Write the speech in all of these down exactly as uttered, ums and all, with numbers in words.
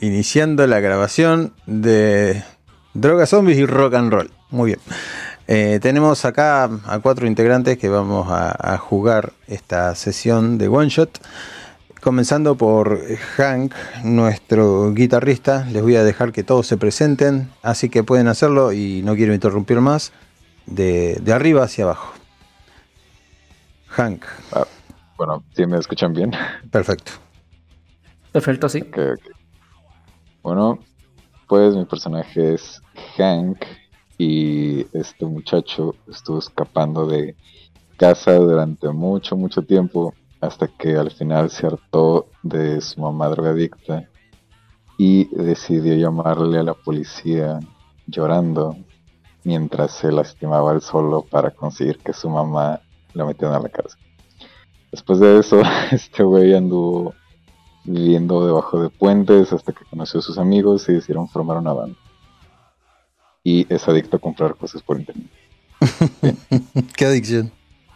iniciando la grabación de Drogas, Zombies y Rock and Roll. Muy bien. Eh, tenemos acá a cuatro integrantes que vamos a, a jugar esta sesión de One Shot. Comenzando por Hank, nuestro guitarrista. Les voy a dejar que todos se presenten, así que pueden hacerlo y no quiero interrumpir más. De, de arriba hacia abajo. Hank. Ah, bueno, ¿sí me escuchan bien? Perfecto. Perfecto, sí. Okay, okay. Bueno, pues mi personaje es Hank y este muchacho estuvo escapando de casa durante mucho, mucho tiempo hasta que al final se hartó de su mamá drogadicta y decidió llamarle a la policía llorando mientras se lastimaba él solo para conseguir que su mamá lo metieran a la cárcel. Después de eso, este güey anduvo viviendo debajo de puentes hasta que conoció a sus amigos y decidieron formar una banda. Y es adicto a comprar cosas por internet. Qué adicción.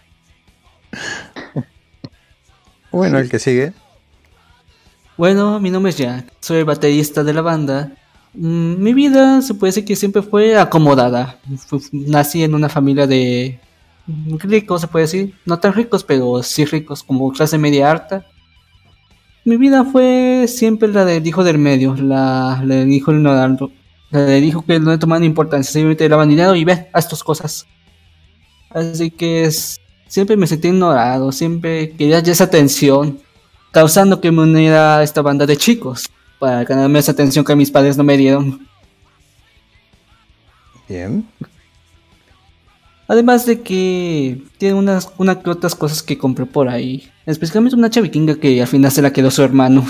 Bueno, sí. El que sigue. Bueno, mi nombre es Jack, soy el baterista de la banda. Mm, mi vida se puede decir que siempre fue acomodada. Fui, nací en una familia de ricos, se puede decir. No tan ricos, pero sí ricos, como clase media alta. Mi vida fue siempre la del hijo del medio, la, la del hijo ignorante, la del hijo que no le tomaban importancia, simplemente le daban dinero y ve, haz tus cosas. Así que es, siempre me sentí ignorado, siempre quería esa atención, causando que me uniera a esta banda de chicos, para ganarme esa atención que mis padres no me dieron. Bien. Además de que tiene unas, unas que otras cosas que compré por ahí. Especialmente una chaviquinga que al final se la quedó su hermano.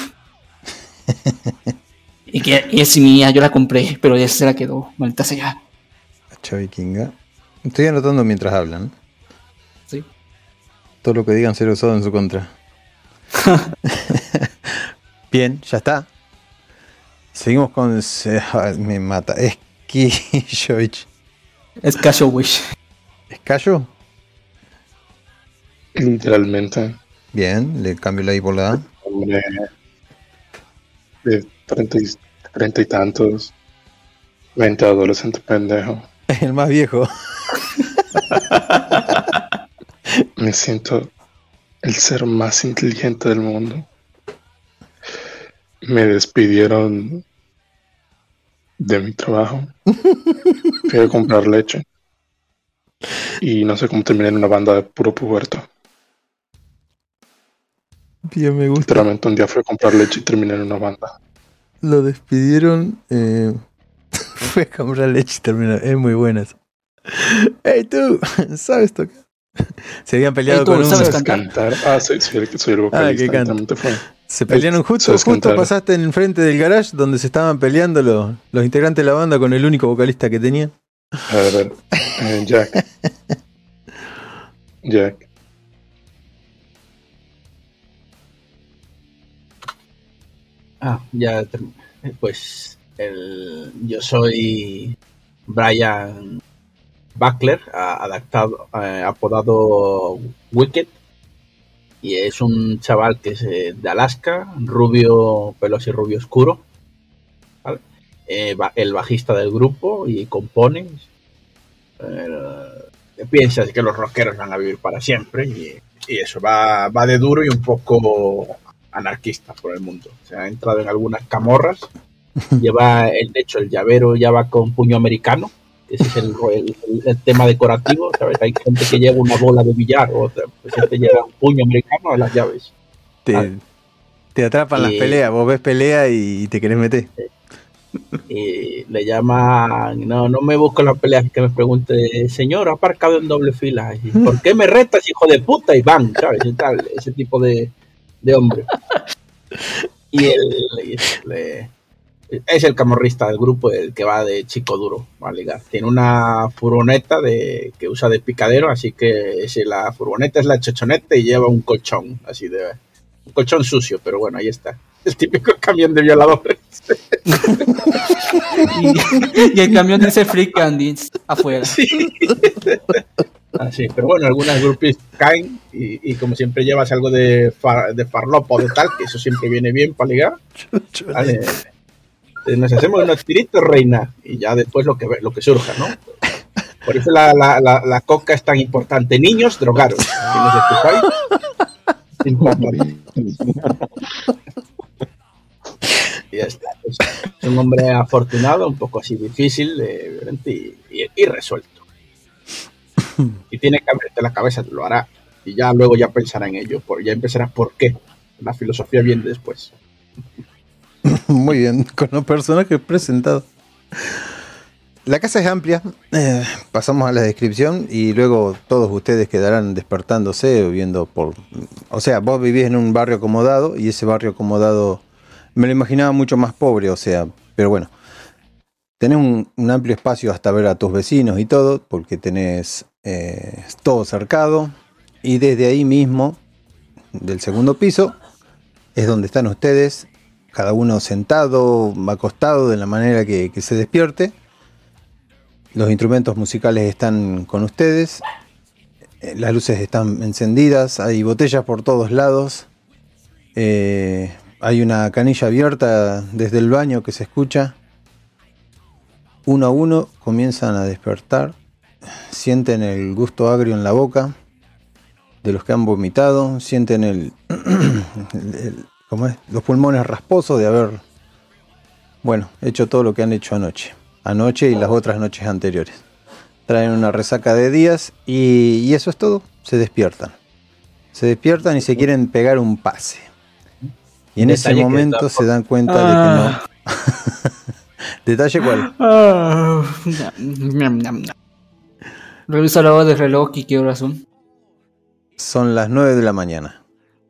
Y que es mía, yo la compré, pero ella se la quedó, maldita sea. La chaviquinga. Estoy anotando mientras hablan. Sí. Todo lo que digan será usado en su contra. Bien, ya está. Seguimos con... Me mata. Skijovich. Skajovich. ¿Escayo? Literalmente. Bien, le cambio la I por la A. Hombre de treinta y, treinta y tantos, veinte adolescente pendejo. El más viejo. Me siento el ser más inteligente del mundo. Me despidieron de mi trabajo. Fui a comprar leche. Y no sé cómo terminé en una banda de puro puberto. Bien, me gusta. Literalmente un día fui a comprar leche y terminé en una banda. Lo despidieron. Eh, fue a comprar leche y terminó. Es muy buena eso. ¡Hey tú! ¿Sabes tocar? Se habían peleado hey, tú, con un... ¿Sabes cantar? Ah, soy, soy, el, soy el vocalista. Ah, fue. Se pelearon justo, justo cantar? Pasaste en frente del garage donde se estaban peleando los, los integrantes de la banda con el único vocalista que tenían. A ver, a ver. Eh, Jack. Jack. Ah, ya, pues el, yo soy Brian Buckler, adaptado, eh, apodado Wicked, y es un chaval que es de Alaska, rubio, pelo así rubio oscuro, ¿vale? Eh, el bajista del grupo y compone. Eh, piensas que los rockeros van a vivir para siempre y, y eso, va, va de duro y un poco anarquista por el mundo. O sea, ha entrado en algunas camorras, lleva, el, de hecho, el llavero ya va con puño americano, ese es el, el, el tema decorativo, ¿sabes? Hay gente que lleva una bola de billar, o otra pues gente lleva un puño americano a las llaves. Te, ah. te atrapan y, las peleas, vos ves pelea y te querés meter. Y le llaman, no, no me busco las peleas, que me pregunte, señor, ha aparcado en doble fila, y, ¿por qué me retas, hijo de puta? Y van, ¿sabes? Y tal, ese tipo de, de hombre. Y él, él es el camorrista del grupo, el que va de chico duro a ligar. Tiene una furgoneta de, que usa de picadero, así que ese, la furgoneta es la chochoneta y lleva un colchón, así de un colchón sucio, pero bueno, ahí está. El típico camión de violadores. y, y el camión dice Free Candies afuera. Sí. Así, pero bueno, algunas groupies caen y, y como siempre llevas algo de, far, de farlopa o de tal, que eso siempre viene bien para ligar. Vale. Nos hacemos unos tiritos, reina, y ya después lo que lo que surja, ¿no? Por eso la, la, la, la coca es tan importante. Niños, drogaros. Si nos escucháis, es importante. Y ya está. Es, es un hombre afortunado, un poco así difícil, eh, y, y, y resuelto. Y tiene que abrirte la cabeza, lo hará. Y ya luego ya pensará en ello. Por, ya empezarás por qué. La filosofía viene después. Muy bien, con los personajes presentados. La casa es amplia, eh, pasamos a la descripción y luego todos ustedes quedarán despertándose o viendo por... O sea, vos vivís en un barrio acomodado y ese barrio acomodado me lo imaginaba mucho más pobre, o sea, pero bueno. Tenés un, un amplio espacio hasta ver a tus vecinos y todo, porque tenés eh, todo cercado y desde ahí mismo, del segundo piso, es donde están ustedes, cada uno sentado, acostado de la manera que, que se despierte. Los instrumentos musicales están con ustedes, las luces están encendidas, hay botellas por todos lados, eh, hay una canilla abierta desde el baño que se escucha. Uno a uno comienzan a despertar, sienten el gusto agrio en la boca de los que han vomitado, sienten el, el, el ¿cómo es? Los pulmones rasposos de haber, bueno, hecho todo lo que han hecho anoche. Anoche y las otras noches anteriores. Traen una resaca de días y, y eso es todo. Se despiertan. Se despiertan y se quieren pegar un pase. Y en ese momento se dan cuenta ah. de que no. ¿Detalle cuál? Ah. Revisa la hora del reloj y qué horas son. Son las nueve de la mañana.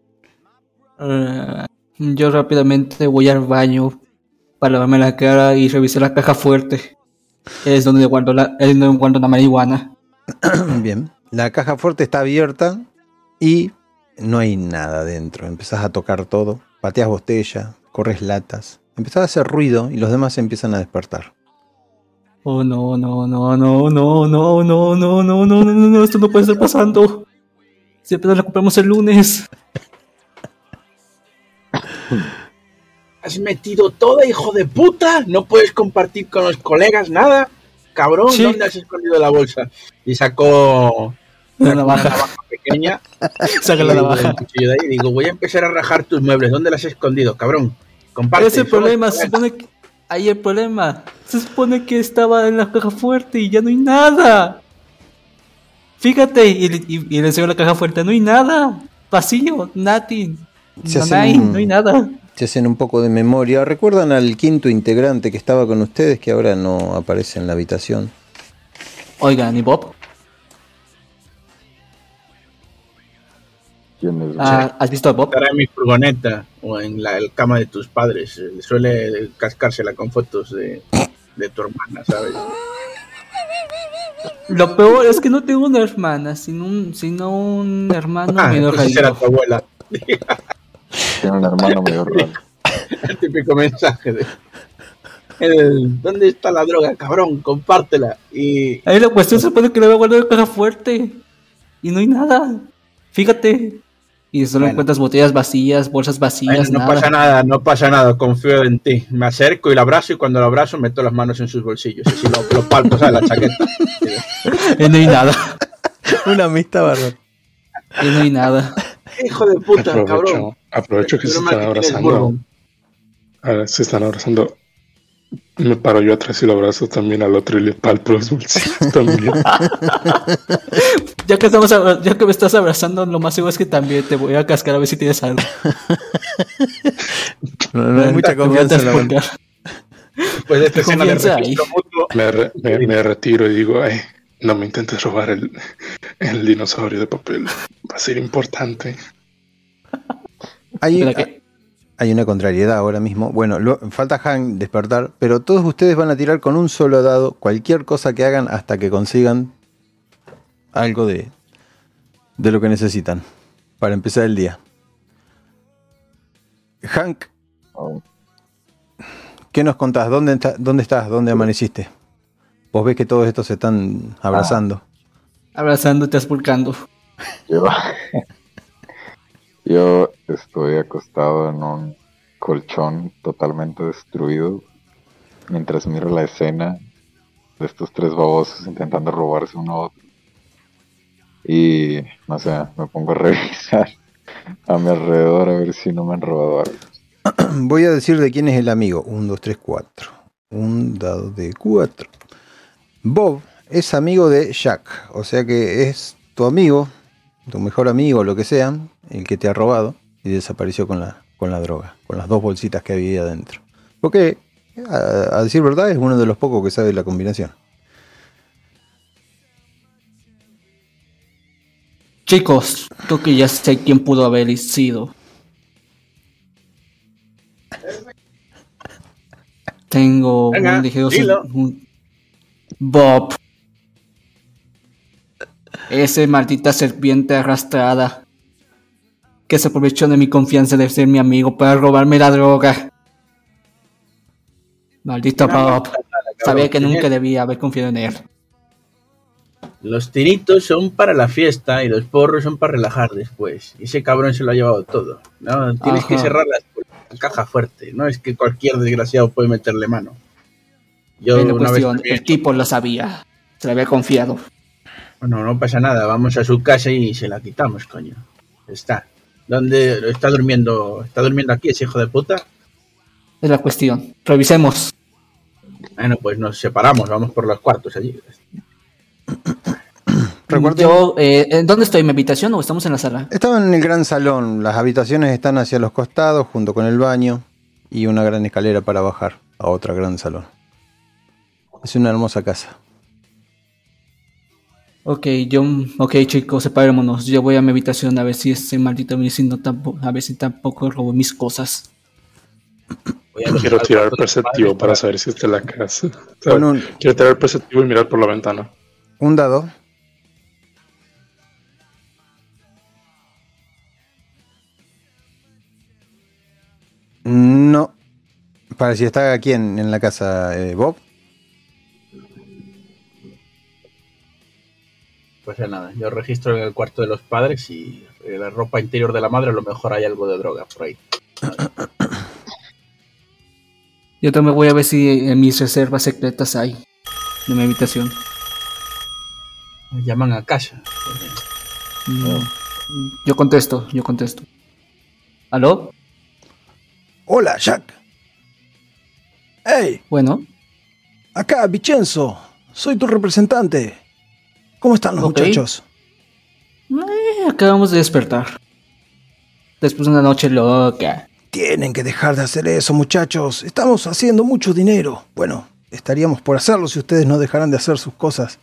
Uh, yo rápidamente voy al baño para lavarme la cara y revisar la caja fuerte. Es donde guardo la, es donde guardo la marihuana. Bien. La caja fuerte está abierta y no hay nada dentro. Empezás a tocar todo, pateas botella, corres latas, empezás a hacer ruido y los demás se empiezan a despertar. Oh no, no, no, no, no, no, no, no, no, no, no, no, esto no puede estar pasando. Siempre nos la compramos el lunes. ¿Has metido toda, hijo de puta? ¿No puedes compartir con los colegas nada? Cabrón, sí. ¿Dónde has escondido la bolsa? Y sacó una navaja pequeña. Saca la navaja. De ahí y digo, voy a empezar a rajar tus muebles. ¿Dónde las has escondido, cabrón? Comparte. Ese es el problema, se supone que... Ahí el problema. Se supone que estaba en la caja fuerte y ya no hay nada. Fíjate, y, y, y le enseño la caja fuerte, no hay nada. Vacío, nothing. No, no, hay, un... no hay nada. Se hacen un poco de memoria. ¿Recuerdan al quinto integrante que estaba con ustedes que ahora no aparece en la habitación? Oigan, ¿y Bob? ¿Quién es? Ah, ¿has visto a Bob? Estará en mi furgoneta o en la el cama de tus padres. Suele cascársela con fotos de, de tu hermana, ¿sabes? Lo peor es que no tengo una hermana, sino un, sino un hermano ah, medio raro. Era tu abuela. Tiene un hermano medio raro. El típico mensaje de el, ¿dónde está la droga, cabrón? Compártela. Y ahí la cuestión se supone que le voy a guardar en caja fuerte y no hay nada. Fíjate. Y solo bueno. encuentras botellas vacías, bolsas vacías, bueno, no nada. pasa nada, no pasa nada, confío en ti. Me acerco y la abrazo y cuando la abrazo meto las manos en sus bolsillos. Y así lo, lo palpo, ¿sabes? La chaqueta. Y no hay nada. Una amistad bárbara. Y no hay nada. Hijo de puta, aprovecho, cabrón. Aprovecho que se están abrazando. A ver, se están abrazando. Me paro yo atrás y lo abrazo también al otro y le palpo los bolsillos también. Ya que estamos, ya que me estás abrazando, lo más seguro es que también te voy a cascar a ver si tienes algo. No, no hay mucha confianza en la banda. Pues esta escena de registro mutuo. Me, re, me, me retiro y digo, ay, no me intentes robar el, el dinosaurio de papel. Va a ser importante. Hay, hay una contrariedad ahora mismo. Bueno, lo, falta Hank despertar, pero todos ustedes van a tirar con un solo dado cualquier cosa que hagan hasta que consigan algo de, de lo que necesitan para empezar el día. Hank, ¿qué nos contás? ¿Dónde, está, dónde estás? ¿Dónde amaneciste? Vos ves que todos estos se están abrazando. Ah, abrazándote, aspulcando. Yo, yo estoy acostado en un colchón totalmente destruido, mientras miro la escena de estos tres babosos intentando robarse uno a otro. Y, no sé, me pongo a revisar a mi alrededor a ver si no me han robado algo. Voy a decir de quién es el amigo. Un, dos, tres, cuatro. Un dado de cuatro. Bob es amigo de Jack. O sea que es tu amigo, tu mejor amigo, lo que sea, el que te ha robado y desapareció con la, con la droga, con las dos bolsitas que había adentro. Porque, a, a decir verdad, es uno de los pocos que sabe la combinación. Chicos, creo que ya sé quién pudo haber sido. Tengo Venga, un ligero... dilo. un- Bob. Ese maldita serpiente arrastrada que se aprovechó de mi confianza de ser mi amigo para robarme la droga. Maldito Bob. Sabía que nunca debía haber confiado en él. Los tiritos son para la fiesta y los porros son para relajar después. Y ese cabrón se lo ha llevado todo. No, tienes Ajá. que cerrar la caja fuerte. No es que cualquier desgraciado puede meterle mano. Yo En la una vez cuestión, también- el tipo lo sabía. Se le había confiado. Bueno, no pasa nada. Vamos a su casa y se la quitamos, coño. Está. ¿Dónde está durmiendo? ¿Está durmiendo aquí ese hijo de puta? Es la cuestión. Revisemos. Bueno, pues nos separamos. Vamos por los cuartos allí. Recuerden- Yo, eh, ¿en ¿dónde estoy? ¿En mi habitación o estamos en la sala? Estaban en el gran salón. Las habitaciones están hacia los costados, junto con el baño y una gran escalera para bajar a otro gran salón. Es una hermosa casa. Ok, yo, ok chicos, separémonos. Yo voy a mi habitación a ver si ese maldito vecino tampoco, a ver si tampoco robó mis cosas. Voy a los- Quiero al tirar cuarto de los perceptivo padres para saber si está en la casa. O sea, Con un, Quiero tirar perceptivo y mirar por la ventana. un dado. No. Para si está aquí en, en la casa, eh, Bob. Pues nada, yo registro en el cuarto de los padres y en la ropa interior de la madre a lo mejor hay algo de droga por ahí. Yo también voy a ver si en mis reservas secretas hay de mi habitación. Me llaman a casa. Mm, Yo contesto, yo contesto. ¿Aló? Hola, Jack. Hey, Bueno, acá, Vincenzo. Soy tu representante. ¿Cómo están los Ok. muchachos? eh, acabamos de despertar. Después de una noche loca. Tienen que dejar de hacer eso, muchachos. Estamos haciendo mucho dinero. Bueno, estaríamos por hacerlo si ustedes no dejaran de hacer sus cosas.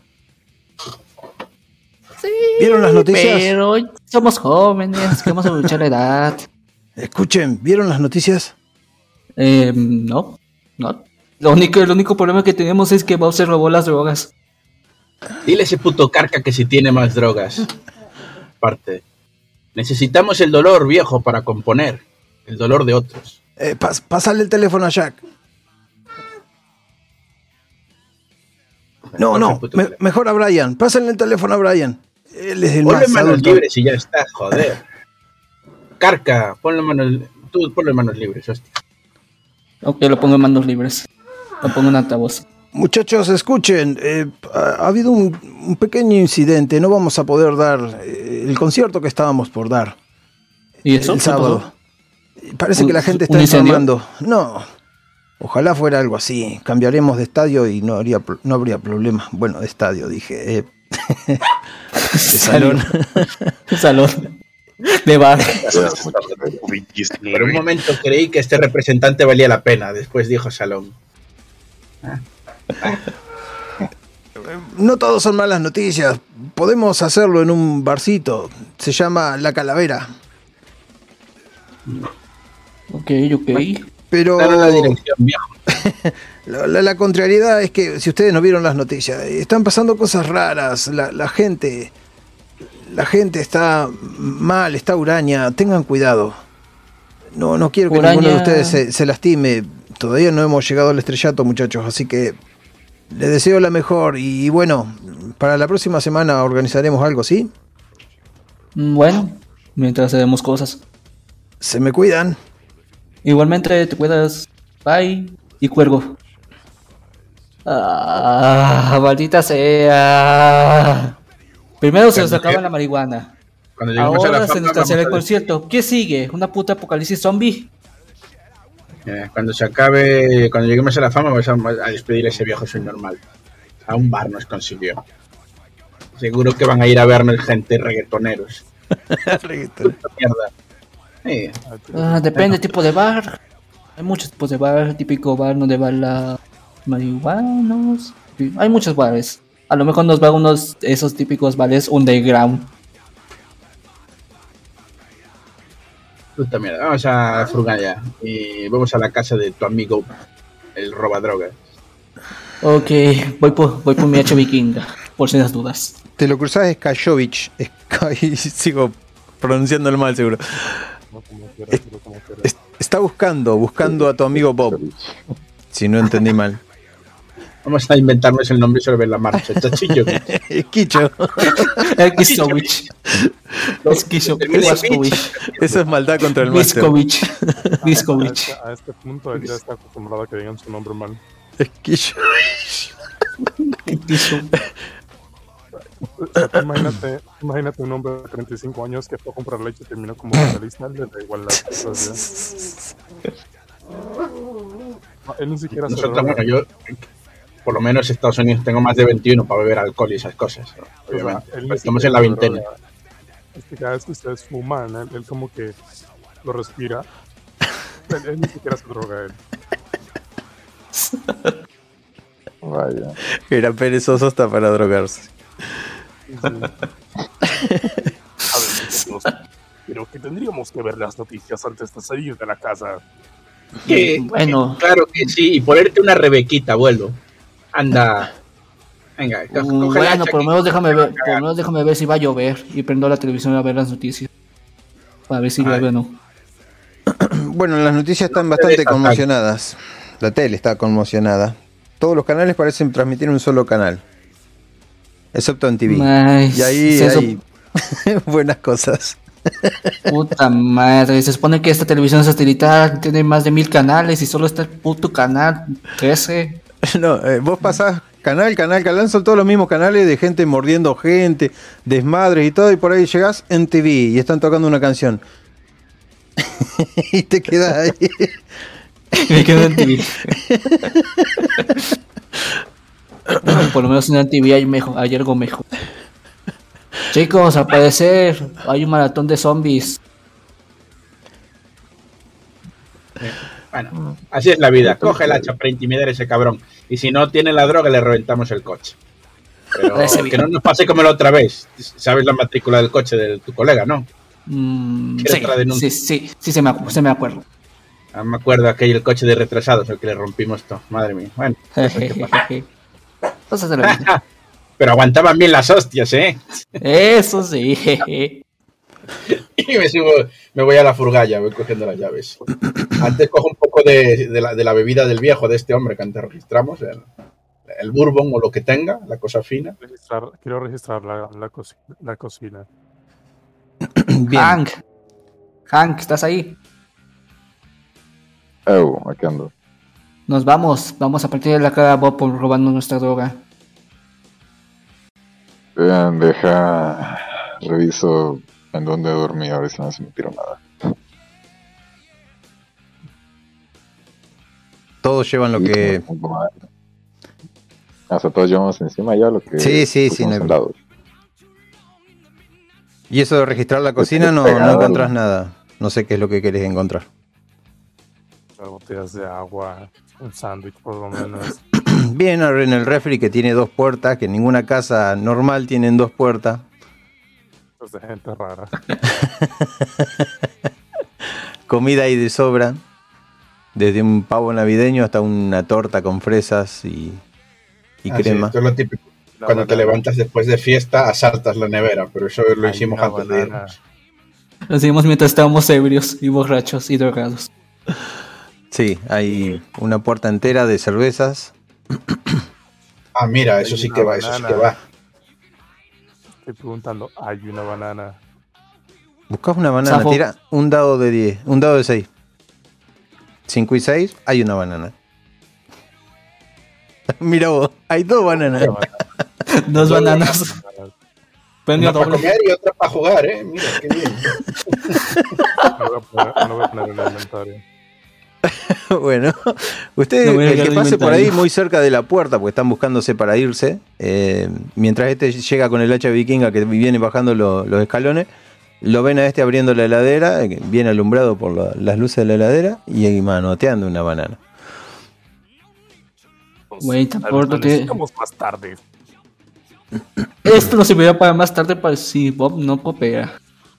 ¿Vieron las noticias? Pero somos jóvenes, queremos aprovechar la edad. Escuchen, ¿vieron las noticias? Eh, no, no. Lo único, el único problema que tenemos es que Bob se robó las drogas. Dile a ese puto carca que si tiene más drogas. Aparte. Necesitamos el dolor viejo para componer. El dolor de otros. Eh, pas- pásale el teléfono a Jack. No, Pasa no, el puto me- teléfono. mejor a Brian. Pásale el teléfono a Brian. Él es el Ponle más manos adulto. libres y ya está, joder. Carca, ponle manos, tú ponle manos libres, hostia. Ok, lo pongo en manos libres. Lo pongo en altavoz. Muchachos, escuchen, eh, ha, ha habido un, un pequeño incidente. No vamos a poder dar eh, el concierto que estábamos por dar ¿Y eso? el ¿Qué sábado. pasó? Parece ¿Un- que la gente un está incendio? informando. No, ojalá fuera algo así. Cambiaremos de estadio y no, haría, pro- no habría problema. Bueno, de estadio, dije. eh, de salón. Salón. De bar. Por un momento creí que este representante valía la pena, después dijo Salón. No todos son malas noticias. Podemos hacerlo en un barcito. Se llama La Calavera. Ok, ok. Pero Dar la dirección, viejo. la, la- la contrariedad es que, si ustedes no vieron las noticias, están pasando cosas raras. La, la gente... La gente está mal, está huraña. Tengan cuidado. No, no quiero que Huraña. ninguno de ustedes se, se lastime. Todavía no hemos llegado al estrellato, muchachos. Así que les deseo la mejor. Y, bueno, para la próxima semana organizaremos algo, ¿sí? Mm, Bueno, mientras hacemos cosas. Se me cuidan. Igualmente te cuidas. Bye. Y cuelgo. Ah, maldita sea. Primero se nos acaba la marihuana. Cuando lleguemos a la Ahora se fama, nos cancela el vamos a- concierto. ¿Qué sigue? ¿Una puta apocalipsis zombie? Eh, cuando se acabe, cuando lleguemos a la fama, vamos a, a despedir a ese viejo subnormal. A un bar nos consiguió. Seguro que van a ir a vernos gente reggaetoneros. Reggaetón. Mierda. Sí. Ah, depende del tipo de bar. Hay muchos tipos de bar. Típico bar donde va la marihuanos. Hay muchos bares. A lo mejor nos va unos esos típicos bares underground. Puta mierda. Vamos a Frugalla y vamos a la casa de tu amigo, el robadrogas. Ok, voy por, voy por mi H vikinga. Por si las dudas. Te lo cruzás Skajovich. Sky- Sigo pronunciándolo mal, seguro. No como quieras, pero como quieras. Es- Está buscando, buscando a tu amigo Bob. Si no entendí mal. Vamos a inventarnos el nombre sobre la marcha. Chachillo. Esquicho. Skisovich. Skisovich. Eso es maldad contra el máster. Viskovich. A Viskovich. este, a este punto él ya está acostumbrado a que digan su nombre mal. Esquillo. O sea, tú imagínate, imagínate un hombre de treinta y cinco años que fue a comprar leche y terminó como socialista, le da igual las cosas. ¿Ya? No, él ni siquiera se Nosotros, droga. bueno, yo, por lo menos en Estados Unidos tengo más de veintiuno para beber alcohol y esas cosas. ¿no? Obviamente. Él ni Estamos siquiera en la se veintena. droga. Es que cada vez que ustedes fuman, él, él como que lo respira. Él, él ni siquiera se droga él. Vaya. Era perezoso hasta para drogarse. Sí. A ver, muchachos, pero que tendríamos que ver las noticias antes de salir de la casa. Que- Bueno. Claro que sí, y ponerte una rebequita, vuelvo. Anda. Venga, co- Mm, coge la Bueno, hacha por lo aquí. menos déjame ver, por lo menos déjame ver si va a llover y prendo la televisión a ver las noticias. Para ver si Ay. llueve o no. Bueno, las noticias están No te bastante desatan. conmocionadas. La tele está conmocionada. Todos los canales parecen transmitir un solo canal. Excepto en T V. Ay, Y ahí se hay buenas cosas. Puta madre, se supone que esta televisión satelital tiene más de mil canales y solo está el puto canal trece. No, eh, vos pasás canal, canal, canal, son todos los mismos canales de gente mordiendo gente, desmadres y todo, y por ahí llegás en T V y están tocando una canción. Y te quedas ahí. Me quedo en T V. Bueno, por lo menos en la T V hay, mejor, hay algo mejor. Chicos, al parecer hay un maratón de zombies. Bueno, así es la vida. Coge el hacha para intimidar a ese cabrón. Y si no tiene la droga, le reventamos el coche. Pero Parece que bien. no nos pase como la otra vez. Sabes la matrícula del coche de tu colega, ¿no? Mm, ¿Quieres sí, otra denuncia? sí, sí, sí, se me, acu- se me acuerdo. Ah, me acuerdo aquel el coche de retrasados, el que le rompimos todo. Madre mía. Bueno, Cosas de la vida. pero aguantaban bien las hostias, ¿eh? Eso sí. Y me subo, me voy a la furgalla, voy cogiendo las llaves. Antes cojo un poco de, de, la, de la bebida del viejo, de este hombre que antes registramos, el, el bourbon o lo que tenga, la cosa fina. Registrar, quiero registrar la, la, coci- la cocina. Bien. Hank. Hank, ¿estás ahí? Oh, aquí ando. Nos vamos. Vamos a partir de la cara a Bob por robando nuestra droga. Vean, deja. Reviso en dónde dormí, a ver si no se me tiró nada. Todos llevan lo que. Hasta todos llevamos encima ya lo que. Sí, sí, sí, pusimos no hay al lado. Y eso de registrar la cocina no, no encontrás nada. No sé qué es lo que querés encontrar. Las botellas de agua, un sándwich por lo menos. Bien, ahora en el refri que tiene dos puertas, que ninguna casa normal tienen dos puertas. Es de gente rara. Comida ahí de sobra. Desde un pavo navideño hasta una torta con fresas y, y Ah, sí, crema. esto es lo típico. La Cuando te banana. levantas después de fiesta, asaltas la nevera, pero eso lo Hay hicimos una antes de banana. irnos. Lo hicimos mientras estábamos ebrios y borrachos y drogados. Sí, hay una puerta entera de cervezas. Ah, mira, Hay eso sí una que va, eso sí banana. que va. Estoy preguntando, hay una banana. Buscás una banana, Zafo. tira un dado de diez, un dado de seis. cinco y seis, hay una banana. Mira vos, hay dos bananas. Dos bananas. Premio Una para doble. comer y otra para jugar, ¿eh? Mira, qué bien. Lo voy a poner, lo voy a poner en el inventario. Bueno, usted, No voy a el llegar que al pase por ahí inventario. muy cerca de la puerta, porque están buscándose para irse, eh, mientras este llega con el hacha vikinga que viene bajando lo- los escalones, lo ven a este abriendo la heladera, eh, bien alumbrado por la- las luces de la heladera, y ahí manoteando una banana. Pues, Güey, tal vez tampoco lo que- necesitamos más tarde. Esto nos serviría para más tarde para si Bob no coopera.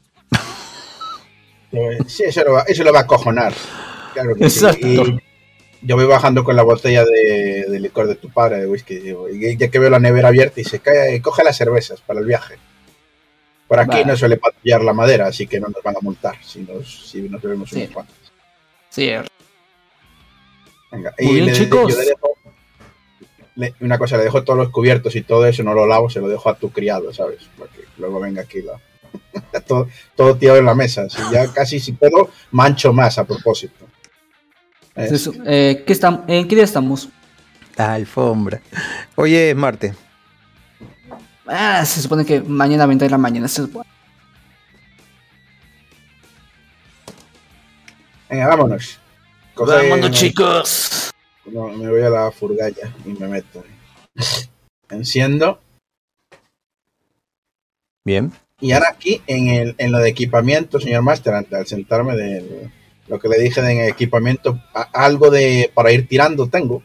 Sí, eso lo va, eso lo va a acojonar. Claro que Exacto. sí. Y yo voy bajando con la botella de, de licor de tu padre, de whisky. Digo, y ya que veo la nevera abierta y se cae, coge las cervezas para el viaje. Por aquí Vale. no suele patrullar la madera, así que no nos van a multar si nos, si nos bebemos Sí. unos cuantos. Sí. Venga. Muy y bien, le, chicos. yo le dejo le- una cosa, le dejo todos los cubiertos y todo eso, no lo lavo, se lo dejo a tu criado, ¿sabes? Para que luego venga aquí la... todo, todo tirado en la mesa. Si ya casi si puedo, mancho más a propósito. Es- Eso, eh, ¿qué estam- ¿En qué día estamos? La alfombra. Hoy es martes. Ah, se supone que mañana a veinte de la mañana. Se supone. Venga, vámonos. Coge- Vámonos, chicos. No, me voy a la furgalla y me meto. Enciendo. Bien. Y ahora aquí, en, el, en lo de equipamiento, señor Master, antes al sentarme de lo que le dije de equipamiento, a- algo de para ir tirando tengo.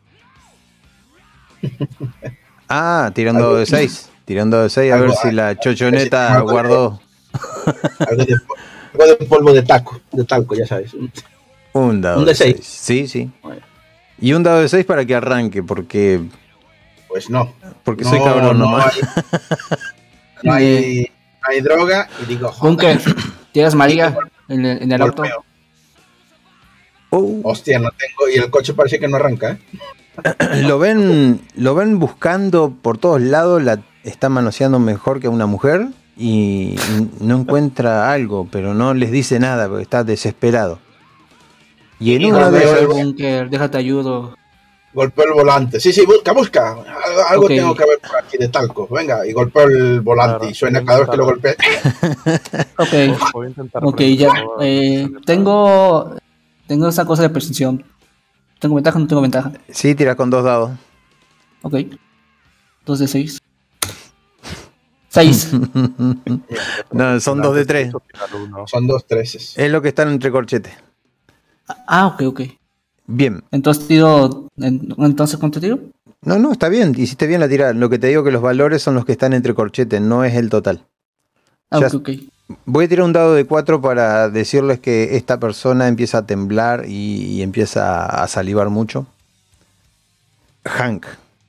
Ah, tirando Algo- de seis. Tirando de seis a Algo- ver si la chochoneta algo de- guardó Algo de, algo de polvo de taco, de talco, ya sabes. un dado Un de de seis. seis. Sí, sí. Bueno. Y un dado de seis para que arranque, porque, Pues no. porque No, soy cabrón no nomás. hay, no hay, no hay droga y digo, Bunker, joder, ¿tienes María en el, en el auto? golpeo. Oh, Hostia, no tengo. Y el coche parece que no arranca, ¿eh? lo ven, lo ven buscando por todos lados, la está manoseando mejor que una mujer y no encuentra algo, pero no les dice nada porque está desesperado. Y en Y una cuando de veo esas, el- Bunker, déjate ayudo. Golpeo el volante. Sí, sí, busca, busca. Algo, algo Ok. tengo que ver por aquí de talco. Venga, y golpeo el volante Claro, y suena voy a cada vez que lo intentar. golpee. Ok, Voy a intentar ok, poner ya. todo- Eh, tengo, tengo esa cosa de percepción. ¿Tengo ventaja o no tengo ventaja? sí, tira con dos dados. Ok. Dos de seis. Seis. No, son dos de tres. Son dos treces. Es lo que están entre corchetes. Ah, ok, ok. Bien. Entonces tiro. en- Entonces, ¿cuánto tiro? No, no, está bien. Hiciste bien la tirada. Lo que te digo que los valores son los que están entre corchetes, no es el total. Ah, Ya- ok, ok. Voy a tirar un dado de cuatro para decirles que esta persona empieza a temblar y, y empieza a salivar mucho. Hank.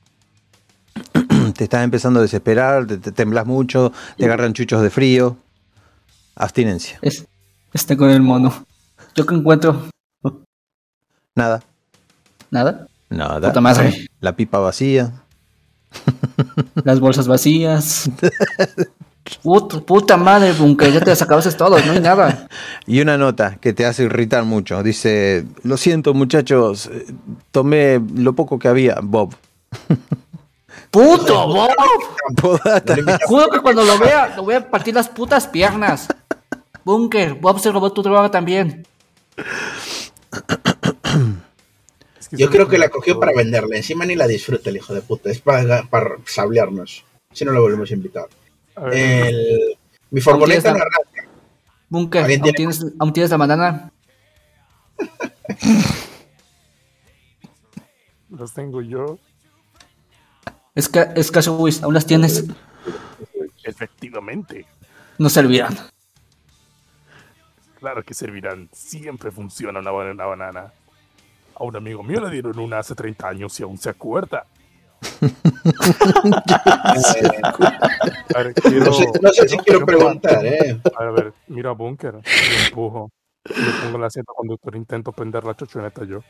Te estás empezando a desesperar, te, te temblas mucho, te agarran chuchos de frío. Abstinencia. Es, este con el mono. Yo que encuentro. Nada. Nada. Nada. Puta madre. La pipa vacía. Las bolsas vacías. Puta, puta madre, Bunker. Ya te las acabaste todos, no hay nada. Y una nota que te hace irritar mucho. Dice, lo siento muchachos, eh, tomé lo poco que había, Bob. ¡Puto Bob! Podata. Juro que cuando lo vea, lo voy a partir las putas piernas. Bunker, Bob se robó tu droga también. Es que Yo se creo me que la ocurrió cogió todo. para venderla. Encima ni la disfruta el hijo de puta. Es para, para sablearnos. Si no lo volvemos a invitar. A ver, El, mi furgoneta no Aunque arranca. Bunker, ¿Alguien ¿aún tiene- tienes, ¿aún tienes la banana? los tengo yo. Es que, es que, Luis, aún las tienes. Efectivamente. No servirán. Claro que servirán. Siempre funciona una buena banana. A un amigo mío le dieron una hace treinta años y aún se acuerda. Eh, A ver, quiero- no sé, no sé si no, quiero no, preguntar, ¿eh? A ver, mira a Bunker. Lo empujo. Le pongo el asiento conductor. Intento prender la chochoneta yo.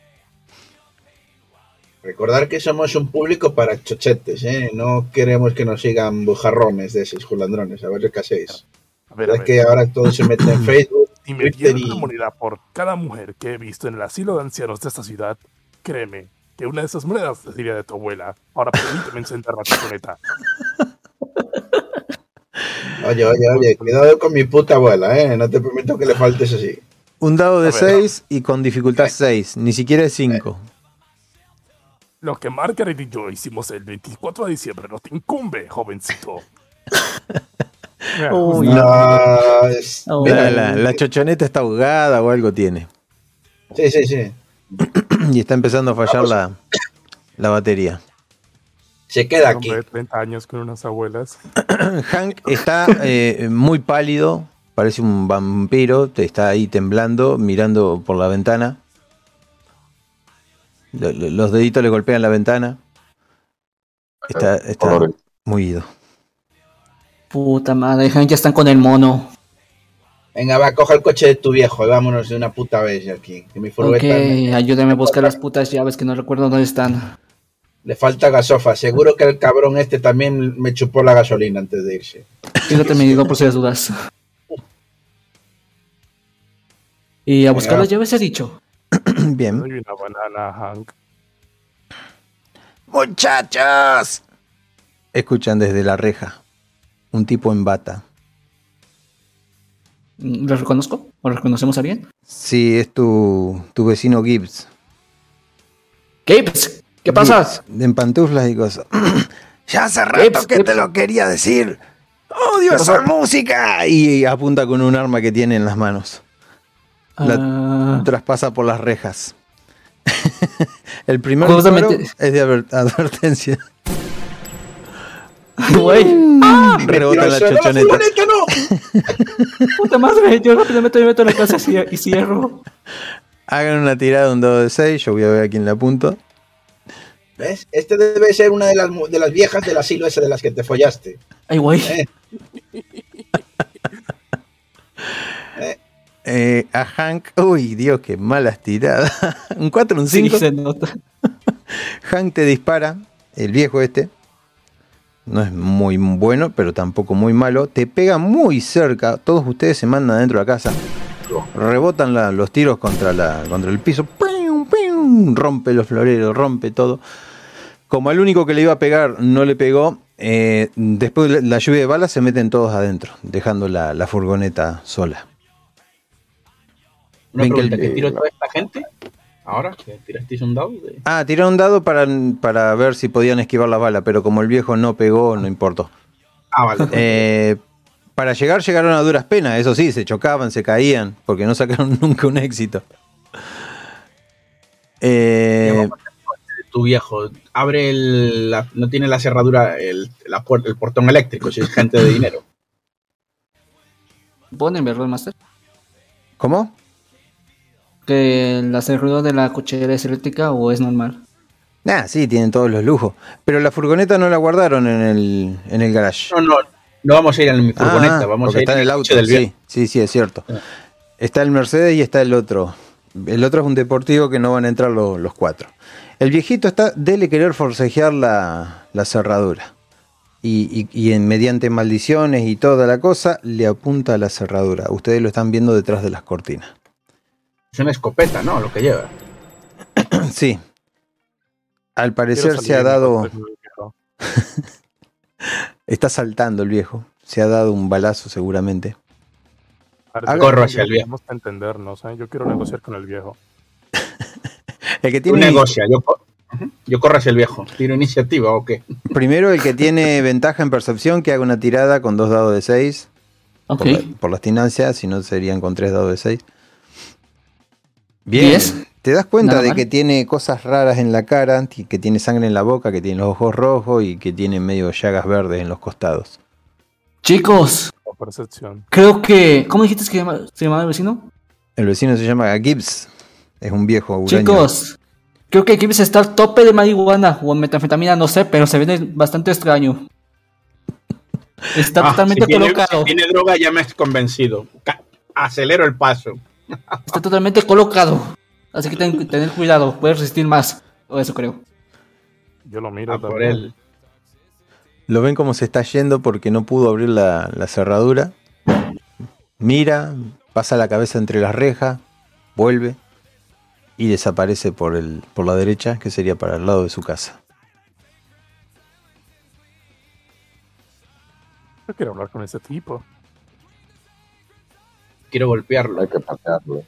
Recordar que somos un público para chochetes, ¿eh? No queremos que nos sigan bujarrones de esos julandrones. A ver qué hacéis. A ver, a Es ver. que ahora todo se mete en Facebook, Si me Twitter dieran y... una moneda por cada mujer que he visto en el asilo de ancianos de esta ciudad, créeme que una de esas monedas sería de tu abuela. Ahora permíteme encender la chocoleta. Oye, oye, oye, cuidado con mi puta abuela, ¿eh? No te permito que le faltes así. Un dado de A ver. seis y con dificultad seis. Ni siquiera es cinco. Lo que Margaret y yo hicimos el veinticuatro de diciembre no te incumbe, jovencito. Mira, Uy, justo- No, es- Oh. mira, La, la- la chochoneta está ahogada o algo tiene. sí, sí, sí. Y está empezando a fallar la, la batería. Se queda un aquí. hombre de treinta años con unas abuelas. Hank está eh, muy pálido, parece un vampiro, te está ahí temblando, mirando por la ventana. Lo- lo- Los deditos le golpean la ventana. Está, está Colores. muy ido. Puta madre, Hank ya están con el mono. Venga, va, coja el coche de tu viejo y vámonos de una puta vez de aquí. Que mi Ok, furgoneta ayúdame a buscar las putas llaves que no recuerdo dónde están. le falta gasofa. Seguro que el cabrón este también me chupó la gasolina antes de irse. Fíjate, me digo por si las dudas. Y a buscar Venga. las llaves he dicho. Bien. Doy una banana, Hank. ¡Muchachos! Escuchan desde la reja. Un tipo en bata. ¿Lo reconozco? ¿O reconocemos a alguien? Sí, es tu, tu vecino Gibbs. Gibbs, ¿qué pasa? Gibbs, en pantuflas y cosas. Ya hace rato Gibbs, que Gibbs. te lo quería decir. ¡Odio esa música! Y apunta con un arma que tiene en las manos. La Ah, traspasa por las rejas. El primer Justamente- disparo es de adver- advertencia. güey, Rebota la ¡Mentiroso! ¡No, la chochoneta. furgoneta no! puta madre, yo rápidamente me meto en la casa y y cierro. Hagan una tirada de un dado de seis. Yo voy a ver a quién le apunto. ¿Ves? Este debe ser una de las, mu- de las viejas del asilo ese de las que te follaste. Ay, güey. Eh. Eh, a Hank. Uy, Dios, qué malas tiradas. Un cuatro, un Sí, cinco. se nota. Hank te dispara. El viejo este. No es muy bueno, pero tampoco muy malo. Te pega muy cerca. Todos ustedes se mandan dentro de la casa. Rebotan la- los tiros contra, la, contra el piso. ¡Pium, pium! Rompe los floreros, rompe todo. Como el único que le iba a pegar no le pegó, eh, después de la lluvia de balas se meten todos adentro, dejando la, la furgoneta sola. Una Ven que pregunta, el- ¿qué tiró toda esta gente? Ahora, que tirasteis un dado de... Ah, tiraron un dado para, para ver si podían esquivar la bala, pero como el viejo no pegó, no importó. Ah, vale. Eh, para llegar, llegaron a duras penas, eso sí, se chocaban, se caían, porque no sacaron nunca un éxito. Eh, Tu viejo abre el... la- no tiene la cerradura, el, la puer- el portón eléctrico, si es gente de dinero. Ponen, ¿verdad, Master? ¿Cómo? Que la cerradura de la cochera es eléctrica o es normal. Nah, sí, tienen todos los lujos. Pero la furgoneta no la guardaron en el, en el garage. No, no, no vamos a ir en mi furgoneta, Ah, vamos porque a ir está en el coche auto. del viejo. Sí, sí, sí, es cierto. Ah. Está el Mercedes y está el otro. El otro es un deportivo que no van a entrar lo- los cuatro. El viejito está, dele querer forcejear la, la cerradura. Y, y- y en, mediante maldiciones y toda la cosa, le apunta a la cerradura. Ustedes lo están viendo detrás de las cortinas. Es una escopeta, ¿no? Lo que lleva. Sí. Al Quiero parecer salir se ha y dado... encontrarme con el viejo. Está saltando el viejo. Se ha dado un balazo seguramente. Parece que Corro hacia el viejo. Vamos a entendernos, ¿eh? Yo quiero negociar con el viejo. El que Tú tiene... negocia, yo, co- Ujú. yo corro hacia el viejo. ¿Tiro iniciativa o qué? Primero el que tiene ventaja en percepción, que haga una tirada con dos dados de seis. Ok. Por, la- por las tinancias, si no serían con tres dados de seis. Bien. Diez. Te das cuenta Nada de mal. que tiene cosas raras en la cara, ti- que tiene sangre en la boca, que tiene los ojos rojos y que tiene medio llagas verdes en los costados. Chicos, Por percepción. creo que... ¿Cómo dijiste que se llama- se llamaba el vecino? El vecino se llama Gibbs. Es un viejo huraño. Chicos, creo que Gibbs está al tope de marihuana o metanfetamina, no sé, pero se ve bastante extraño. Está Ah, totalmente si tiene, colocado. si tiene droga ya me has convencido. Ca- Acelero el paso. Está totalmente colocado. Así que ten, tener cuidado, puedes resistir más. O eso creo. Yo lo miro Ah, por también. él. Lo ven como se está yendo porque no pudo abrir la, la cerradura. Mira, pasa la cabeza entre las rejas, vuelve. y desaparece por, el, por la derecha, que sería para el lado de su casa. Yo quiero hablar con ese tipo. Quiero golpearlo. Hay que patearlo.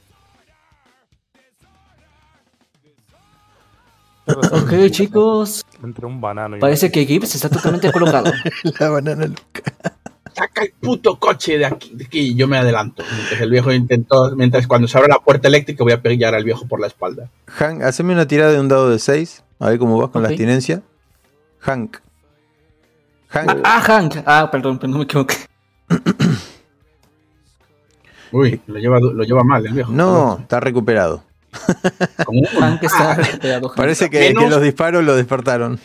Ok, chicos. Entre un banano y Parece que Gibbs está totalmente colocado. La banana loca. Saca el puto coche de aquí, de aquí. Yo me adelanto. Mientras el viejo intentó, mientras cuando se abre la puerta eléctrica voy a pillar al viejo por la espalda. Hank, haceme una tirada de un dado de seis. A ver cómo vas con Ok. la abstinencia. Hank. Hank. Ah, ah, Hank. Ah, perdón, pero no me equivoqué. Uy, lo lleva, lo lleva mal el viejo. No, está recuperado. Como un- Hank está recuperado. Hank. Parece que, Menos- que los disparos lo despertaron.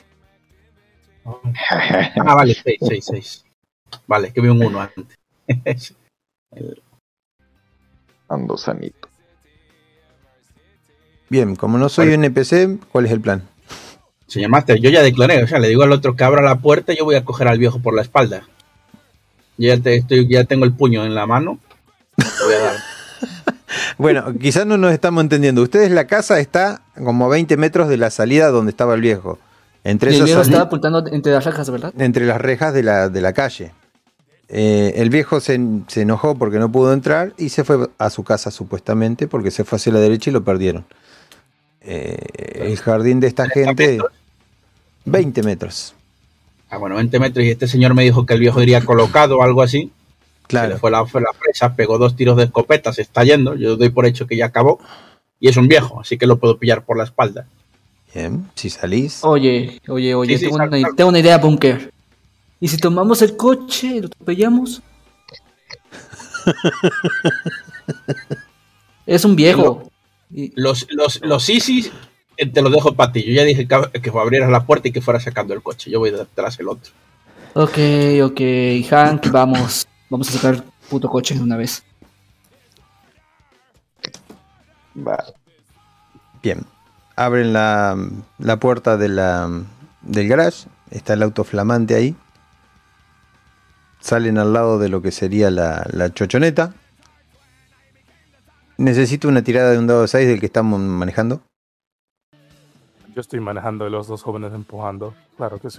Ah, vale, seis, seis, seis. Vale, que vi un uno antes. Ando sanito. Bien, como no soy N P C, ¿cuál es el plan? Señor Master, yo ya declaré, o sea, le digo al otro que abra la puerta y yo voy a coger al viejo por la espalda. Yo ya, te, estoy, ya tengo el puño en la mano. Le voy a dar. Bueno, quizás no nos estamos entendiendo. Ustedes, la casa está como a veinte metros de la salida donde estaba el viejo. Entre, Y el esas viejo sali- estaba apuntando entre las rejas, ¿verdad? entre las rejas de la, de la calle. Eh, el viejo se, se enojó porque no pudo entrar y se fue a su casa supuestamente porque se fue hacia la derecha y lo perdieron. Eh, el jardín de esta gente, veinte metros. Ah, bueno, veinte metros y este señor me dijo que el viejo iría colocado o algo así. Se Claro. le fue la, fue la presa, pegó dos tiros de escopeta, se está yendo. Yo doy por hecho que ya acabó. Y es un viejo, así que lo puedo pillar por la espalda. Bien, si salís. Oye, oye, oye, Sí, sí, tengo, sal, una, sal. tengo una idea, Bunker. ¿Y si tomamos el coche y lo atropellamos? Es un viejo. Y- Los, los, los ISIS eh, te los dejo para ti. Yo ya dije que, que abrieras la puerta y que fuera sacando el coche. Yo voy detrás el otro. Ok, ok, Hank, vamos. Vamos a sacar el puto coche de una vez. Va. Bien. Abren la, la puerta de la, del garage. Está el auto flamante ahí. Salen al lado de lo que sería la, la chochoneta. Necesito una tirada de un dado de seis del que estamos manejando. Yo estoy manejando y los dos jóvenes empujando. Claro que sí.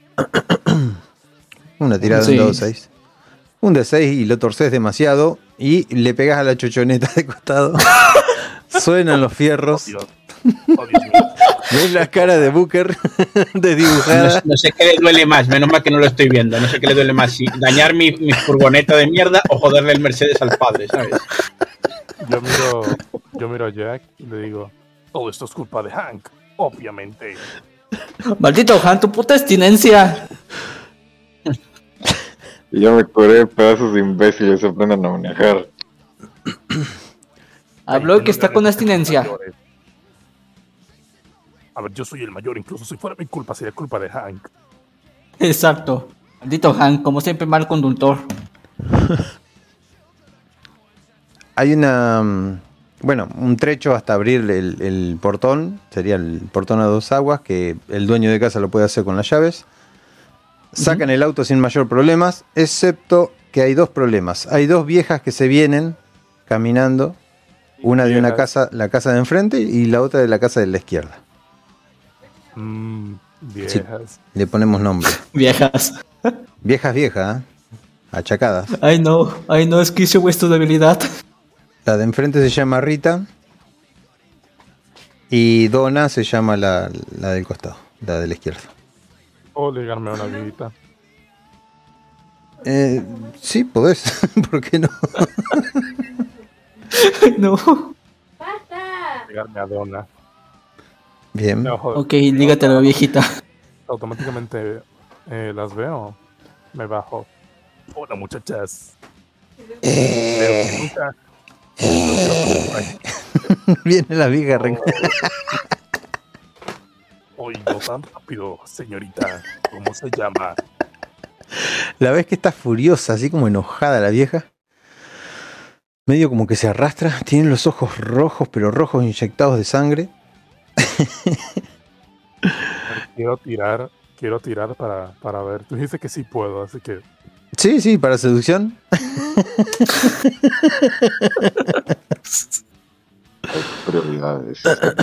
Una tirada de un Sí. dado de seis. Un de seis y lo torces demasiado. Y le pegas a la chochoneta de costado. Suenan los Oh, fierros. Dios. Oh, Dios mío. Ves la cara de Booker No, desdibujada. no sé qué le duele más. Menos mal que no lo estoy viendo. No sé qué le duele más. Si dañar mi, mi furgoneta de mierda o joderle el Mercedes al padre, ¿sabes? Yo miro, yo miro a Jack y le digo, todo esto es culpa de Hank, obviamente. Maldito Hank, tu puta abstinencia. Y yo me curé, pedazos de imbéciles se aprenden a manejar. Habló Ay, que está no con le abstinencia. mayores. A ver, yo soy el mayor, incluso si fuera mi culpa, sería culpa de Hank. Exacto. Maldito Hank, como siempre mal conductor. Hay una. mm, Bueno, un trecho hasta abrir el, el portón. Sería el portón a dos aguas. Que el dueño de casa lo puede hacer con las llaves. Sacan el auto sin mayor problemas. Excepto que hay dos problemas. Hay dos viejas que se vienen caminando. Una de una Viejas. casa, la casa de enfrente, y la otra de la casa de la izquierda. Mmm, viejas. Le ponemos nombre. Viejas. Viejas, viejas, ¿eh? Achacadas. Ay no, ay no, es que hice vuestra debilidad. La de enfrente se llama Rita. Y Donna se llama la, la del costado, la de la izquierda. O ligarme a una viejita. Eh, sí, podés. ¿Por qué no? No. Ligarme a Donna. Bien. No, joder. Ok, lígate a la viejita. Automáticamente eh, las veo. Me bajo. Hola, muchachas. Veo que nunca. Viene la vieja. re- Hoy no tan rápido, señorita. ¿Cómo se llama? La vez que está furiosa, así como enojada la vieja. Medio como que se arrastra. Tiene los ojos rojos, pero rojos inyectados de sangre. Quiero tirar. Quiero tirar para, para ver. Tú dijiste que sí puedo, así que. Sí, sí, para seducción. prioridades.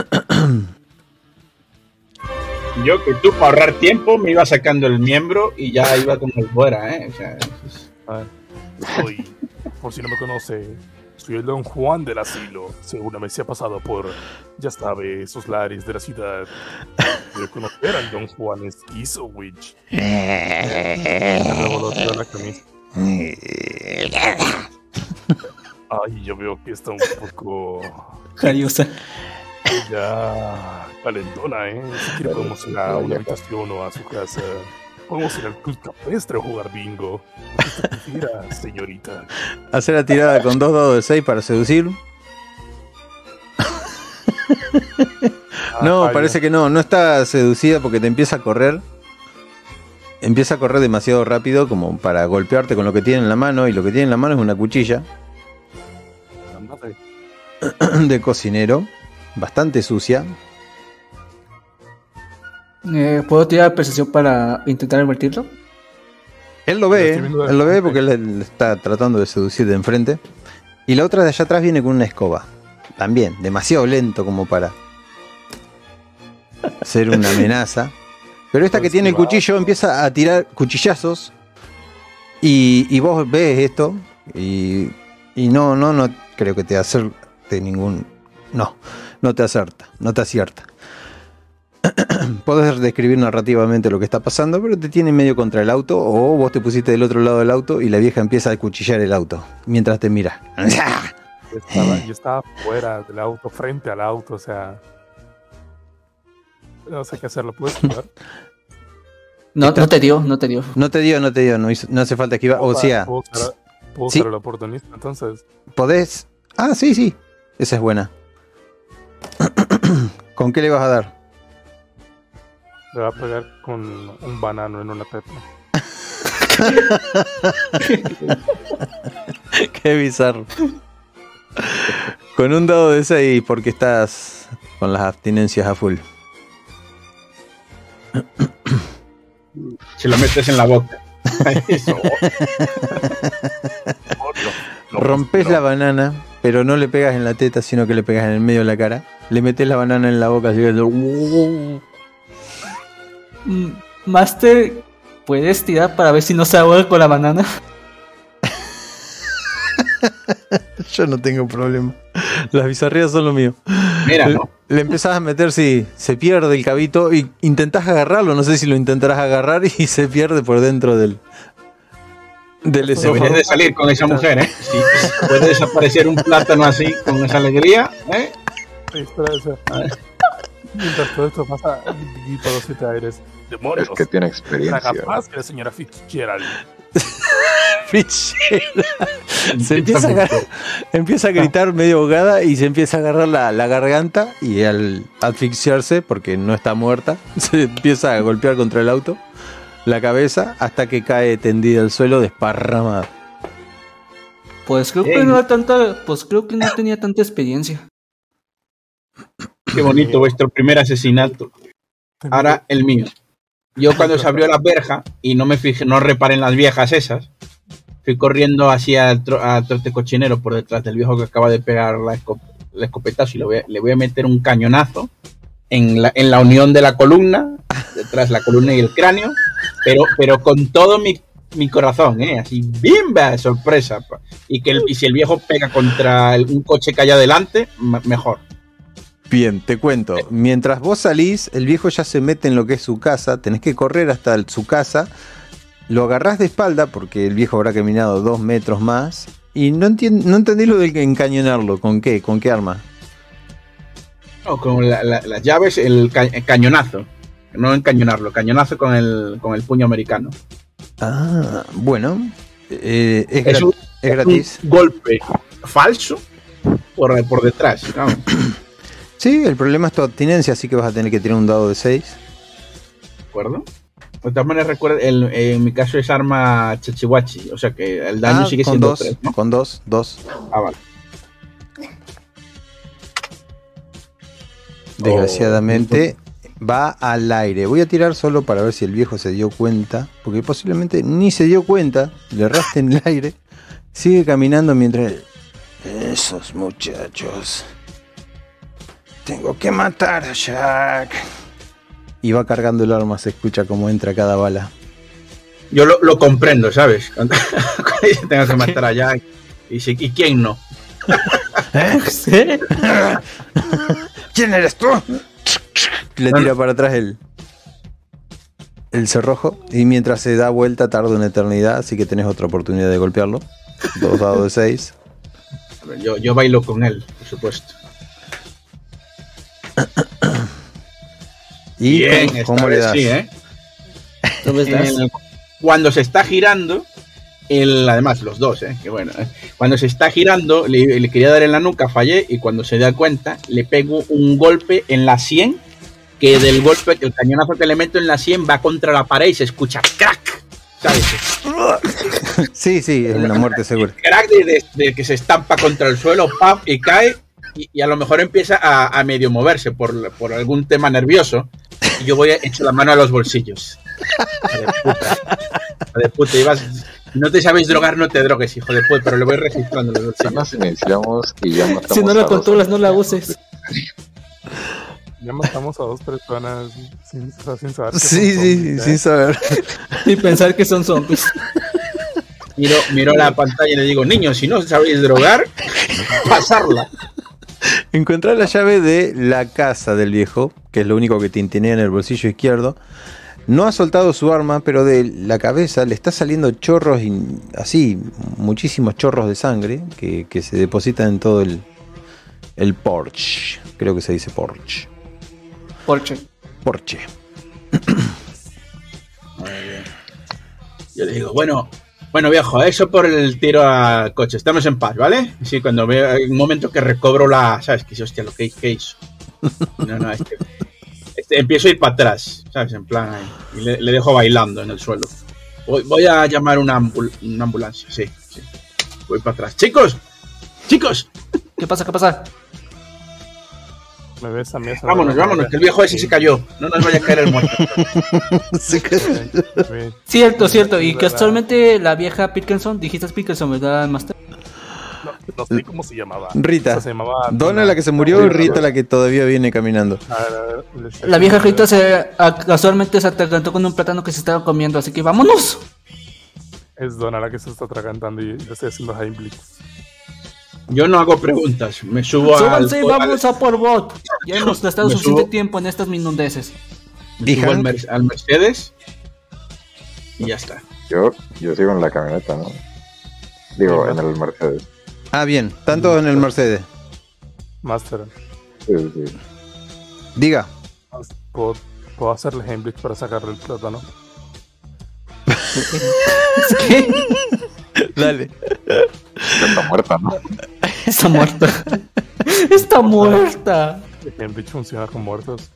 Yo que tú, para ahorrar tiempo, me iba sacando el miembro y ya iba con el fuera, ¿eh? O sea, es... Soy, por si no me conoce, soy el Don Juan del asilo. Seguramente se ha pasado por, ya sabe, esos lares de la ciudad. Quiero conocer al Don Juan Skizowicz. La camisa. Ay, yo veo que está un poco... Cariosa. Ya calentona, ¿eh? Si quiere podemos ir a una habitación o a su casa. Podemos ir al club campestre o jugar bingo. Lo que usted prefiera, señorita. Hacer la tirada con dos dados de seis para seducir. No, Ah, parece que no. No está seducida porque te empieza a correr. Empieza a correr demasiado rápido como para golpearte con lo que tiene en la mano. Y lo que tiene en la mano es una cuchilla de cocinero. Bastante sucia. Eh, ¿Puedo tirar percepción para intentar invertirlo? Él lo ve, él lo ve porque él, él está tratando de seducir de enfrente. Y la otra de allá atrás viene con una escoba. También, demasiado lento como para ser una amenaza. Pero esta que tiene el cuchillo empieza a tirar cuchillazos. Y, y vos ves esto. Y, y no, no, no creo que te acerte ningún... No, no te acerta, no te acierta. Podés describir narrativamente lo que está pasando, pero te tiene medio contra el auto, o vos te pusiste del otro lado del auto y la vieja empieza a cuchillar el auto mientras te mira. Yo estaba, yo estaba fuera del auto, frente al auto, o sea... No sé qué hacer, ¿lo puedes jugar? No, no te dio, no te dio. No te dio, no te dio, no, hizo- no hace falta esquivar. O sea, ¿Puedo usar, puedo sí. usar el oportunista, entonces? podés... Ah, sí, sí, esa es buena. ¿Con qué le vas a dar? Le va a pegar con un banano en una pepa. Qué bizarro. Con un dado de seis porque estás con las abstinencias a full. Si lo metes en la boca. Eso. Rompes la banana, pero no le pegas en la teta, sino que le pegas en el medio de la cara. Le metes la banana en la boca, así que... Mm, Master, ¿puedes tirar para ver si no se ahoga con la banana? Yo no tengo problema. Las bizarrías son lo mío. Mira, Le, no. le empezás a meter, si se pierde el cabito y intentás agarrarlo. No sé si lo intentarás agarrar y se pierde por dentro del... Del ese. Deberías de salir con esa mujer, ¿eh? Si puede desaparecer un plátano así, con esa alegría, ¿eh? Espera, espera. Mientras todo esto pasa, grito los siete aires. ¡Demonios! Es que tiene Era experiencia. capaz que la señora Fitzgerald. Fichera. Se empieza a, agar- empieza a gritar medio ahogada y se empieza a agarrar la, la garganta y al asfixiarse, porque no está muerta, se empieza a golpear contra el auto, la cabeza, hasta que cae tendida al suelo desparramada. Pues creo que Ey. no era tanta, pues creo que no tenía tanta experiencia. Qué bonito vuestro primer asesinato. Ahora el mío. Yo cuando se abrió la verja y no me fijé, no reparé en las viejas esas, fui corriendo hacia el tro- a trote cochinero por detrás del viejo que acaba de pegar la, esco- el escopetazo y le voy, a, le voy a meter un cañonazo en la, en la unión de la columna, detrás la columna y el cráneo, pero, pero con todo mi, mi corazón, ¿eh? Así, ¡bimba! Sorpresa. pa. Y, que el- y si el viejo pega contra el- un coche que hay adelante, m- mejor. Bien, te cuento. Mientras vos salís, el viejo ya se mete en lo que es su casa. Tenés que correr hasta el- su casa. Lo agarrás de espalda porque el viejo habrá caminado dos metros más. Y no, entien- no entendí lo de encañonarlo. ¿Con qué? ¿Con qué arma? No, con la- la- las llaves, el, ca- el cañonazo. No encañonarlo, cañonazo con el, con el puño americano. Ah, bueno. Eh, es, Es gra- un- es gratis. Un golpe falso por, por detrás. Vamos. Sí, el problema es tu abstinencia, así que vas a tener que tirar un dado de seis. ¿De acuerdo? De todas maneras, recuerda, el- en mi caso es arma chachihuachi, o sea que el daño Ah, sigue con siendo dos, tres, ¿no? con dos, dos. Ah, vale. Desgraciadamente va al aire. Voy a tirar solo para ver si el viejo se dio cuenta, porque posiblemente ni se dio cuenta. Le erraste en el aire. Sigue caminando mientras... Esos muchachos. Tengo que matar a Jack. Y va cargando el arma, se escucha cómo entra cada bala. Yo lo, lo comprendo, ¿sabes? Cuando, cuando tengo que matar a Jack. Y, si, ¿y quién no? ¿Eh? ¿Sí? ¿Quién eres tú? Le tira para atrás el, el cerrojo. Y mientras se da vuelta tarda una eternidad. Así que tenés otra oportunidad de golpearlo. Dos dados de seis. A ver, yo, yo bailo con él, por supuesto. ¿Y bien, cómo, cómo le das? Sí, ¿eh? El, cuando se está girando, el, además los dos, ¿eh? Que bueno, ¿eh? Cuando se está girando, le, le quería dar en la nuca, fallé, y cuando se da cuenta, le pego un golpe en la sien, que del golpe, que el cañonazo que le meto en la sien va contra la pared y se escucha crack, ¿sabes? Sí, sí, es una muerte segura. El crack de, de, de que se estampa contra el suelo, ¡pam! Y cae, y, y a lo mejor empieza a, a medio moverse por, por algún tema nervioso. Y yo voy a echar la mano a los bolsillos. Hijo de puta. Hijo de puta. Ibas, no te sabes drogar, no te drogues, hijo de puta, pero le voy registrando los bolsillos. Nos iniciamos y ya matamos. Si no la controlas, no la uses. Ya matamos a dos personas sin, sin saber. Que sí, son sí, zombies, sin ¿eh? saber. Y pensar que son zombies. Miro, miro la pantalla y le digo, niños, si no sabéis drogar, pasarla. Encontrar la llave de la casa del viejo, que es lo único que tintinea en el bolsillo izquierdo. No ha soltado su arma, pero de la cabeza le está saliendo chorros, y, así, muchísimos chorros de sangre que, que se depositan en todo el, el porche. Creo que se dice porche. Porche. Porche. Yo le digo, bueno, bueno viejo, eso por el tiro al coche, estamos en paz, ¿vale? Sí, cuando veo un momento que recobro la, ¿sabes? Que hostia, lo que, que hizo. No, no, este, este, empiezo a ir para atrás, ¿sabes? En plan, y le, le dejo bailando en el suelo. Voy, voy a llamar una, ambul una ambulancia, sí, sí. Voy para atrás. Chicos, chicos. ¿Qué pasa? ¿Qué pasa? Me ves a mí, vámonos, vámonos, que el viejo ese se cayó. No nos vaya a caer el muerto. Se cayó. Cierto, cierto. Y casualmente la vieja Parkinson, dijiste Parkinson, ¿verdad, Master? No, no sé cómo se llamaba. Rita. O sea, se llamaba Donna la que se murió y Rita la que todavía viene caminando. La vieja Rita se, a, casualmente se atragantó con un plátano que se estaba comiendo, así que vámonos. Es Donna la que se está atragantando y le estoy haciendo Heimlich. Yo no hago preguntas, me subo Súbanse al... y vamos a por bot. Ya hemos gastado me suficiente subo, tiempo en estas minundeces. Me subo al, Mer al Mercedes y ya está. Yo, yo sigo en la camioneta, ¿no? Digo, sí, en el Mercedes. Ah, bien, tanto en el Mercedes. Master. Sí, sí. Diga. ¿Puedo, ¿Puedo hacerle Heimlich para sacarle el plátano? ¿Qué? Dale. Está muerta, ¿no? Está muerta. Está muerta. Heimlich funciona con muertos.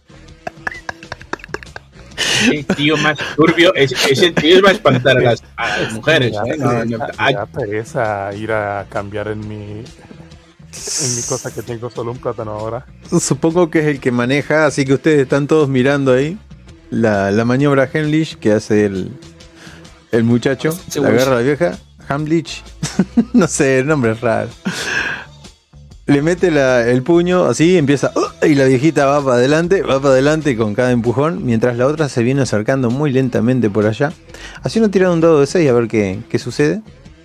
Ese tío más turbio, ese, ese tío va a espantar a las, a las mujeres. Ya, ¿eh? No, no, ya, ya pereza ir a cambiar en mi, en mi cosa que tengo solo un plátano ahora. Supongo que es el que maneja, así que ustedes están todos mirando ahí la, la maniobra Heimlich que hace el, el muchacho. Sí, la agarra a la vieja. Heimlich. No sé, el nombre es raro. Le mete la, el puño así, empieza uh, y la viejita va para adelante, va para adelante con cada empujón, mientras la otra se viene acercando muy lentamente por allá. Así uno tira un dado de seis a ver qué, qué sucede.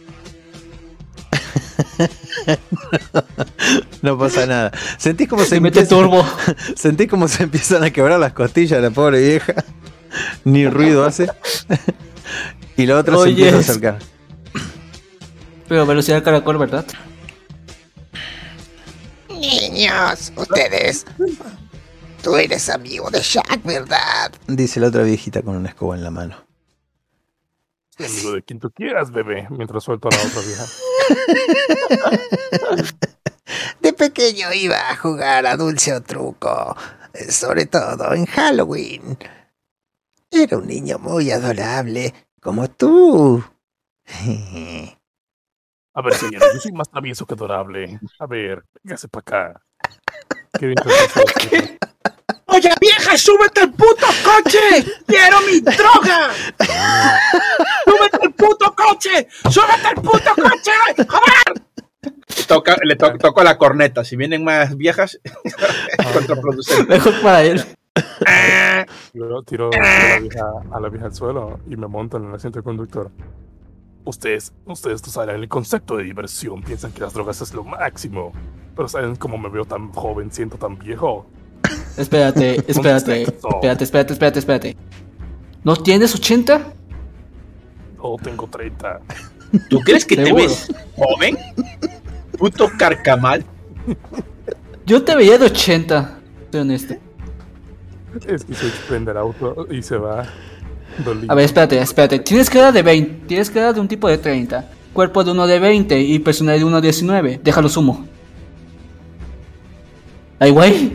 no, no pasa nada. Sentís como se, se mete empieza, turbo. Sentís como se empiezan a quebrar las costillas la pobre vieja. Ni ruido hace. Y la otra oh, se empieza yes. a acercar. Pero velocidad caracol, ¿verdad? Niños, ustedes. Tú eres amigo de Jack, ¿verdad? Dice la otra viejita con una escoba en la mano. Amigo de quien tú quieras, bebé. Mientras suelto a la otra vieja. De pequeño iba a jugar a dulce o truco. Sobre todo en Halloween. Era un niño muy adorable, como tú. A ver, señora, yo soy más travieso que adorable. A ver, véngase para acá. Qué bien que ¡Oye, vieja, súbete al puto coche! ¡Quiero mi droga! ¡Súbete al puto coche! ¡Súbete al puto coche! ¡Joder! toca, le to, toco la corneta. Si vienen más viejas, es contraproducente. Mejor para él. Yo tiro, tiro a, la vieja, a la vieja al suelo y me monto en el asiento del conductor. Ustedes, ustedes no saben el concepto de diversión, piensan que las drogas es lo máximo. Pero ¿saben cómo me veo tan joven, siento tan viejo? Espérate, espérate, espérate, espérate, espérate, espérate. ¿No tienes ochenta? No, tengo treinta. ¿Tú crees que te ¿Seguro? ves joven? Puto carcamal. Yo te veía de ochenta, soy honesto. Es que se prende el auto y se va. Dolido. A ver, espérate, espérate. Tienes cara de veinte, tienes cara de un tipo de treinta, cuerpo de uno de veinte y personalidad de uno de diecinueve. Déjalo sumo. Ay, güey.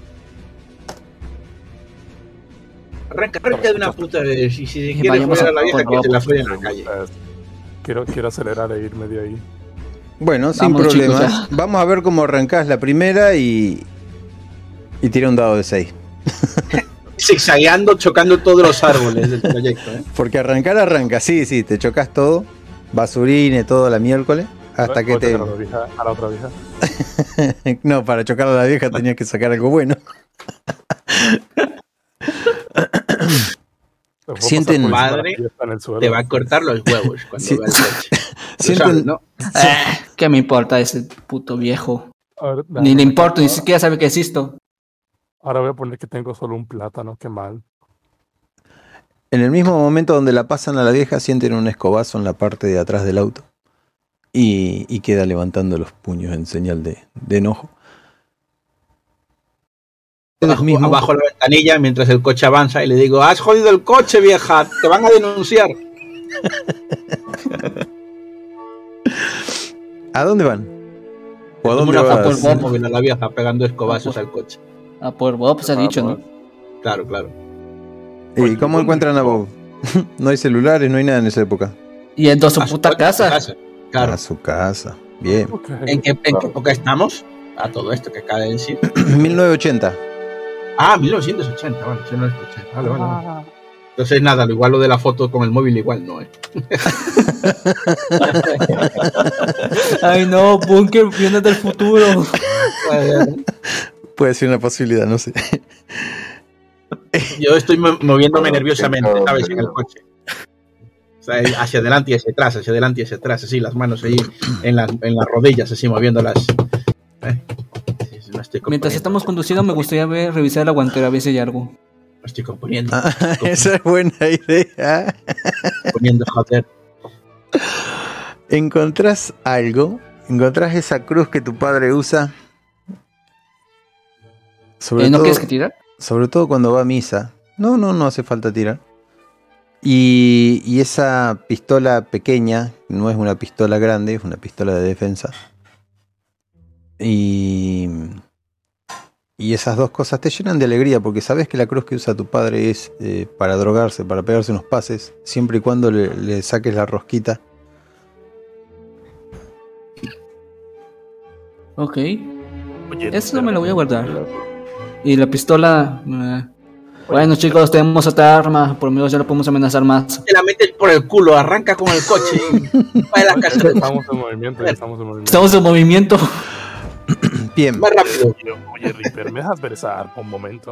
Arranca, arranca de una puta vez. Si, si Que quieres vayamos follar a a la vieja, por que te la Bob. follen en la calle. Quiero, quiero acelerar e irme de ahí. Bueno, sin Vamos, chicos, problemas. ya. Vamos a ver cómo arrancás la primera y. Y tira un dado de seis. Zigzagueando, chocando todos los árboles del trayecto, ¿eh? Porque arrancar arranca, sí, sí, te chocas todo. Basurine, todo la miércoles. Hasta que ¿Puedo te. chocar A la, vieja, a la otra vieja. No, para chocar a la vieja tenías que sacar algo bueno. Los Sienten- ropas a policía, Madre, la vieja en el suelo. Te va a cortar los huevos cuando Sí. vea el coche. Lo Sienten- sabes, ¿no? Eh, ¿Qué me importa ese puto viejo? A ver, Ni le déjame- importa, ni ahora- siquiera sabe que existo. Ahora voy a poner que tengo solo un plátano, qué mal. En el mismo momento donde la pasan a la vieja, sienten un escobazo en la parte de atrás del auto. Y, y queda levantando los puños en señal de, de enojo. Ustedes Abajo, mismos- abajo la ventanilla mientras el coche avanza y le digo, has jodido el coche, vieja, te van a denunciar. ¿A dónde van? ¿O a Como dónde una vas? foto del móvil a la vieja pegando escobazos al coche. A por Bob se ha dicho, ¿no? Claro, claro. ¿Y cómo encuentran a Bob? No hay celulares, no hay nada en esa época. Y en su A su puta coche, a su casa. Claro. A su casa. Bien. Ok. ¿En qué, ¿En qué época estamos? A todo esto que acaba de decir. mil novecientos ochenta. Ah, mil novecientos ochenta, vale, yo no lo escuché. Vale, vale, vale. Ah, Entonces nada, lo igual lo de la foto con el móvil igual no, ¿eh? Ay, no, Bunker viene del futuro. Puede ser una posibilidad, no sé. Yo estoy mo- moviéndome nerviosamente, ¿sabes? En el coche. O sea, hacia adelante y hacia atrás, hacia adelante y hacia atrás, así, las manos ahí en, la- en las rodillas, así, moviéndolas. ¿Eh? Sí, no estoy Mientras componiendo, estamos conduciendo, me gustaría ver, revisar la guantera a ver si hay algo. Me estoy componiendo, Ah, esa es buena idea. componiendo, joder. ¿Encontrás algo? ¿Encontrás esa cruz que tu padre usa? Sobre, Eh, ¿No todo, quieres que tirar? sobre todo cuando va a misa. No, no, no hace falta tirar. Y, y esa pistola pequeña, no es una pistola grande, es una pistola de defensa. Y, y esas dos cosas te llenan de alegría porque sabes que la cruz que usa tu padre es eh, para drogarse, para pegarse unos pases, siempre y cuando le, le saques la rosquita. Ok. oye, Eso espera. me lo voy a guardar. Y la pistola... eh, Bueno, chicos, tenemos otra arma. Por lo menos ya lo podemos amenazar más. Te la metes por el culo, arranca con el coche y va a la casa de Estamos en movimiento, ya estamos en movimiento. Estamos en movimiento. Bien, más rápido. Oye, oye, Reaper, ¿me dejas versar por un momento?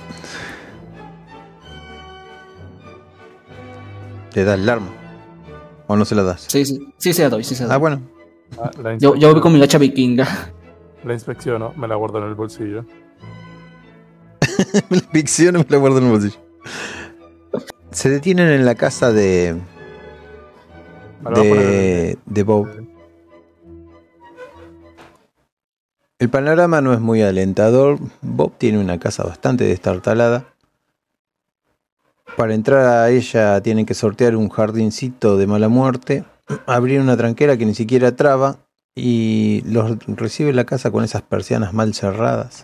te da el arma. ¿O no se la das? Sí, sí, sí se la doy, sí se la Ah, doy. bueno. Ah, la Yo, yo voy con mi hacha vikinga. La inspecciono, me la guardo en el bolsillo. Me la ficción me la guardo en el bolsillo. Se detienen en la casa de. Me la voy a poner en de, de Bob. El panorama no es muy alentador. Bob tiene una casa bastante destartalada. Para entrar a ella tienen que sortear un jardincito de mala muerte, abrir una tranquera que ni siquiera traba y los recibe la casa con esas persianas mal cerradas.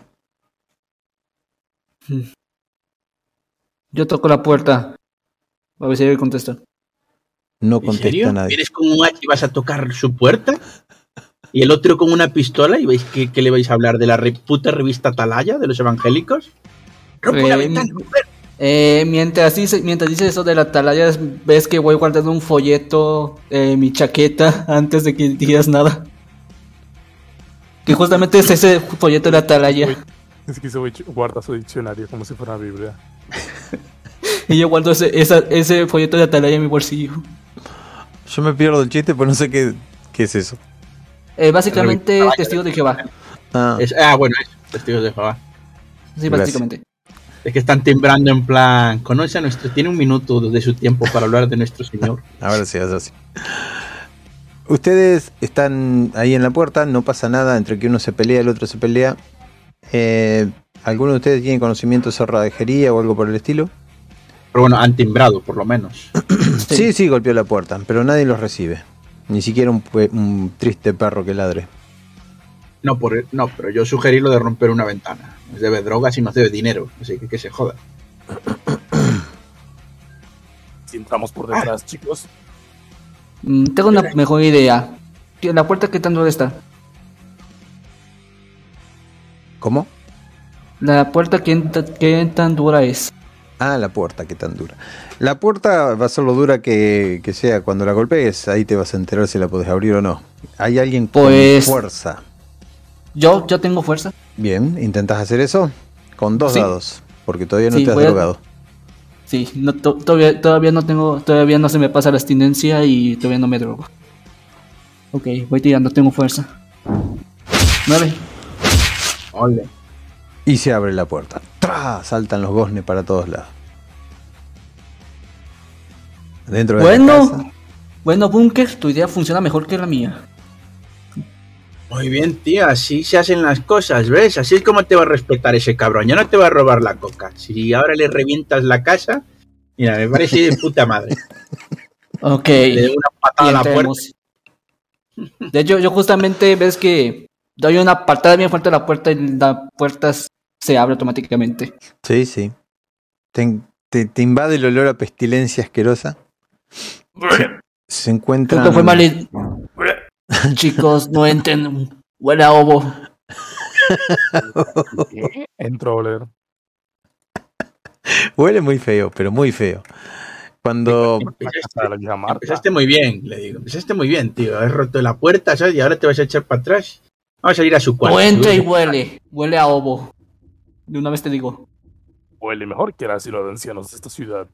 Yo toco la puerta. A ver si alguien contesta. No ¿En contesta serio? nadie. ¿Vienes con un hacha y vas a tocar su puerta? ¿Y el otro con una pistola? ¿Y veis que, que le vais a hablar de la re- puta revista Atalaya de los evangélicos? ¡Rompe una Eh, ventana, mujer! Eh, mientras dice, mientras dice eso de la atalaya, ves que voy guardando un folleto en mi chaqueta antes de que digas nada. Que justamente es ese folleto de Atalaya. Es que se guarda su diccionario como si fuera una Biblia. Y yo guardo ese, esa, ese folleto de Atalaya en mi bolsillo. Yo me pierdo el chiste, pero no sé qué, qué es eso. Eh, básicamente, Testigos de Jehová. Ah, Es- ah, bueno, es Testigos de Jehová. Sí, Gracias. básicamente. Es que están timbrando en plan, conoce a nuestro, tiene un minuto de su tiempo para hablar de nuestro Señor. ahora sí, ahora sí. Ustedes están ahí en la puerta, no pasa nada, entre que uno se pelea, el otro se pelea. Eh, ¿Alguno de ustedes tiene conocimiento de cerrajería o algo por el estilo? Pero bueno, han timbrado, por lo menos. Sí, sí, golpeó la puerta, pero nadie los recibe. Ni siquiera un, pue- un triste perro que ladre. No, por, no, pero yo sugerí lo de romper una ventana. Nos debe drogas y nos debe dinero, así que que se joda. Si entramos por detrás, chicos. Mm, tengo una mejor idea. ¿La puerta qué tan dura está? ¿Cómo? La puerta qué, ta- qué tan dura es. Ah, la puerta, qué tan dura. La puerta va a ser lo dura que, que sea cuando la golpees. Ahí te vas a enterar si la podés abrir o no. Hay alguien con Pues- fuerza. Yo, yo tengo fuerza. Bien, ¿intentas hacer eso? Con dos Sí. dados, porque todavía no Sí, te has voy a- drogado. Sí, no, to- todavía, todavía no tengo, todavía no se me pasa la abstinencia y todavía no me drogo. Ok, voy tirando, tengo fuerza. Nueve. Ole. Y se abre la puerta. ¡Tra! Saltan los goznes para todos lados. Dentro de la casa. Bueno, bueno, Bunker, tu idea funciona mejor que la mía. Muy bien, tío, así se hacen las cosas, ¿ves? Así es como te va a respetar ese cabrón. Ya no te va a robar la coca. Si ahora le revientas la casa, mira, me parece de puta madre. Ok. Le doy una patada a la puerta. entremos. De hecho, yo justamente ves que doy una patada bien fuerte a la puerta y la puerta se abre automáticamente. Sí, sí. Te, te- te invade el olor a pestilencia asquerosa. Se encuentran. Creo que fue mal. i- Chicos, no entren. Huele a ovo. Entro a oler. Huele muy feo, pero muy feo. Cuando. La Empezaste, casa de la vieja Marta. empezaste muy bien, le digo. Empezaste muy bien, tío. Has roto la puerta, ¿sabes? Y ahora te vas a echar para atrás. Vamos a ir a su cuarto. No entra y seguro. huele. Huele a ovo. De una vez te digo. Huele mejor que el asilo de ancianos de esta ciudad.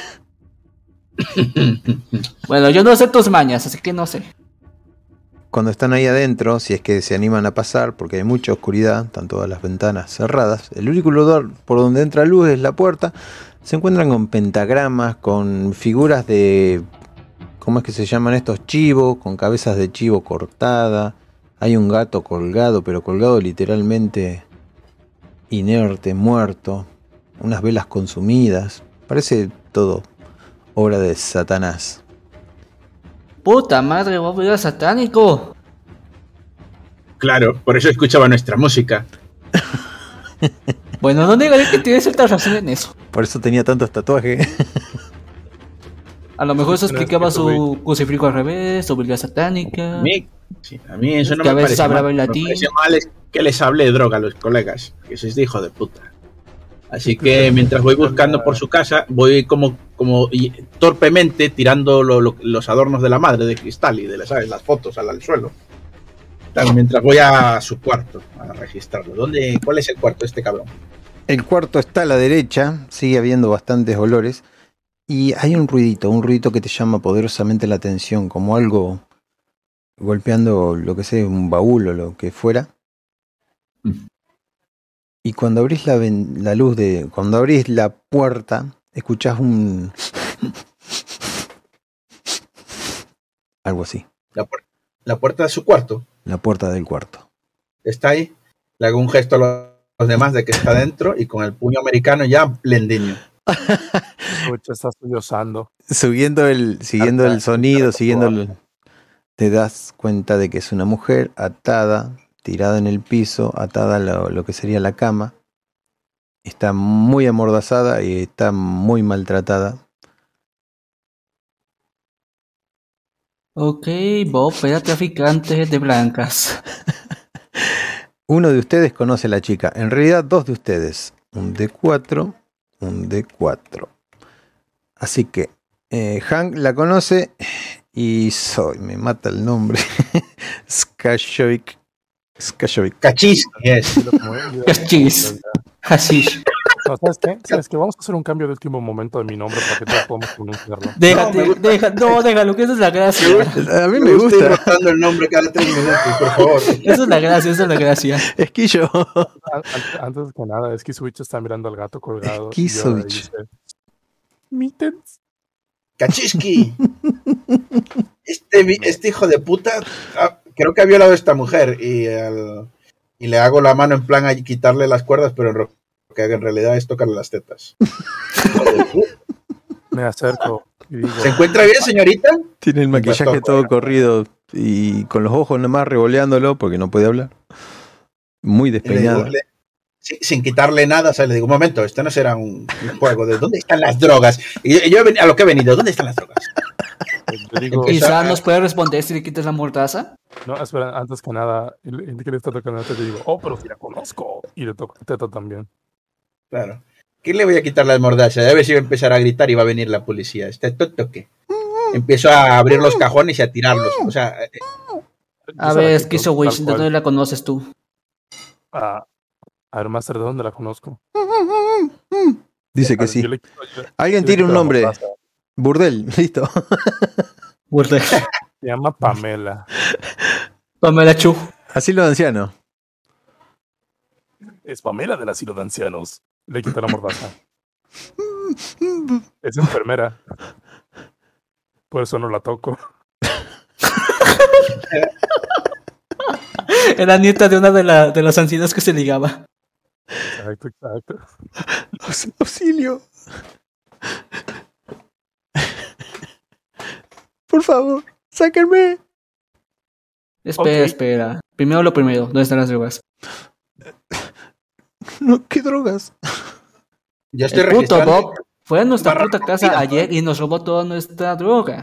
Bueno, yo no sé tus mañas, así que no sé. Cuando están ahí adentro, si es que se animan a pasar, porque hay mucha oscuridad, están todas las ventanas cerradas, el único lugar por donde entra luz es la puerta, se encuentran con pentagramas, con figuras de, ¿cómo es que se llaman estos? Chivos, con cabezas de chivo cortada, hay un gato colgado, pero colgado literalmente inerte, muerto, unas velas consumidas, parece todo obra de Satanás. Puta madre, vos eras satánico. Claro, por eso escuchaba nuestra música. Bueno, no negaré que tienes cierta razón en eso. Por eso tenía tantos tatuajes. A lo mejor eso Pero es explicaba que su crucifijo al revés, su Biblia satánica. A mí, sí, a mí eso no Que a me veces parece hablaba mal. en Lo que latín. me parece mal es que les hable de droga a los colegas, que sois de hijo de puta. Así que mientras voy buscando por su casa, voy como, como y- torpemente tirando lo- lo- los adornos de la madre de cristal y de las, ¿sabes? Las fotos al, al suelo. Claro, mientras voy a su cuarto a registrarlo. ¿Dónde, ¿Cuál es el cuarto de este cabrón? El cuarto está a la derecha, sigue habiendo bastantes olores y hay un ruidito, un ruidito que te llama poderosamente la atención, como algo golpeando lo que sea, un baúl o lo que fuera. Y cuando abrís la, ven- la luz de, cuando abrís la puerta, escuchás un algo así, La, puer- la puerta de su cuarto. la puerta del cuarto. Está ahí. Le hago un gesto a los- los demás de que está dentro y con el puño americano ya lendiño. Escucha, está sollozando. Siguiendo el, siguiendo el sonido, siguiendo el, te das cuenta de que es una mujer atada, tirada en el piso, atada a lo, lo que sería la cama. Está muy amordazada y está muy maltratada. Ok, Bob era traficante de blancas. Uno de ustedes conoce a la chica, en realidad dos de ustedes, un D cuatro, un D cuatro. Así que eh, Hank la conoce y soy, me mata el nombre, Skashovic. Skashovic. Kaczynski es. Cachis. Hashish. No, ¿sabes qué? ¿Sabes qué? Vamos a hacer un cambio de último momento de mi nombre para que todos podamos pronunciarlo. Déjate, No, me gusta. deja, no, déjalo, que esa es la gracia. A mí me Me estoy gusta. rotando el nombre cada tres minutos, por favor. Esa es la gracia, esa es la gracia. Esquillo. Antes, antes que nada, es que Switch está mirando al gato colgado. Skizovich. y ahora dice, Mittens. Kaczynski. Este, vi- este hijo de puta ah, creo que ha violado a esta mujer y, al- y le hago la mano en plan a quitarle las cuerdas, pero en ro- lo que haga en realidad es tocarle las tetas. Hijo de puta. Me acerco y digo, ¿Se encuentra bien, señorita? Tiene el maquillaje Bastón, todo bueno. corrido y con los ojos nada más revoleándolo porque no puede hablar. Muy Y le digo, despeinada. le- sin, sin quitarle nada, o sea, le digo, un momento, esto no será un, un juego de ¿dónde están las drogas? Y yo, yo he veni- a lo que he venido, ¿dónde están las drogas? yo digo, Empieza- Quizá nos puede responder si le quitas la mordaza. no, espera, antes que nada, el, el que le está tocando, te digo, oh, pero si la conozco. Y le toco teta también. Claro. ¿Qué le voy a quitar las mordazas? A ver si va a empezar a gritar y va a venir la policía. ¿Este tonto qué? Empiezo a abrir los cajones y a tirarlos. O sea, eh, A Yo se la ver, quito, Skizowich, tal ¿de cual. dónde la conoces tú? Ah, a ver, Master, ¿de dónde la conozco? Dice A que ver, sí. yo le quito- yo- Alguien yo le tire quito un la nombre. mordaza. Burdel, listo. Burdel. Se llama Pamela. Pamela Chu. Asilo de anciano. Es Pamela del asilo de ancianos. Le quito la mordaza. Es enfermera. Por eso no la toco. Era nieta de una de, la, de las ancianas que se ligaba. Exacto, exacto. Aus- Auxilio. Por favor, sáquenme. Espera, Ok. espera. Primero lo primero, ¿dónde están las drogas? No, ¿qué drogas? yo estoy El puto registrando. Bob fue a nuestra Barra puta rápida. casa ayer y nos robó toda nuestra droga.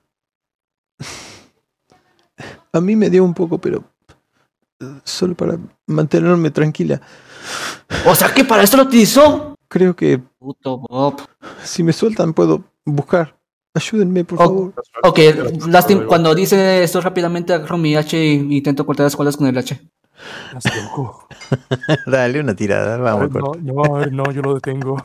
A mí me dio un poco, pero eh, solo para mantenerme tranquila. O sea que para esto lo utilizó. Creo que Puto Bob. si me sueltan puedo buscar. Ayúdenme, por Oh. favor. Ok, lástima, cuando dice esto rápidamente agarro mi H e intento cortar las cuerdas con el H. Estás loco. Dale una tirada, vamos. Ay, corta. no, no, ay, no, yo lo detengo.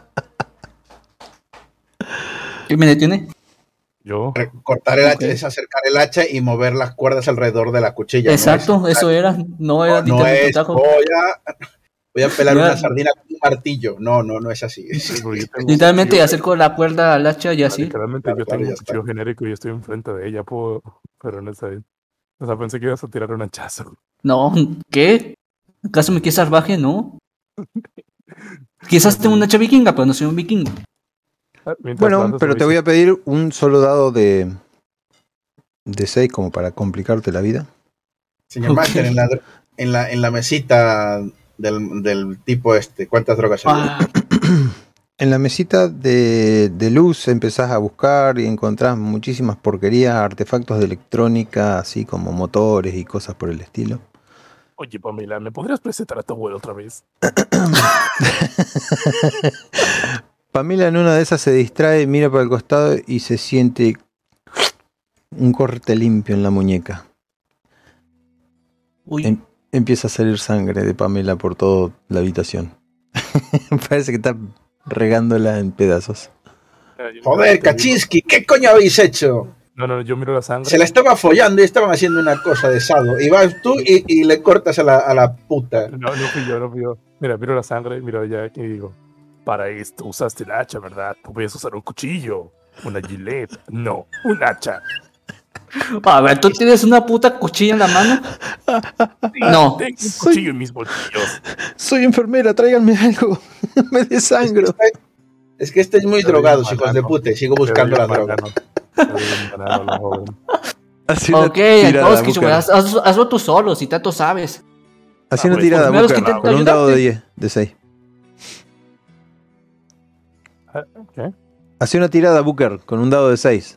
¿Qué me detiene? Yo. Re- Cortar el Ok. hacha es acercar el hacha y mover las cuerdas alrededor de la cuchilla. Exacto, no es, eso era. No era no, no literalmente es, tajo. voy a, voy a pelar No una era- sardina con un martillo. No, no, no es así. Pero yo tengo un Literalmente cuchillo- acerco la cuerda al hacha y así. Literalmente Claro, yo claro, tengo ya un cuchillo está. genérico y estoy enfrente de ella, puedo, pero no está bien. O sea, pensé que ibas a tirar un hachazo. No, ¿qué? ¿Acaso me quieres salvaje? No. Quizás tengo una hacha vikinga, pero no soy un vikingo. Ah, mientras Bueno, lanzas pero me te voy dice, a pedir un solo dado de de seis como para complicarte la vida. Señor Ok. Master, en la, en la, en la mesita del, del tipo este, ¿cuántas drogas hay? Ah, En la mesita de, de luz empezás a buscar y encontrás muchísimas porquerías, artefactos de electrónica, así como motores y cosas por el estilo. Oye, Pamela, ¿me podrías presentar a tu abuelo otra vez? Pamela en una de esas se distrae, mira para el costado y se siente un corte limpio en la muñeca. uy, Em- Empieza a salir sangre de Pamela por toda la habitación. Parece que está regándola en pedazos. Ah, yo- Joder, te digo- Kaczynski, ¿qué coño habéis hecho? No, no, yo miro la sangre. Se la estaba follando y estaban haciendo una cosa de sado. Y vas tú y, y le cortas a la, a la puta. No, no fui yo, no fui yo. Mira, miro la sangre, miro allá y digo, para esto usaste el hacha, ¿verdad? Tú puedes usar un cuchillo, una gilet. No, un hacha. a ver, ¿tú tienes una puta cuchilla en la mano? Sí, No. tengo un Soy- cuchillo en mis bolsillos. Soy enfermera, tráiganme algo. Me desangro. Es que estáis muy Te doy drogados, un hijos de banano. puta, y sigo Te doy buscando un la droga. banano. Te doy un banano, la joven. Así una Ok, tirada, entonces, Booker. haz, haz- hazlo tú solo, si tanto sabes. Así Ah, una pues, tirada, primero es que Booker, intento con un dado de ayudarte. diez, de seis. Ah, ¿Qué? Así una tirada, Booker, con un dado de seis.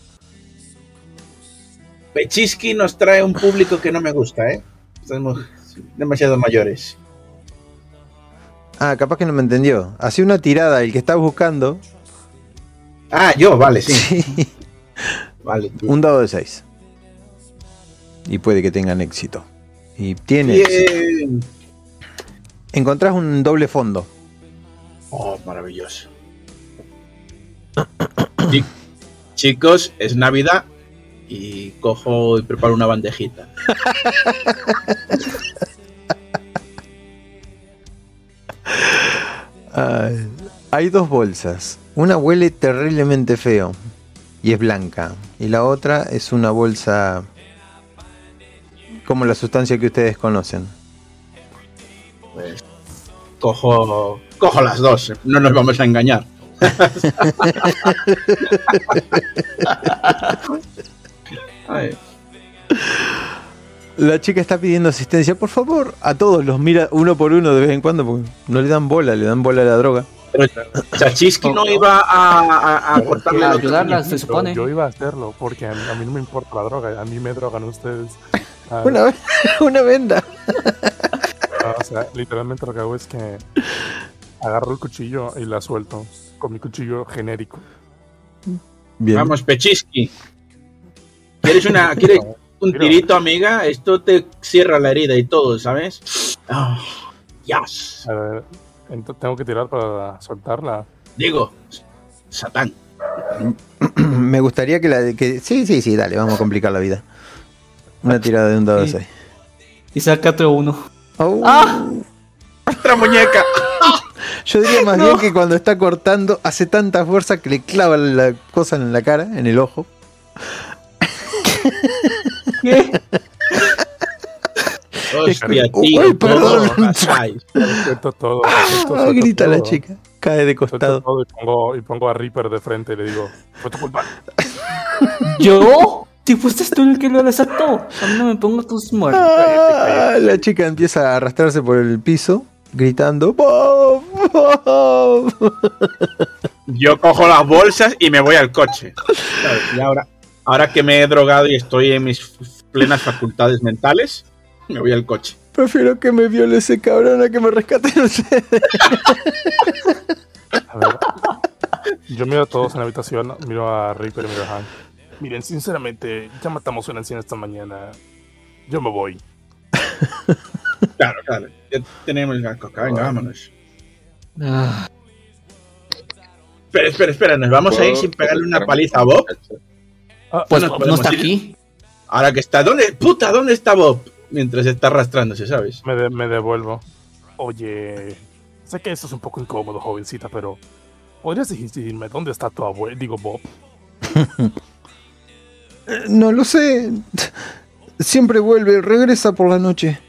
Kaczynski nos trae un público que no me gusta, ¿eh? Estamos demasiado mayores. Ah, capaz que no me entendió. Así una tirada, el que está buscando. Ah, yo, vale, sí. Sí. Vale. Un dado de seis. Y puede que tengan éxito. Y tiene. Bien. Encontrás un doble fondo. Oh, maravilloso. Chi- Chicos, es Navidad y cojo y preparo una bandejita. Ay, hay dos bolsas. Una huele terriblemente feo y es blanca. Y la otra es una bolsa como la sustancia que ustedes conocen. Pues cojo, cojo las dos, no nos vamos a engañar. Ay. La chica está pidiendo asistencia, por favor. A todos los mira uno por uno de vez en cuando porque no le dan bola, le dan bola a la droga. Pero Chachisky no iba a, a, a cortarle a la ayudarla, tortilla. se supone. Yo, yo iba a hacerlo porque a mí, a mí no me importa la droga, a mí me drogan ustedes. Ah, Una, una venda. ah, o sea, literalmente lo que hago es que agarro el cuchillo y la suelto con mi cuchillo genérico. Bien. Vamos, Pechisky. ¿Quieres una, quieres un tirito, amiga? Esto te cierra la herida y todo, ¿sabes? Oh, yes. A ver, entonces tengo que tirar para soltarla. Digo, Satán. Me gustaría que la que sí, sí, sí, dale, vamos a complicar la vida. Una tirada de un dado de Sí. seis. Y saca otro uno. Oh. ¡Ah! ¡Otra muñeca! Yo diría más No. bien que cuando está cortando hace tanta fuerza que le clava la cosa en la cara, en el ojo. ¿Qué? Hostia, Uy, tío, perdón. todo pasáis. Suelto todo. suelto- Ah, suelto grita todo. la chica, cae de Suelto costado. todo y pongo, y pongo a Reaper de frente y le digo, fue tu culpa. ¿Yo? Si fuiste tú el que lo desató. A mí no me pongo tus muertos. Ah, la chica empieza a arrastrarse por el piso, gritando Bob, Bob. Yo cojo las bolsas y me voy al coche. ¿Sabes? Y ahora, ahora que me he drogado y estoy en mis plenas facultades mentales, me voy al coche. Prefiero que me viole ese cabrón a que me rescaten ustedes. A ver. Yo miro a todos en la habitación, miro a Reaper y miro a Hank. Miren, sinceramente, ya matamos una anciana esta mañana. Yo me voy. Claro, claro. Ya tenemos la coca, venga, vámonos. Ah, Espera, espera, espera, ¿nos vamos a ir sin pegarle una paliza a Bob? Ah, pues nos no podemos está ir. aquí. Ahora que está, ¿dónde? ¡Puta! ¿Dónde está Bob? Mientras está arrastrándose, ¿sabes? me, de- me devuelvo. Oye, sé que esto es un poco incómodo, jovencita, pero ¿podrías decirme dónde está tu abuelo? Digo, Bob. No lo sé. Siempre vuelve, regresa por la noche.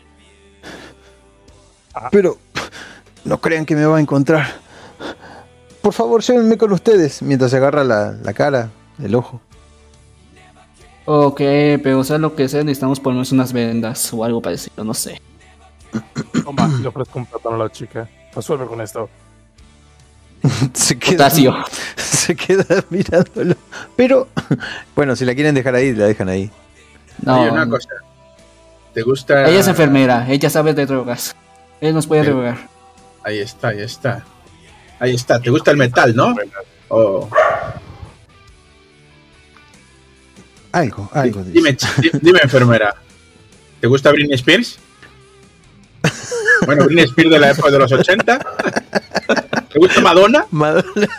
Pero no crean que me va a encontrar. Por favor, llévenme con ustedes. Mientras se agarra la, la cara, el ojo. Ok, pero sea lo que sea, necesitamos ponernos unas vendas o algo parecido, no sé. Toma, le ofrezco un plátano a la chica. Resuelve con esto. Se queda, Potasio. se queda mirándolo. Pero, bueno, si la quieren dejar ahí, la dejan ahí. No, Oye, una cosa. ¿Te gusta...? ella es enfermera, ella sabe de drogas. Ella nos puede Sí. drogar. Ahí está, ahí está. Ahí está. ¿Te gusta el metal, no? O... Algo, algo. dice. Dime, ch- dime, enfermera. ¿Te gusta Britney Spears? Bueno, Britney Spears de la época de los ochenta. ¿Te gusta Madonna? Madonna.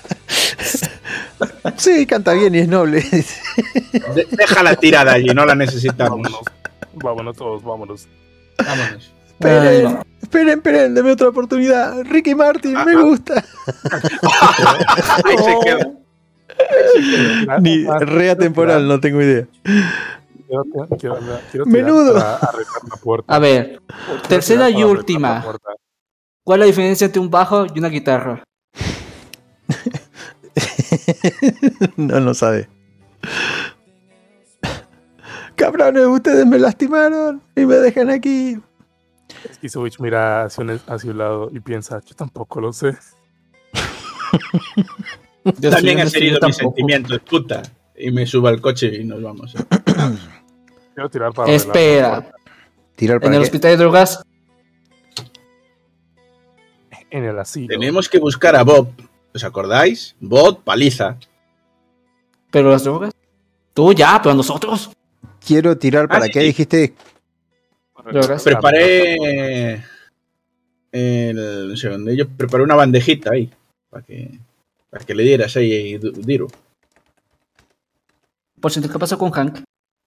Sí, canta bien y es noble. De- déjala tirada allí, no la necesitamos. Vámonos. Vámonos todos, vámonos. Vámonos. Ay, Esperen, no. esperen, esperen, deme otra oportunidad. Ricky Martin, me Ajá. gusta. Ahí se queda. Ni rea temporal, no tengo idea. Quiero, quiero, quiero, quiero tirar Menudo. para arreglar la puerta. A ver, Quiero tercera tirar y para arreglar última. la puerta. ¿cuál es la diferencia entre un bajo y una guitarra? No, no sabe. Cabrones, ustedes me lastimaron y me dejan aquí. Skizovich mira hacia un, hacia un lado y piensa, yo tampoco lo sé. Yo También sí, has yo herido mis tampoco. sentimientos, puta. Y me subo al coche y nos vamos. Quiero tirar para arreglar la Espera, puerta. Tirar en para el qué? hospital de drogas, En el asilo. Tenemos que buscar a Bob. ¿Os acordáis? Bob, paliza. pero las drogas. Tú ya, pero nosotros. Quiero tirar para sí, qué sí. dijiste. Drogas. Preparé el, no sé dónde, yo preparé una bandejita ahí para que para que le dieras ahí Diro. Por cierto, ¿qué pasó con Hank?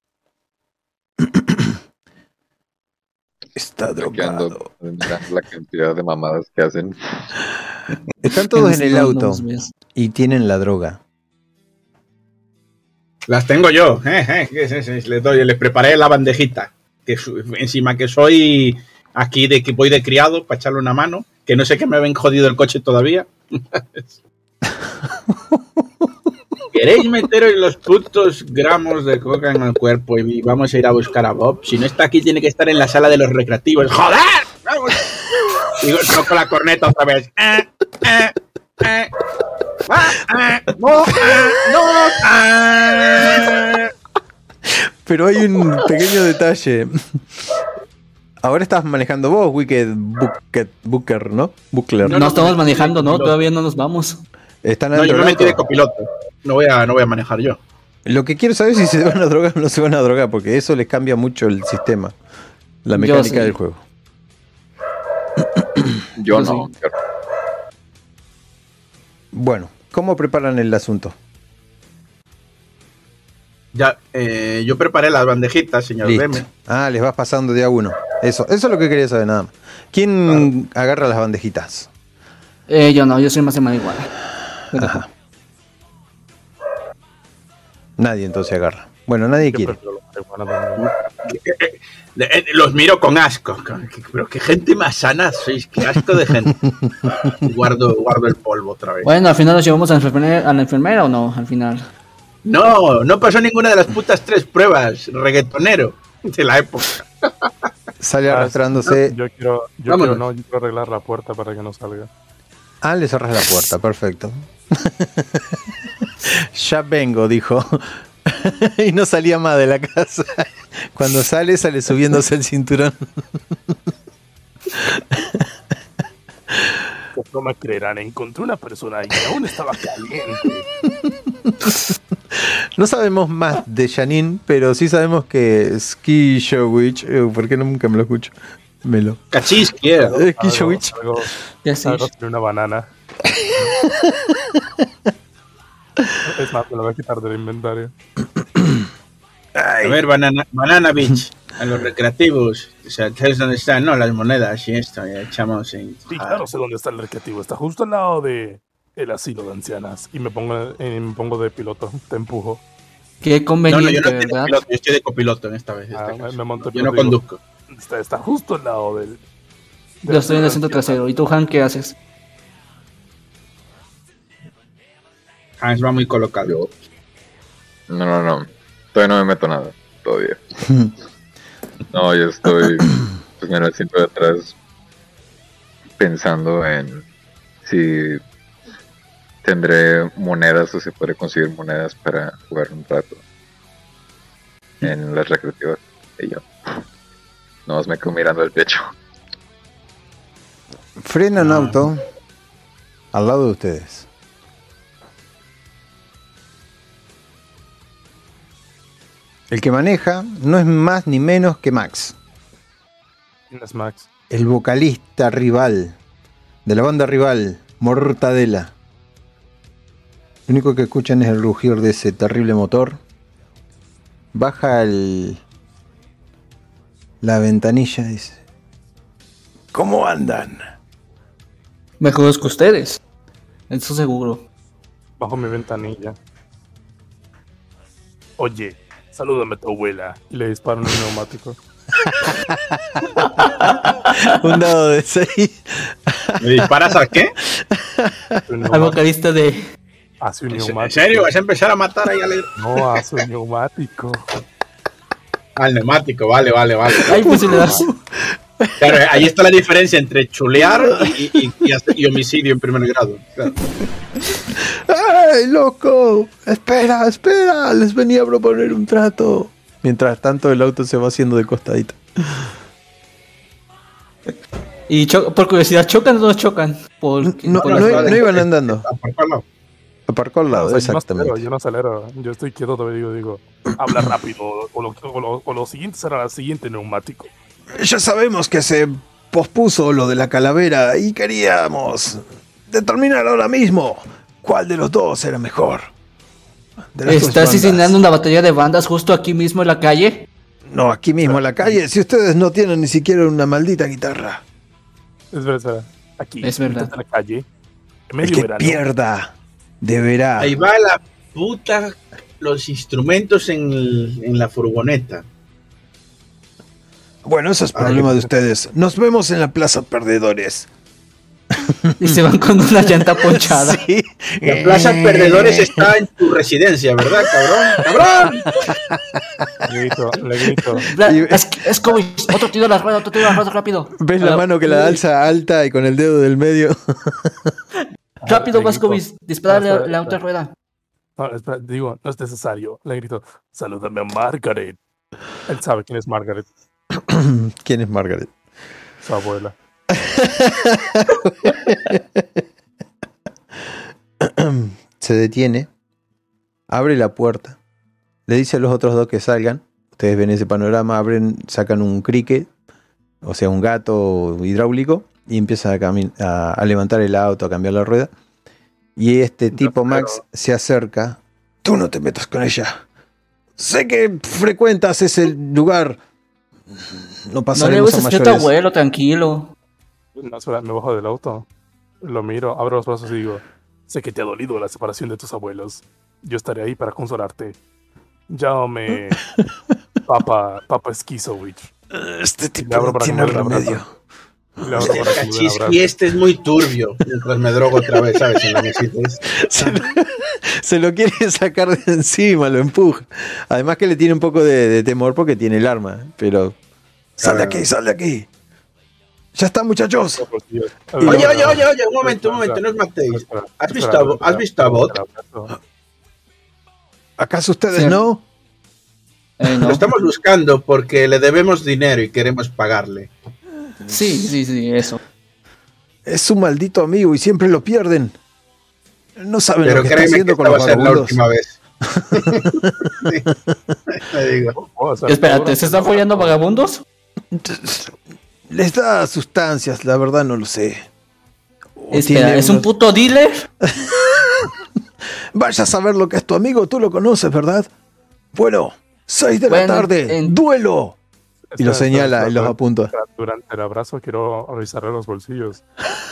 Está drogado. Mirando la cantidad de mamadas que hacen. Están todos en el No, no auto nos ves. y tienen la droga. Las tengo yo, eh, eh, sí, sí, sí, les doy, les preparé la bandejita, que su- encima que soy aquí de que voy de criado para echarle una mano, que no sé que me habían jodido el coche todavía. ¿Queréis meteros los putos gramos de coca en el cuerpo y vamos a ir a buscar a Bob? Si no está aquí, tiene que estar en la sala de los recreativos. ¡Joder! ¡Vamos! Y toco la corneta otra vez. Eh, eh, eh. Ah, eh, no, eh, no, eh. Pero hay un pequeño detalle. Ahora estás manejando vos, Wicked Bucket, Booker, ¿no? Buckler. No, no, estamos me- manejando, ¿no? piloto. Todavía no nos vamos. Están No, yo adentro me del metí de auto. copiloto. No voy a, no voy a manejar yo. Lo que quiero saber es si se van a drogar o no se van a drogar, porque eso les cambia mucho el sistema, la Yo mecánica sí. del juego. Yo Yo no. sí. Bueno, ¿cómo preparan el asunto? Ya, eh, yo preparé las bandejitas, señor Listo. Beme. Ah, les vas pasando de a uno. Eso, eso es lo que quería saber nada más. ¿Quién agarra las bandejitas? Eh, yo no, yo soy más de marihuana. Pero- Ajá. Nadie entonces agarra. Bueno, nadie Yo quiere. prefiero la marihuana también. Eh, eh, Los miro con asco. Pero qué gente más sana sois, qué asco de gente. Y guardo, guardo el polvo otra vez. Bueno, al final nos llevamos a la enfermera, a la enfermera o no, al final. No, no pasó ninguna de las putas tres pruebas, reggaetonero, de la época. Sale Ah, arrastrándose. Yo quiero, yo Vámonos. quiero, no, yo quiero arreglar la puerta para que no salga. Ah, le cerras la puerta, perfecto. Ya vengo, dijo. Y no salía más de la casa. Cuando sale, sale subiéndose el cinturón. Pues no me creerán, encontré una persona y aún estaba caliente. No sabemos más de Janine, pero sí sabemos que Ski Showich, eh, ¿por qué nunca me lo escucho? Melo. Cachis, era. Eh, Ski Algo, Showich. algo, Ya sí. algo sobre una banana. Es más, me lo voy a quitar del inventario. A ver, Banana, Banana Beach, a los recreativos. O sea, ¿sabes dónde están? No, las monedas y esto. Ya echamos en. Sí, claro, sé dónde está el recreativo. Está justo al lado de el asilo de ancianas. Y me pongo, eh, me pongo de piloto. Te empujo. Qué No, conveniente, no, yo no estoy de ¿verdad? copiloto, yo estoy de copiloto en esta vez. en Ah, este caso. me monto de Yo no piloto y digo, conduzco. Está, está justo al lado del. Yo estoy en el centro trasero. ¿Y tú, Han, qué haces? Hans va muy colocado. No, no, no. Todavía no me meto nada. Todavía. No, yo estoy pues en el asiento de atrás pensando en si tendré monedas o se puede conseguir monedas para jugar un rato en las recreativas. Y yo nomás me quedo mirando el techo. Frena un auto al lado de ustedes. El que maneja no es más ni menos que Max, ¿Quién es Max? el vocalista rival de la banda rival, Mortadela. Lo único que escuchan es el rugir de ese terrible motor. Baja el, la ventanilla y dice: ¿cómo andan? Mejor que ustedes. Eso seguro. Bajo mi ventanilla. Oye, salúdame a tu abuela. Y le disparo en el neumático. Un dado de seis. ¿Me disparas a qué? Hace un Al neumático. vocalista de... Hace un ¿En neumático. serio? ¿Vas a empezar a matar ahí al, No, hace un neumático. al neumático? Vale, vale, vale. Ay, pues si le das. Claro, ahí está la diferencia entre chulear y, y- y hacer- y homicidio en primer grado. Claro. ¡Ay, loco! Espera, espera, les venía a proponer un trato. Mientras tanto el auto se va haciendo de costadito. Y cho- por curiosidad, ¿chocan o no chocan? Porque, No, por no, las- no iban andando. Aparcarlo. Aparcó al lado, O sea, yo no exactamente. acelero, yo no acelero. Yo estoy quieto, todavía digo, digo, habla rápido. O lo, o lo- o lo siguiente será el siguiente neumático. Ya sabemos que se pospuso lo de la calavera y queríamos determinar ahora mismo cuál de los dos era mejor. ¿Estás asesinando una batería de bandas justo aquí mismo en la calle? No, aquí mismo en la calle, si ustedes no tienen ni siquiera una maldita guitarra. Es verdad. Aquí. Es verdad. En la calle. En El medio que verano. pierda deberá. Ahí va la puta. Los instrumentos en, el- en la furgoneta. Bueno, eso es problema de ustedes. Nos vemos en la plaza perdedores. Y se van con una llanta ponchada. Sí. La Plaza Perdedores está en tu residencia, ¿verdad, cabrón? ¡Cabrón! Le grito, le grito. Bla- Es, es como otro tiro a las ruedas, otro tiro a las ruedas, rápido. ¿Ves la Ah, mano que la alza alta y con el dedo del medio? Rápido, Le grito. Vascovis, dispara No, la, espera, la otra espera. rueda. No, espera, digo, no es necesario. Le grito, salúdame a Margaret. Él sabe quién es Margaret, ¿Quién es Margaret? su abuela. Se detiene, abre la puerta, le dice a los otros dos que salgan. Ustedes ven ese panorama, abren, sacan un cricket, o sea, un gato hidráulico, y empiezan a, cami- a, a levantar el auto, a cambiar la rueda. Y este tipo, Max, se acerca. Tú no te metas con ella. Sé que frecuentas ese lugar. No No le pasaremos a gusta a tu mayores. abuelo, tranquilo. No, espera, me bajo del auto. Lo miro, abro los brazos y digo, sé que te ha dolido la separación de tus abuelos. Yo estaré ahí para consolarte. Llámame Papa, Papa Skizowicz. Este Le tipo abro no para tiene que me dé un abrazo. remedio. Le abro para que me dé un Cachis, abrazo. y este es muy turbio. Mientras me drogo otra vez, ¿sabes? En la mesita. Se lo, se lo quiere sacar de encima, lo empuja. Además que le tiene un poco de, de temor porque tiene el arma. Pero sal de aquí, sal de aquí. Ya está, muchachos. Oye, oye, oye, oye, un momento, un momento, no os matéis. ¿Has visto a, Bo- ¿has visto a Bot? ¿Acaso ustedes Sí. no? Eh, Lo no. estamos buscando porque le debemos dinero y queremos pagarle. Sí, sí, sí, eso. Es su maldito amigo y siempre lo pierden. No saben Pero lo que está créeme que haciendo esta con va los a ser la vagabundos. última vez. Sí, te digo. Espérate, ¿se están follando vagabundos? Les da sustancias, la verdad no lo sé. O Espera, tiene ¿es un unos- puto dealer? Vaya a saber lo que es tu amigo, tú lo conoces, ¿verdad? Bueno, seis de la Bueno, tarde, en- duelo. Y lo Espera, señala espera, y los espera, apunta. espera, Durante el abrazo quiero revisarle los bolsillos.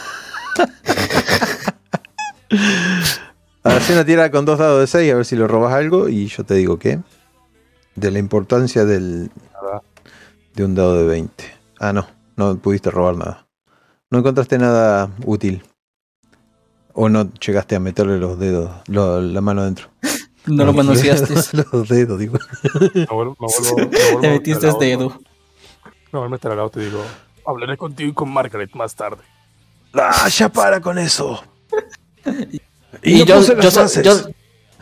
Hace una tira con dos dados de seis a ver si le robas algo y yo te digo qué. De la importancia del Nada. de un dado de veinte. Ah, no, no pudiste robar nada. No encontraste nada útil. O no llegaste a meterle los dedos, lo- la mano adentro. No lo conocías. Los dedos, digo. Me vuelvo, me vuelvo, me vuelvo Te a metiste meter al dedo. auto. Me vuelvo a meter al auto y digo, hablaré contigo y con Margaret más tarde. Ah, ya para con eso. Y no yo, puse yo, las so- bases. yo,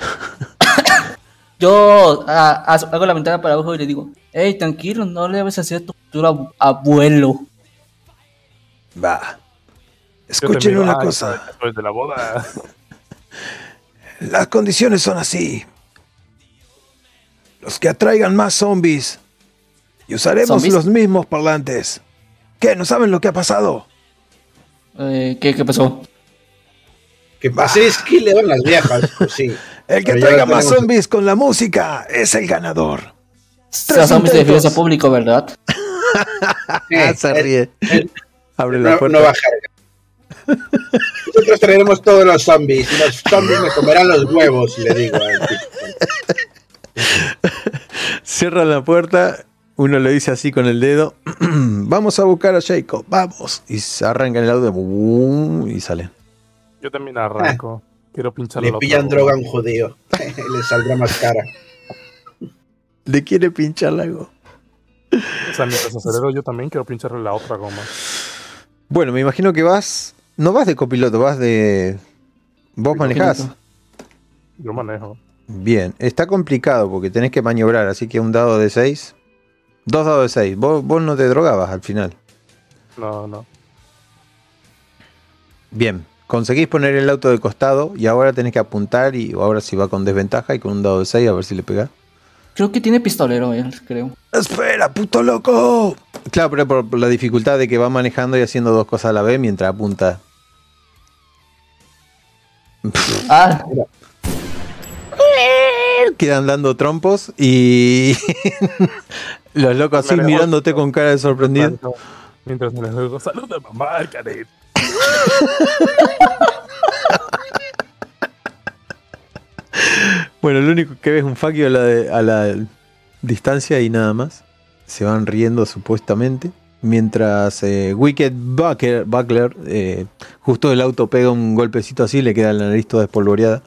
yo ah, haz- hago la ventana para abajo y le digo, hey, tranquilo, no le debes hacer a tu futuro ab- abuelo. Va. Yo te Escuchen miro, una "Ay, cosa. Después de la boda. Las condiciones son así. Los que atraigan más zombies. Y usaremos ¿Zombies? los mismos parlantes. ¿Qué? ¿No saben lo que ha pasado? Eh, ¿qué, ¿Qué pasó? Que paséis que le van las viejas, pues sí. El que Pero ya traiga lo más tenemos. zombies con la música es el ganador. Los hombres de defensa público, ¿verdad? Ah, se ríe. Abre la No, puerta. no va a cargar. Nosotros traeremos todos los zombies y los zombies me comerán los huevos, le digo al tipo. Cierran la puerta. Uno le dice así con el dedo. Vamos a buscar a Jacob. Vamos. Y se arrancan el auto. ¡Bum! Y salen. Yo también arranco. Quiero pincharle Le la pillan otra droga a boda. un judío. Le saldrá más cara. Le quiere pinchar algo. O sea, mientras acelero yo también quiero pincharle la otra goma. Bueno, me imagino que vas. No vas de copiloto, vas de. Vos De manejás. copiloto. Yo manejo. Bien, está complicado porque tenés que maniobrar, así que un dado de seis. Dos dados de seis. Vos, vos no te drogabas al final. No, no. Bien, conseguís poner el auto de costado y ahora tenés que apuntar y ahora si va con desventaja y con un dado de seis a ver si le pegás. Creo que tiene pistolero él, creo. ¡Espera, puto loco! Claro, pero por, por la dificultad de que va manejando y haciendo dos cosas a la vez mientras apunta. Ah, Quedan dando trompos y los locos así mirándote con cara de sorprendido. Mientras me les digo, saluda mamá, Caret. Bueno, lo único que ves es un fuck you a la, de- a la distancia y nada más. Se van riendo supuestamente. Mientras eh, Wicked Buckler, Buckler eh, justo el auto pega un golpecito así, le queda la nariz toda espolvoreada.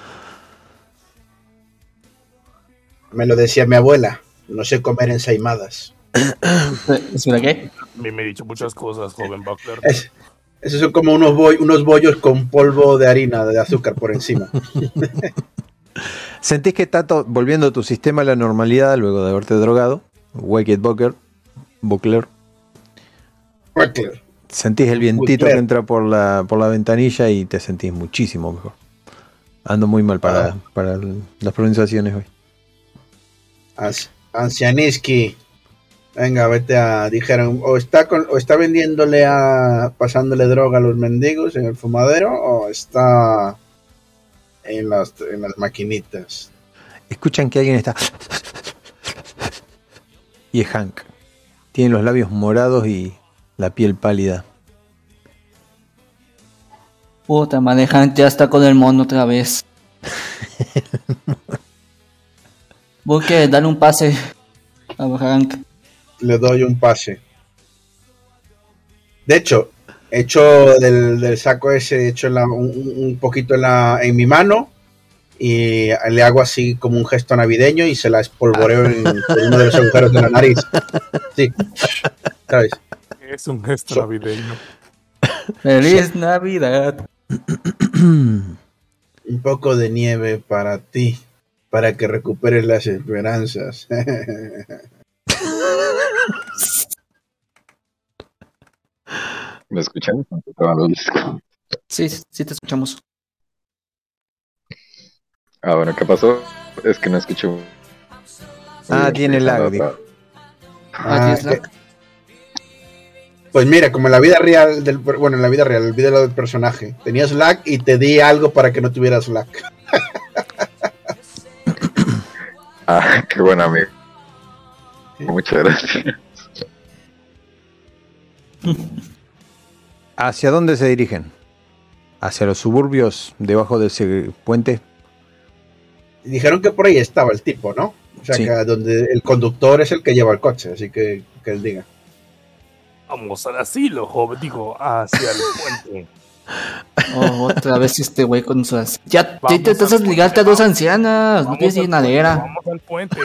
Me lo decía mi abuela. No sé comer ensaimadas. ¿espera qué? Me, me he dicho muchas cosas, joven Buckler. Es- esos son como unos, boy- unos bollos con polvo de harina, de azúcar por encima. Sentís que está to- volviendo tu sistema a la normalidad luego de haberte drogado. Wicked Buckler. Buckler. Buckler. Sentís el vientito Buckler. que entra por la, por la ventanilla y te sentís muchísimo mejor. Ando muy mal para, Ah. para el- las pronunciaciones hoy. Ans- Ancianiski. Venga, vete a. Dijeron, o está con, o está vendiéndole a. pasándole droga a los mendigos en el fumadero, o está en las, en las maquinitas. Escuchan que alguien está. Y es Hank. Tiene los labios morados y la piel pálida. Puta, manejan, ya está con el mono otra vez. Busque, dale un pase a Hank. Le doy un pase. De hecho, echo del, del saco ese, echo la- un, un poquito en, la, en mi mano y le hago así como un gesto navideño y se la espolvoreo en, en uno de los agujeros de la nariz. Sí, ¿sabes? Es un gesto So- navideño. ¡Feliz Navidad! Un poco de nieve para ti, para que recuperes las esperanzas. ¿Me escuchan? Estaban los discos. Sí, sí te escuchamos. Ah, bueno, ¿qué pasó? Es que no escuché. muy Ah, bien, tiene estoy lag, usando dijo. otra- Ah, Ah, ¿tienes lag? que- Pues mira, como en la vida real del bueno, en la vida real, olvídalo del personaje. Tenías lag y te di algo para que no tuvieras lag. Ah, qué buen amigo. Muchas gracias. ¿Hacia dónde se dirigen? ¿Hacia los suburbios debajo de ese puente? Dijeron que por ahí estaba el tipo, ¿no? O sea, Sí. que donde el conductor es el que lleva el coche, así que que él diga. Vamos al asilo, joven. Digo, hacia el puente. Oh, otra vez este güey con sus... Ya Vamos te intentas al ligarte a puente, dos vamos. ancianas, no Vamos tienes al llenadera. puente, Vamos al puente.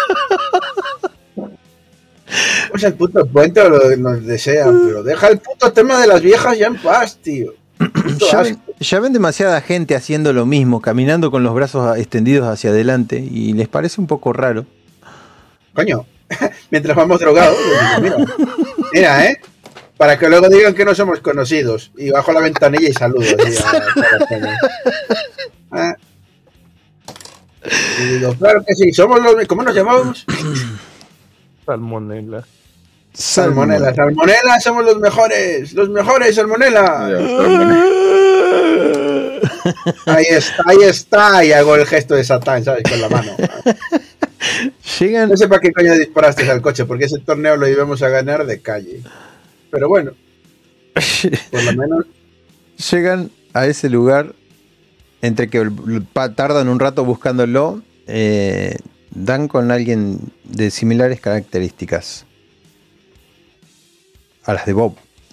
Pues el puto puente lo nos desea, pero deja el puto tema de las viejas ya en paz, tío. Puto Ya asco. ven, ya ven demasiada gente haciendo lo mismo, caminando con los brazos extendidos hacia adelante y les parece un poco raro. Coño, mientras vamos drogados, les digo, mira, mira, ¿eh? Para que luego digan que no somos conocidos. Y bajo la ventanilla y saludo. Así, a- a la peña. Ah. Y digo, claro que sí, somos los... ¿Cómo nos llamamos? Salmonella. Salmonela, Salmonela, somos los mejores, los mejores, Salmonela. Ya, Salmonella. Ahí está, ahí está, y hago el gesto de Satán, ¿sabes? Con la mano. Llegan, No sé para qué coño disparaste al coche, porque ese torneo lo íbamos a ganar de calle. Pero bueno, por lo menos. llegan a ese lugar entre que el- pa- tardan un rato buscándolo, eh, dan con alguien de similares características a las de Bob.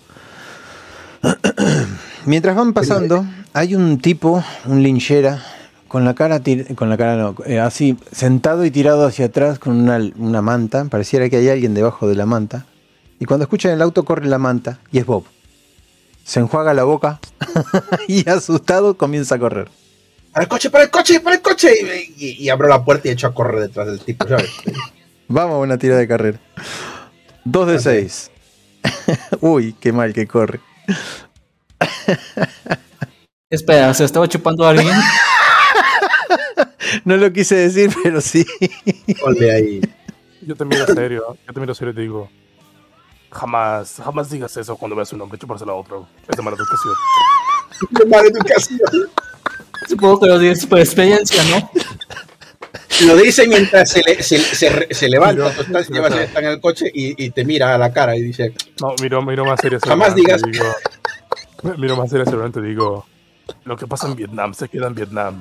Mientras van pasando, hay un tipo, un linchera, con la cara, tir- con la cara no, eh, así, sentado y tirado hacia atrás con una, una manta. Pareciera que hay alguien debajo de la manta. Y cuando escuchan el auto, corre la manta y es Bob. Se enjuaga la boca y asustado comienza a correr. ¡Para el coche, para el coche, para el coche! Y, y- y abro la puerta y echo a correr detrás del tipo, ¿sabes? Vamos a una tira de carrera. Dos de Ok. seis. Uy, qué mal que corre. Espera, ¿se estaba chupando a alguien? No lo quise decir, pero sí. Ponle ahí. Yo te miro serio, yo te miro serio y te digo, jamás, jamás digas eso cuando veas un hombre chupárselo a otro. Es de mala educación. De mala educación. Supongo que lo dices por experiencia, ¿no? Lo dice mientras se, le, se, se, se levanta, tú estás, llevas, está en el coche y, y te mira a la cara y dice... No, miro, miro más serio. Jamás digas... Digo, miro más serio, seguramente digo, lo que pasa en Vietnam se queda en Vietnam.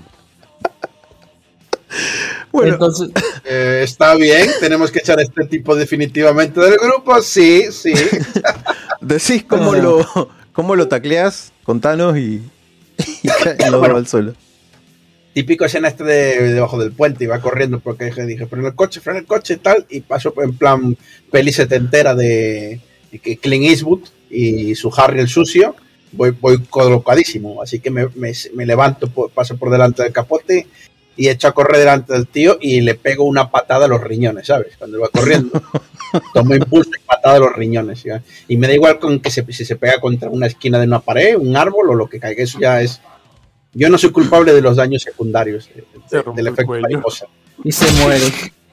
Bueno, entonces, Eh, está bien, tenemos que echar a este tipo definitivamente del grupo, sí, sí. decís cómo, Ah. lo, cómo lo tacleás, contanos y, y caen los dos al suelo. Típico escena este de debajo del puente, iba corriendo porque dije, dije frena el coche, frena el coche y tal, y paso en plan peli setentera de, de Clint Eastwood y su Harry el sucio, voy, voy colocadísimo, así que me, me, me levanto, paso por delante del capote y echo a correr delante del tío y le pego una patada a los riñones, ¿sabes? Cuando va corriendo, tomo impulso y patada a los riñones, ¿sí? Y me da igual con que se, si se pega contra una esquina de una pared, un árbol o lo que caiga, eso ya es... Yo no soy culpable de los daños secundarios de, de, del efecto mariposa. y se muere.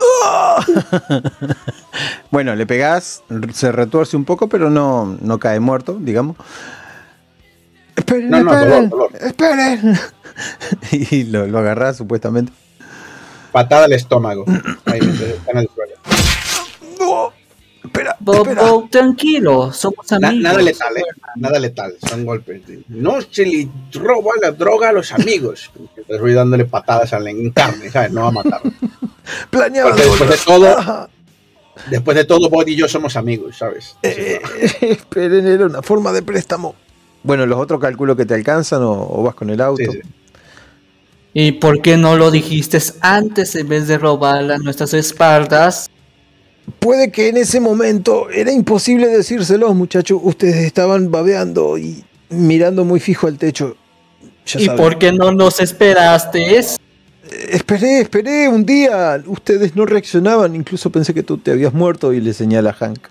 Bueno, le pegás, se retuerce un poco, pero no, no cae muerto, digamos. Esperen, No, no, esperen, dolor, dolor. esperen. Y lo, lo agarrás supuestamente. Patada al estómago. Ahí mientras está en el suelo. No, espera, Bob, espera. Bob, tranquilo, somos Na- amigos. nada letal, ¿eh? Nada letal, son golpes. No se le roba la droga a los amigos. Te voy dándole patadas al- en carne, ¿sabes? No a matar. Planeaba Porque después de todo, Ajá. después de todo, Bod y yo somos amigos, ¿sabes? Eh, eh, esperen, era una forma de préstamo. Bueno, los otros calculo que te alcanzan o, o vas con el auto. Sí, sí. ¿Y por qué no lo dijiste antes en vez de robar a nuestras espaldas? Puede que en ese momento era imposible decírselos, muchachos. Ustedes estaban babeando y mirando muy fijo al techo. Ya ¿Y saben. por qué no nos esperaste? Eh, Esperé, esperé un día. Ustedes no reaccionaban. Incluso pensé que tú te habías muerto y le señala a Hank.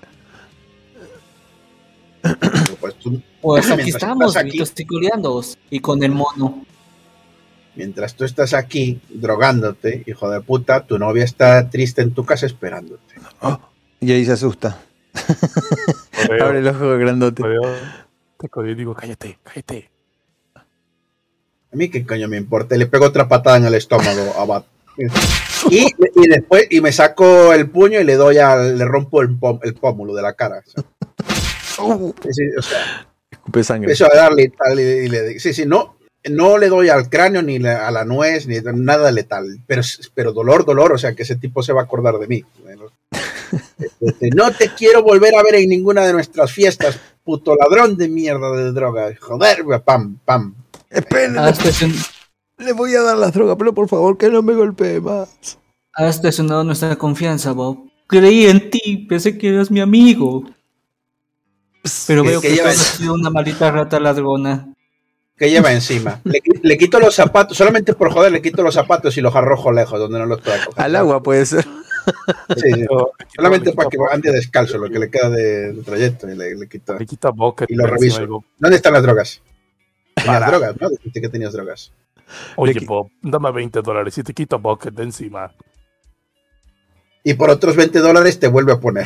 Pues tú, Pues aquí mientras estamos, estás aquí, gesticulando y con el mono. mientras tú estás aquí drogándote, hijo de puta, tu novia está triste en tu casa esperándote. Oh, y ahí se asusta. Correo, Abre el ojo grandote. correo, te correo y digo, cállate, cállate. A mí qué coño me importa. Le pego otra patada en el estómago a Bat. Y, y después y me saco el puño y le doy al, le rompo el, pom- el pómulo de la cara. O sea, Uh, sí, sí, o sea, escupe sangre. empiezo a darle y tal y, y le sí, sí, no, no le doy al cráneo ni le- a la nuez ni nada letal, pero, pero dolor, dolor, o sea que ese tipo se va a acordar de mí. Este, no te quiero volver a ver en ninguna de nuestras fiestas, puto ladrón de mierda de droga. Joder, pam, pam. Esperen, Has, presion- le voy a dar las drogas, pero por favor que no me golpee más. has presionado nuestra confianza, Bob. Creí en ti, pensé que eras mi amigo. Pero ¿Qué- veo qué que tú lleva has eso? sido una maldita rata ladrona. Que lleva encima. Le, le quito los zapatos, solamente por joder, le quito los zapatos y los arrojo lejos, donde no los pueda coger. Al agua puede ser. Sí, sí. Yo- Solamente le para quito que a ande descalzo, lo que le queda de, de trayecto, y le, le quito. Le quita Bucket Y lo encima reviso. digo, ¿Dónde están las drogas? Tenías Para. drogas, ¿no? Dijiste que tenías drogas. oye, Le qui- Bob, dame veinte dólares y te quito Bucket de encima. Y por otros veinte dólares te vuelve a poner.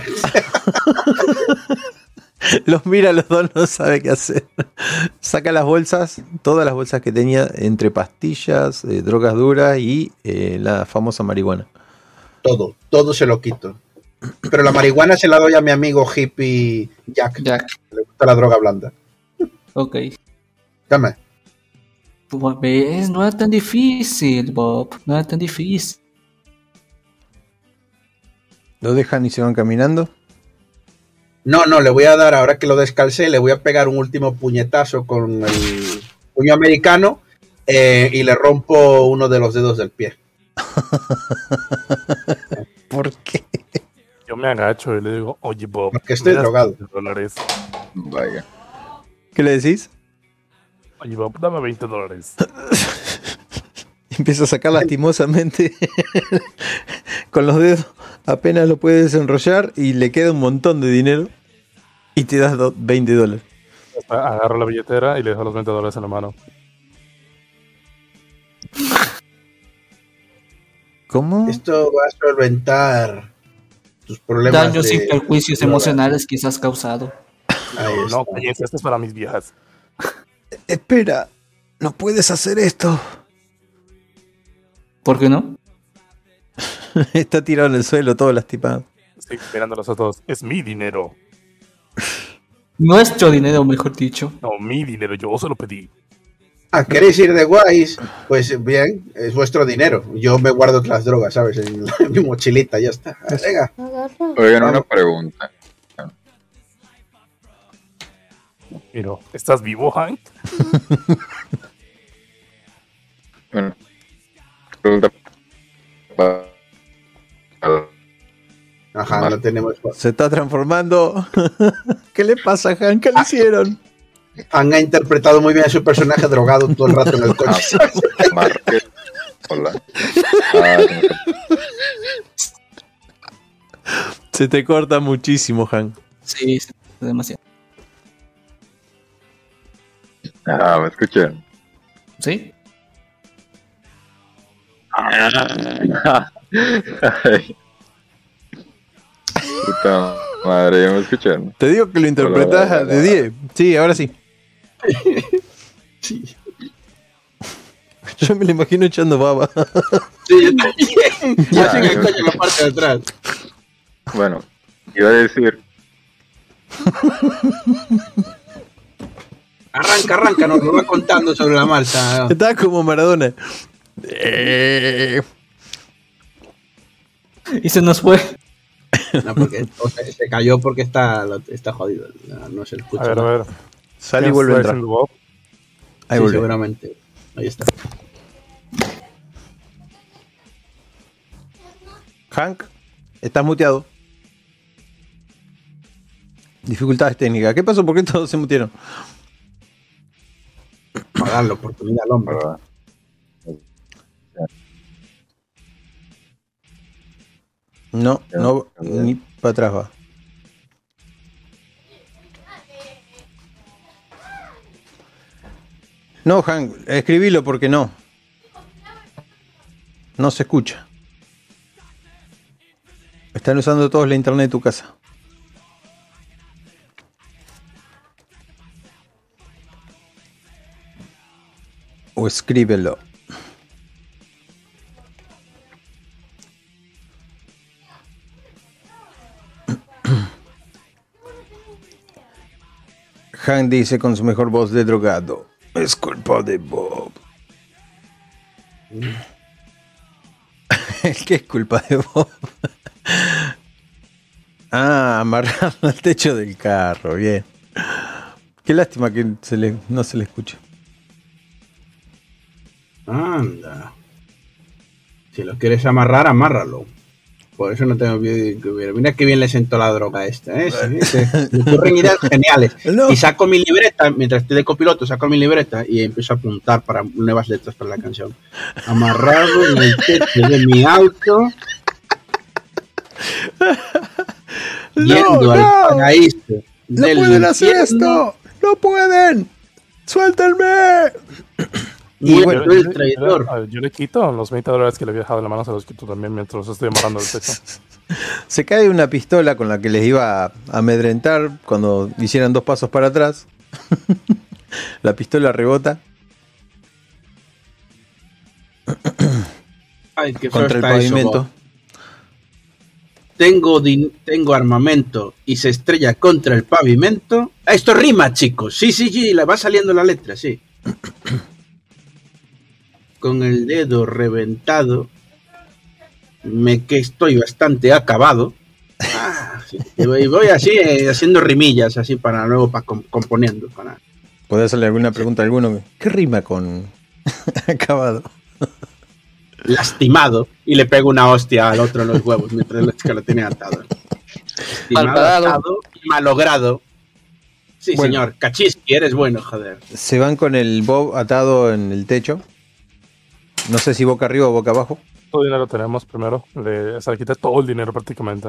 Los mira a los dos, no sabe qué hacer. Saca las bolsas, todas las bolsas que tenía, entre pastillas, eh, drogas duras y eh, la famosa marihuana. Todo, todo se lo quito. Pero la marihuana se la doy a mi amigo hippie Jack. Jack, Le gusta la droga blanda. ok. Dame. Pues, ves, no era tan difícil, Bob. No era tan difícil. Lo dejan y se van caminando. No, no, le voy a dar, ahora que lo descalcé, le voy a pegar un último puñetazo con el puño americano eh, y le rompo uno de los dedos del pie. ¿Por qué? Yo me agacho y le digo, oye, Bob, Porque estoy ¿me das drogado. veinte dólares? Vaya. ¿Qué le decís? Oye, Bob, dame veinte dólares. Empieza a sacar lastimosamente con los dedos. Apenas lo puede desenrollar y le queda un montón de dinero. Y te das do- veinte dólares. Agarro la billetera y le dejo los veinte dólares en la mano. ¿Cómo? Esto va a solventar tus problemas. Daños de... y perjuicios de- emocionales que has causado. Ahí No, no, está. cállense, esto es para mis viejas. Espera, no puedes hacer esto. ¿Por qué no? Está tirado en el suelo, todo lastimado. Estoy mirándolos a todos. Es mi dinero. Nuestro dinero, mejor dicho. No, mi dinero, yo se lo pedí. Ah, ¿queréis ir de guays? Pues bien, es vuestro dinero. Yo me guardo las drogas, ¿sabes? En, en mi mochilita, ya está. Ah, venga. Oigan, una pregunta. Miro, ¿estás vivo, Hank? Bueno, pregunta para- Ajá, no tenemos. Se está transformando. ¿Qué le pasa a Han? ¿Qué le hicieron? Han ha interpretado muy bien a su personaje drogado todo el rato en el coche. ¿sabes? Marque. Hola. Ah, Se te corta muchísimo, Han. Sí, es demasiado. ah, me escuchan. ¿Sí? Ay. Puta madre, ya me escuchan. Te digo que lo interpretás Hola, hola, de hola. diez. Sí, ahora sí. Sí. Yo me lo imagino echando baba. Sí, yo también. Ya, Así en el yo- coche en la parte de atrás. Bueno, iba a decir. Arranca, arranca, nos lo va contando sobre la marcha. Estaba como Maradona. Eh, Y se nos fue. No, porque o sea, se cayó porque está, está jodido. No, no se le escucha. A ver, a nada. ver. Sale y vuelve a entrar. Bob. Ahí Sí, vuelve. seguramente. Ahí está. Hank, estás muteado. Dificultades técnicas. ¿Qué pasó? ¿Por qué todos se mutearon? Para darle oportunidad al hombre. ¿Verdad? No, Ya, no, ya. ni para atrás va. No, Hank, escribilo porque no. No se escucha. Están usando todos la internet de tu casa. O escríbelo. Hank dice con su mejor voz de drogado: es culpa de Bob. ¿El qué es culpa de Bob? Ah, amarrarlo al techo del carro, bien. Qué lástima que se le, no se le escuche. Anda. Si lo quieres amarrar, amárralo. Por eso no tengo que que ver. Mira qué bien le sentó la droga a esta, ¿eh? Sí, sí. Me ocurren ideas geniales. No. Y saco mi libreta, mientras estoy de copiloto, saco mi libreta y empiezo a apuntar para nuevas letras para la canción. Amarrado en el techo de mi auto. Yendo No, al no. paraíso. ¡No del pueden hacer infierno. esto! ¡No pueden! ¡Suéltenme! Y Y bueno, Yo, el yo- traidor. yo- yo le quito los veinte dólares que le había dejado en la mano, se los quito también mientras estoy amarrando el techo. Se cae una pistola con la que les iba a amedrentar cuando hicieran dos pasos para atrás. La pistola rebota Ay, qué feo contra el está eso, pavimento. Bob. Tengo, din- tengo armamento y se estrella contra el pavimento. Ah, esto rima, chicos. Sí, sí, sí, la va saliendo la letra, sí. Con el dedo reventado. Me que estoy bastante acabado. Ah, sí, y voy, voy así, eh, haciendo rimillas, así para luego, para com- componiendo. Para... ¿Podés hacerle alguna pregunta a alguno? ¿Qué rima con acabado? Lastimado. Y le pego una hostia al otro en los huevos mientras el que lo tiene atado. Lastimado, Malparado. atado y malogrado. Sí, Bueno. señor. Cachiski, eres bueno, joder. Se van con el Bob atado en el techo. No sé si boca arriba o boca abajo. Todo el dinero tenemos primero. Le, o sea, le quité todo el dinero prácticamente.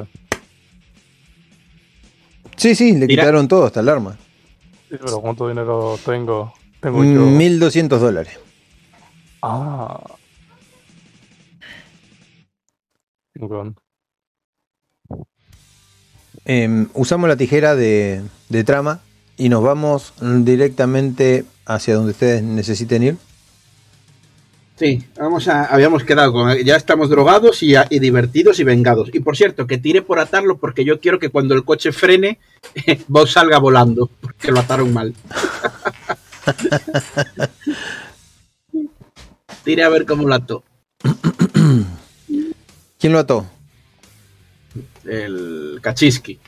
Sí, sí, le Mira. quitaron todo, hasta el arma. Sí, pero ¿cuánto dinero tengo? Tengo yo. mil doscientos dólares. Ah. Con- Eh, usamos la tijera de, de trama y nos vamos directamente hacia donde ustedes necesiten ir. Sí, vamos a, habíamos quedado con, ya estamos drogados y, y divertidos y vengados. Y por cierto, que tire por atarlo porque yo quiero que cuando el coche frene, vos salga volando, porque lo ataron mal. Tire a ver cómo lo ató. ¿Quién lo ató? El Kaczynski.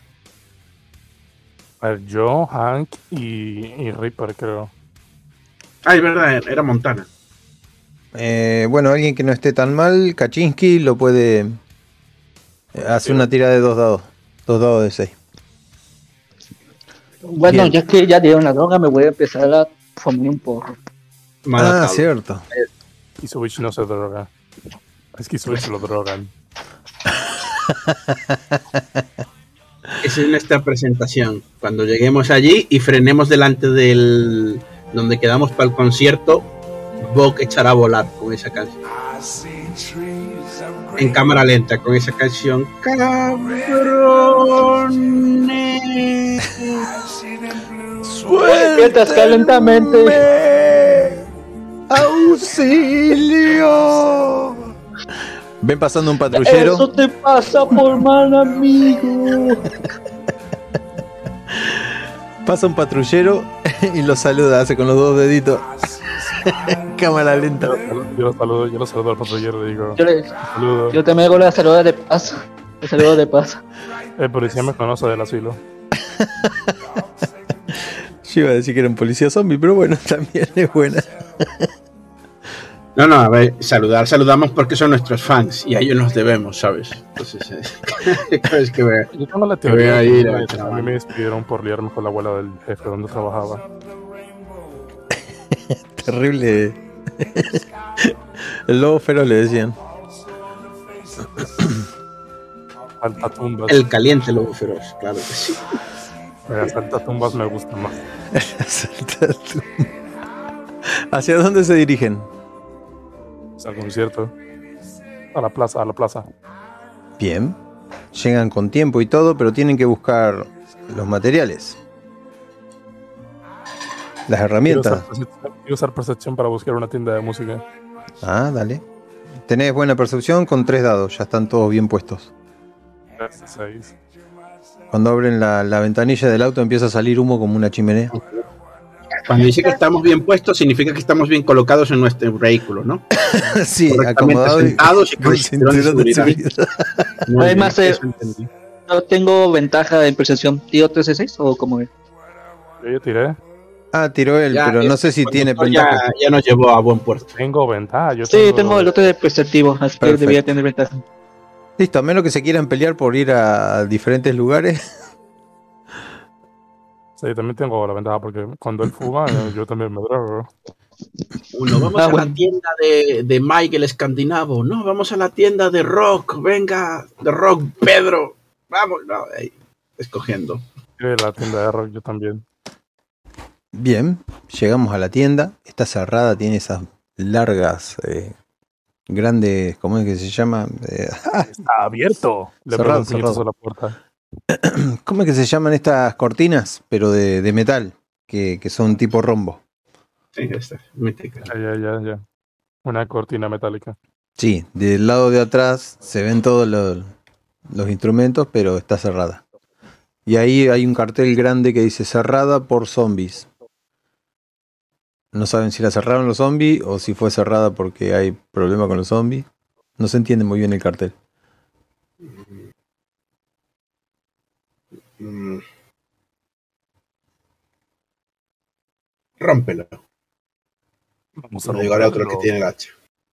A ver, yo, Hank y, y Reaper, creo. Ah, es verdad, era Montana. Eh, bueno, alguien que no esté tan mal, Kaczynski lo puede eh, hacer una tira de dos dados. Dos dados de seis. Bueno, Bien. ya que ya dieron la droga, me voy a empezar a fumar un porro. Mal Ah, atado. cierto. Kisovich no se droga. Es Kisovich lo drogan. Esa es nuestra presentación. Cuando lleguemos allí y frenemos delante del donde quedamos para el concierto, Bok echará a volar con esa canción. En cámara lenta, con esa canción. ¡Cabrones! Mientras que lentamente. ¡Auxilio! Ven pasando un patrullero. Eso te pasa por mal amigo. Pasa un patrullero y lo saluda, hace con los dos deditos. Cámara lenta. Yo lo saludo, yo lo saludo al patrullero, le digo. Yo, le, Saludo. yo también hago la saluda de paz. El saludo de paz. El policía me conoce del asilo. Yo iba a decir que era un policía zombie, pero bueno, también es buena. No, no, a ver, saludar, saludamos porque son nuestros fans y a ellos nos debemos, ¿sabes? Entonces, eh, es que me, Yo tengo la que voy teoría a de ir que a me- echar a la mí mano. me despidieron por liarme con la abuela del jefe donde trabajaba. Terrible. El lobo feroz le decían. Salta tumbas. El caliente lobo feroz, claro que sí. Mira, salta tumbas me gusta más. Salta tú. ¿Hacia dónde se dirigen? Es al concierto. A la plaza, a la plaza. Bien. Llegan con tiempo y todo, pero tienen que buscar los materiales. Las Quiero herramientas. usar, percepción, quiero usar percepción para buscar una tienda de música. Ah, dale. Tenés buena percepción con tres dados, ya están todos bien puestos. seis. Cuando abren la, la ventanilla del auto empieza a salir humo como una chimenea. Cuando dice que estamos bien puestos, significa que estamos bien colocados en nuestro vehículo, ¿no? Sí, Correctamente acomodado y sentados y con con cinturón de cinturón de seguridad. seguridad. Muy Además, bien, eh, eso entendí. ¿No tengo ventaja en percepción? ¿Tiro tres de seis o cómo es? Yo ya tiré. Ah, tiró él, Ya, pero no el sé si tiene conductor ventaja. ya, ya nos llevó a buen puerto. Tengo ventaja. Yo Sí, tengo el otro de perceptivo, así que Perfecto. debería tener ventaja. Listo, a menos que se quieran pelear por ir a diferentes lugares. Sí, también tengo la ventaja porque cuando él fuma, eh, yo también me drogo. Uno, vamos Ah, a bueno. la tienda de, de Mike el escandinavo. No, vamos a la tienda de Rock. Venga, de Rock, Pedro. Vamos, no, ahí, escogiendo. Quiero ir a la tienda de rock, yo también. Bien, llegamos a la tienda. Está cerrada, tiene esas largas, eh, grandes, ¿cómo es que se llama? Eh, Está abierto. Le Cerrado, pego puñetazos cerrado. a la puerta. ¿Cómo es que se llaman estas cortinas? Pero de, de metal, que, que son tipo rombo. Sí, ya está. mítica. Ya, ya, ya, ya. Una cortina metálica. Sí, del lado de atrás se ven todos los, los instrumentos, pero está cerrada. Y ahí hay un cartel grande que dice cerrada por zombies. No saben si la cerraron los zombies o si fue cerrada porque hay problema con los zombies. No se entiende muy bien el cartel. Mm. Rómpelo. Vamos a Le digo al otro que romperlo. tiene el hacha.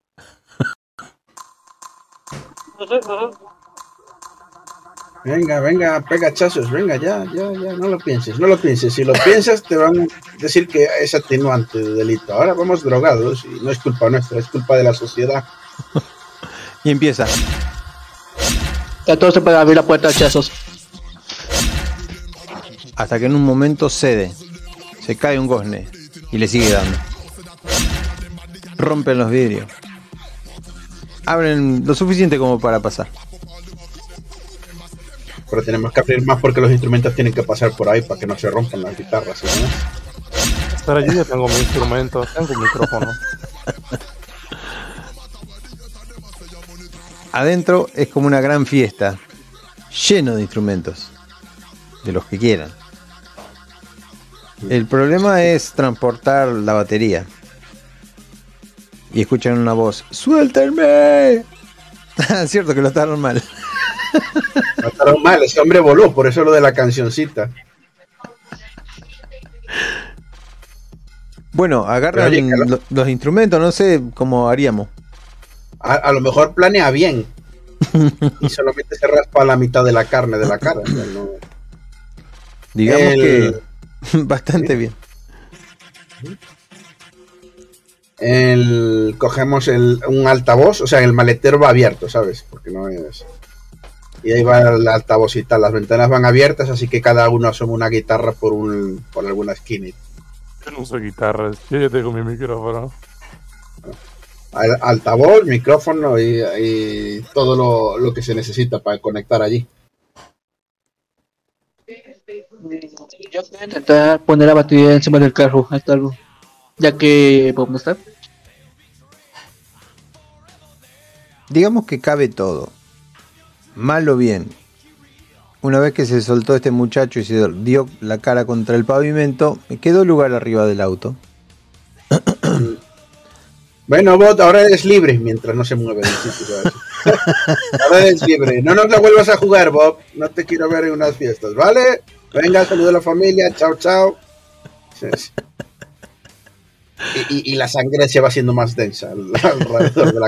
Venga, venga, pega hachazos, venga, ya, ya, ya, no lo pienses, no lo pienses. Si lo piensas, te van a decir que es atenuante de delito. Ahora vamos drogados y no es culpa nuestra, es culpa de la sociedad. Y empieza. catorce para abrir la puerta de hachazos. Hasta que en un momento cede. Se cae un gozne y le sigue dando. Rompen los vidrios. abren lo suficiente como para pasar. Pero tenemos que abrir más porque los instrumentos tienen que pasar por ahí para que no se rompan las guitarras, ¿sí? Pero yo ya tengo mi instrumento, tengo un micrófono. Adentro es como una gran fiesta, lleno de instrumentos, de los que quieran. El problema es transportar la batería. Y escuchan una voz, ¡suéltenme! Cierto que lo estaron mal. Lo estaron mal, ese hombre voló, por eso lo de la cancioncita. Bueno, agarran Oye, lo... lo, los instrumentos, no sé cómo haríamos. A, a lo mejor planea bien. Y solamente se raspa la mitad de la carne de la cara. O sea, no... Digamos el... que bastante ¿sí? bien. El... Cogemos el, un altavoz, o sea, el maletero va abierto, ¿sabes? Porque no es... Y ahí va el altavoz y tal, las ventanas van abiertas, así que cada uno asoma una guitarra por un por alguna esquina. Yo no uso guitarras, yo ya tengo mi micrófono. Altavoz, micrófono y, y todo lo, lo que se necesita para conectar allí. Yo voy a intentar poner la batería encima del carro, hasta algo, ya que Bob no está. Digamos que cabe todo, mal o bien. Una vez que se soltó este muchacho y se dio la cara contra el pavimento, quedó lugar arriba del auto. Bueno, Bob, ahora eres libre mientras no se mueve el sitio. Ahora eres libre. No nos la vuelvas a jugar, Bob. No te quiero ver en unas fiestas, ¿vale? Venga, saludo a la familia. Chao, chao. Sí, sí. Y, y, y la sangre se va haciendo más densa alrededor de la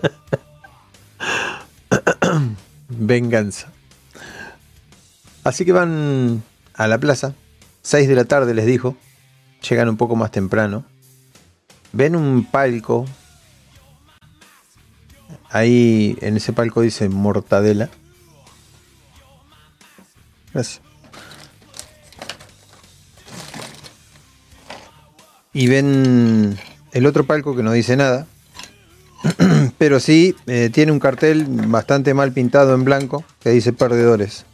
cabeza. Venganza. Así que van a la plaza. seis de la tarde les dijo. Llegan un poco más temprano. Ven un palco. Ahí en ese palco dice mortadela. Gracias. Y ven el otro palco que no dice nada. Pero sí eh, tiene un cartel bastante mal pintado en blanco que dice perdedores.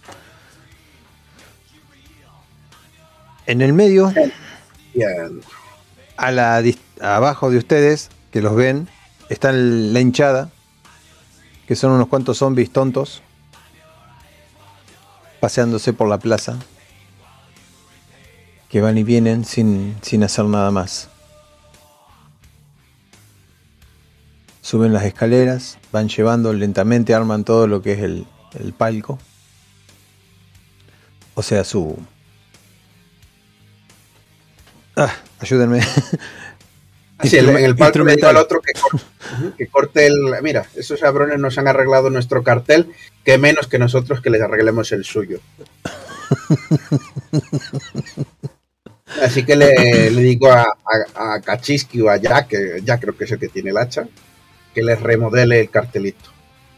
En el medio, Bien. a la abajo de ustedes, que los ven, está la hinchada, que son unos cuantos zombies tontos, paseándose por la plaza, que van y vienen sin, sin hacer nada más. Suben las escaleras, van llevando lentamente, arman todo lo que es el, el palco. O sea, su... Ah, ayúdenme. Sí, en el palco le digo al otro que corte, que corte el... Mira, esos cabrones nos han arreglado nuestro cartel, que menos que nosotros que les arreglemos el suyo. Así que le, le digo a, a, a Kachiski o a Jack, que ya creo que es el que tiene el hacha, que les remodele el cartelito.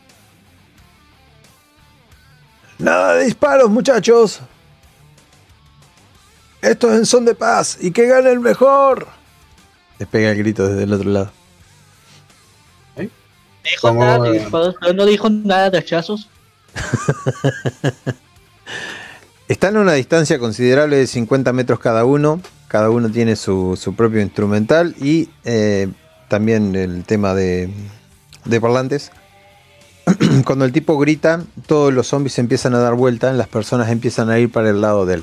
Nada de disparos, muchachos. Esto es en son de paz y que gane el mejor. Les pega el grito desde el otro lado. ¿Eh? Dijo nada de disparos, pero no dijo nada de hachazos. Están a una distancia considerable de cincuenta metros cada uno. Cada uno tiene su, su propio instrumental y eh, también el tema de, de parlantes. Cuando el tipo grita, todos los zombies empiezan a dar vuelta, las personas empiezan a ir para el lado de él.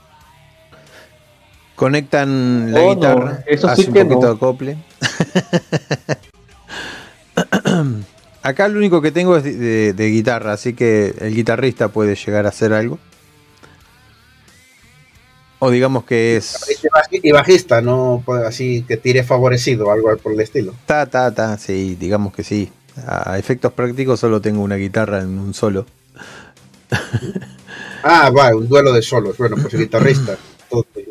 Conectan la oh, guitarra, no. Eso hace sí un que poquito no. de acople. Acá lo único que tengo es de, de, de guitarra, así que el guitarrista puede llegar a hacer algo. O digamos que es... Y bajista, no así que tire favorecido, algo por el estilo. Ta, ta, ta, sí, digamos que sí. A efectos prácticos solo tengo una guitarra en un solo. Ah, va, un duelo de solos. Bueno, pues el guitarrista. Todo tuyo.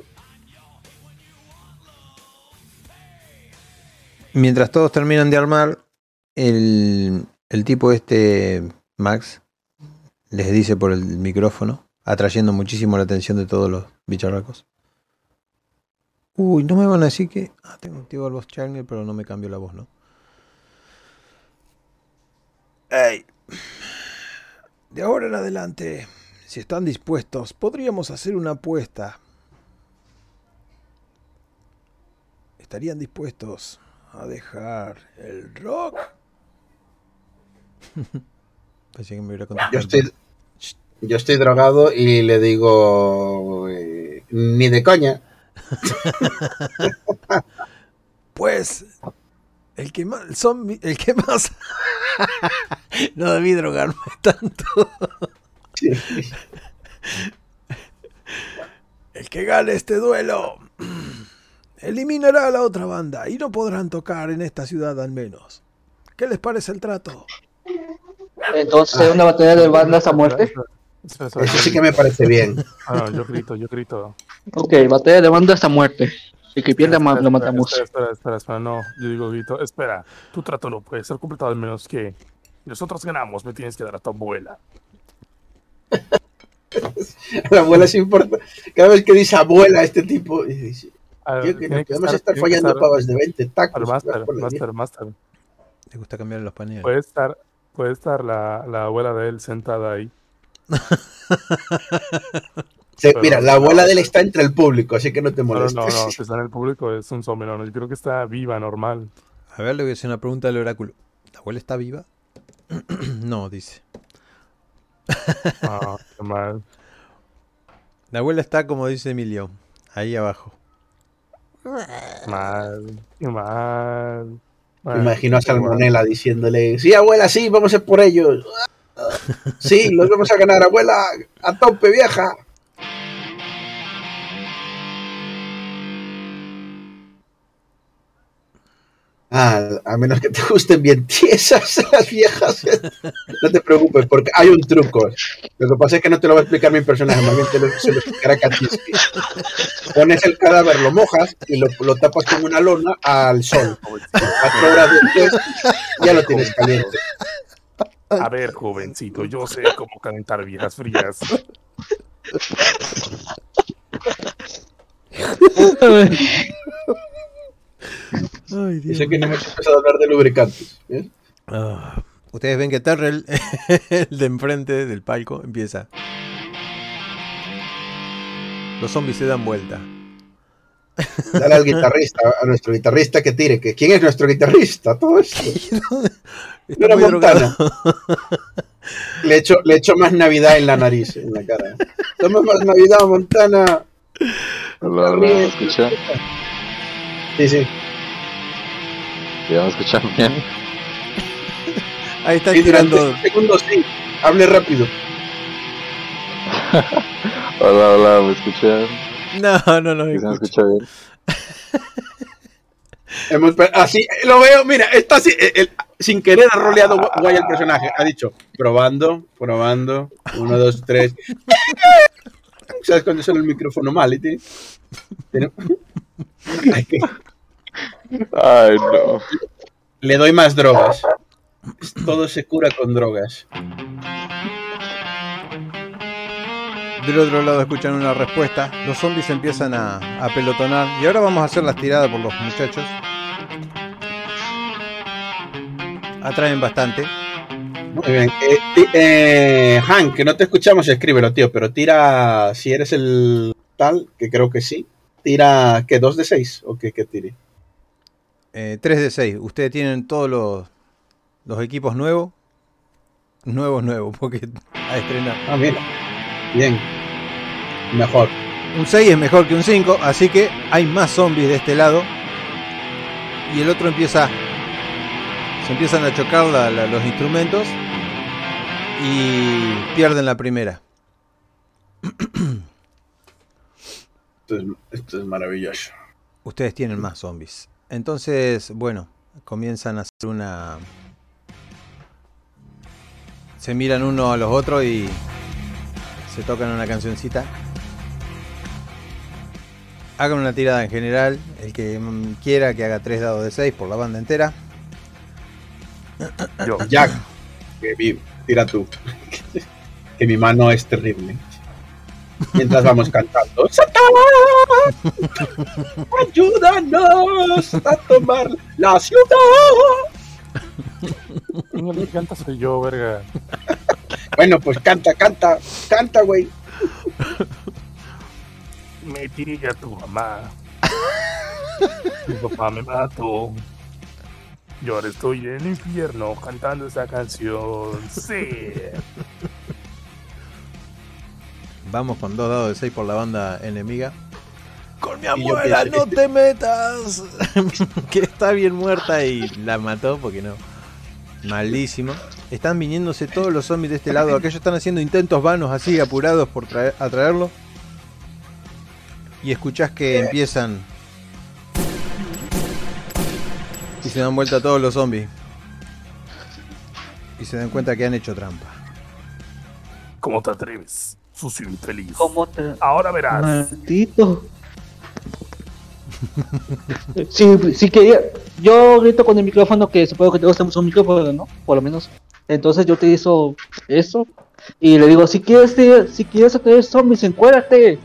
Mientras todos terminan de armar, el, el tipo este, Max, les dice por el micrófono, atrayendo muchísimo la atención de todos los bicharracos. Uy, no me van a decir que... Ah, tengo activo el voz channel, pero no me cambió la voz, ¿no? Hey. De ahora en adelante, si están dispuestos, podríamos hacer una apuesta. ¿Estarían dispuestos a dejar el rock? Pensé que me hubiera contestado. Yo estoy, yo estoy drogado y le digo... Eh, ni de coña. Pues... El que más... El, zombie, el que más... no debí drogarme tanto. Sí. El que gane este duelo... eliminará a la otra banda y no podrán tocar en esta ciudad al menos. ¿Qué les parece el trato? Entonces, una batalla de bandas a muerte. Eso sí que me parece bien. Ah, no, yo grito, yo grito. Ok, batalla de bandas a muerte. El que pierda más lo matamos. Espera, espera, espera, espera, no. Yo digo grito, espera. Tu trato no puede ser completado al menos que nosotros ganamos, me tienes que dar a tu abuela. La abuela se importa. Cada vez que dice abuela este tipo... Dice, Ah, tío, que tiene nos que vamos a estar- estar tiene que follando estar- pavas de veinte tacos. Pero Master, por la Master, Master. Le gusta cambiar los pañales. Puede estar, puede estar la, la abuela de él sentada ahí. Se- Pero mira, no, la abuela no. de él está entre el público, así que no te No, no, molestes. no, no, si está en el público es un zombie, no, no, yo creo que está viva, normal. A ver, le voy a hacer una pregunta al oráculo. ¿La abuela está viva? No, dice. Ah, qué mal. La abuela está, como dice Emilio, ahí abajo. Mal, qué mal. Me Mal, imagino a qué mal. Salmonella diciéndole, sí, abuela, sí, vamos a ir por ellos. Sí, los vamos a ganar, abuela, a tope, vieja. Ah, a menos que te gusten bien tiesas las viejas. No te preocupes, porque hay un truco. Lo que pasa es que no te lo va a explicar mi personaje, más bien te lo, se lo explicará Kaczynski. Pones el cadáver, lo mojas y lo, lo tapas con una lona al sol. Cuatro horas después ya lo tienes caliente. A ver, jovencito, yo sé cómo calentar viejas frías. Ay, Dios Dice que no mío. hemos empezado a hablar de lubricantes. ¿eh? Ah, ustedes ven que Terrell, el de enfrente del palco, empieza. Los zombies se dan vuelta. Dale al guitarrista, a nuestro guitarrista que tire. Que, ¿quién es nuestro guitarrista? Todo esto. Está era muy Montana. drogado. Le echo, le echo más Navidad en la nariz, en la cara. Toma más Navidad, Montana. Hola, hola, ¿me escuchan? Sí, sí. ¿Ya me escuchan bien? Ahí está Sí, durante tirando. un segundo, sí. Hable rápido. Hola, hola, ¿me escuchan? No, no, no. ¿Sí se me escucha bien? Hemos, así, lo veo, mira, está así, el, el, sin querer ha roleado guay el personaje. Ha dicho, probando, probando, uno, dos, tres. ¿Sabes cuando suena el micrófono mal? ¿Y te- Pero- Ay, que- Ay, no. Le doy más drogas. Todo se cura con drogas. Del otro lado escuchan una respuesta. Los zombies empiezan a, a pelotonar. Y ahora vamos a hacer las tiradas por los muchachos. Atraen bastante. Muy bien. Eh, ti- eh, Hank, que no te escuchamos, escríbelo, tío. Pero tira, si eres el tal, que creo que sí. Tira, ¿qué? ¿dos de seis? ¿O qué, qué tire? Eh, tres de seis. Ustedes tienen todos los, los equipos nuevos. Nuevos, nuevos. Porque a estrenar. Ah, mira. Bien. Mejor. Un seis es mejor que un cinco. Así que hay más zombies de este lado. Y el otro empieza... Se empiezan a chocar la- la- los instrumentos. Y pierden la primera. Esto es, esto es maravilloso. Ustedes tienen más zombies. Entonces, bueno, comienzan a hacer una... Se miran uno a los otros y se tocan una cancioncita. Hagan una tirada en general. El que mm, quiera que haga tres dados de seis por la banda entera. Yo. Jack, que vi- tira tú. Que mi mano es terrible. Mientras vamos cantando. ¡Satán! ¡Ayúdanos a tomar la ciudad! Quien el que canta soy yo, verga. Bueno, pues canta, canta, canta, güey. Me tiré a tu mamá. Mi papá me mató. Yo ahora estoy en el infierno cantando esa canción. Sí. Vamos con dos dados de seis por la banda enemiga. Con mi Y yo abuela, pensé- no te metas. Que está bien muerta y la mató porque no. Malísimo. Están viniéndose todos los zombies de este lado. Aquellos están haciendo intentos vanos así, apurados por traer, atraerlo. Y escuchás que empiezan. Y se dan vuelta todos los zombies. Y se dan cuenta que han hecho trampa. ¿Cómo te atreves? Sucio infeliz. ¿Cómo te...? Ahora verás. Maldito. Sí, sí quería. Yo grito con el micrófono que supongo que todos tenemos un micrófono, ¿no? Por lo menos. Entonces yo utilizo eso y le digo, si quieres, te- si quieres atraer zombies, encuérdate.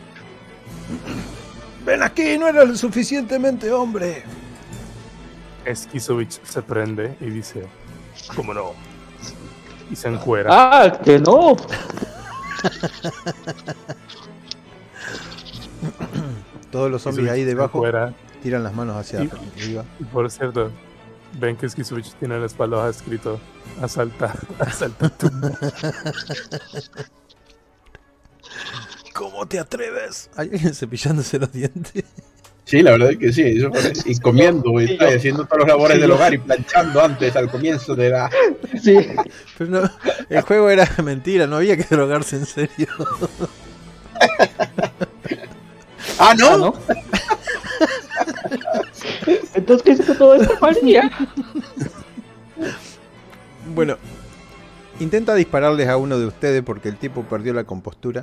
Ven aquí, no eres lo suficientemente hombre. Skizovich se prende y dice, ¿cómo no? Y se encuera. Ah, que no. Todos los zombies Skizovich ahí se debajo encuera. tiran las manos hacia Y- arriba. Y por cierto, ven que Skizovich tiene en la espalda escrito asalta, asalta tu. ¿Cómo te atreves? ¿Hay alguien cepillándose los dientes? Sí, la verdad es que sí. Eso fue- y comiendo, y Sí, está yo- haciendo todos los labores sí, del yo- hogar y planchando antes, al comienzo de la... Sí. Pero no, el juego era mentira, no había que drogarse en serio. ¡Ah, no! Ah, ¿no? Entonces, ¿qué hiciste todo esto, María? Bueno, intenta dispararles a uno de ustedes porque el tipo perdió la compostura.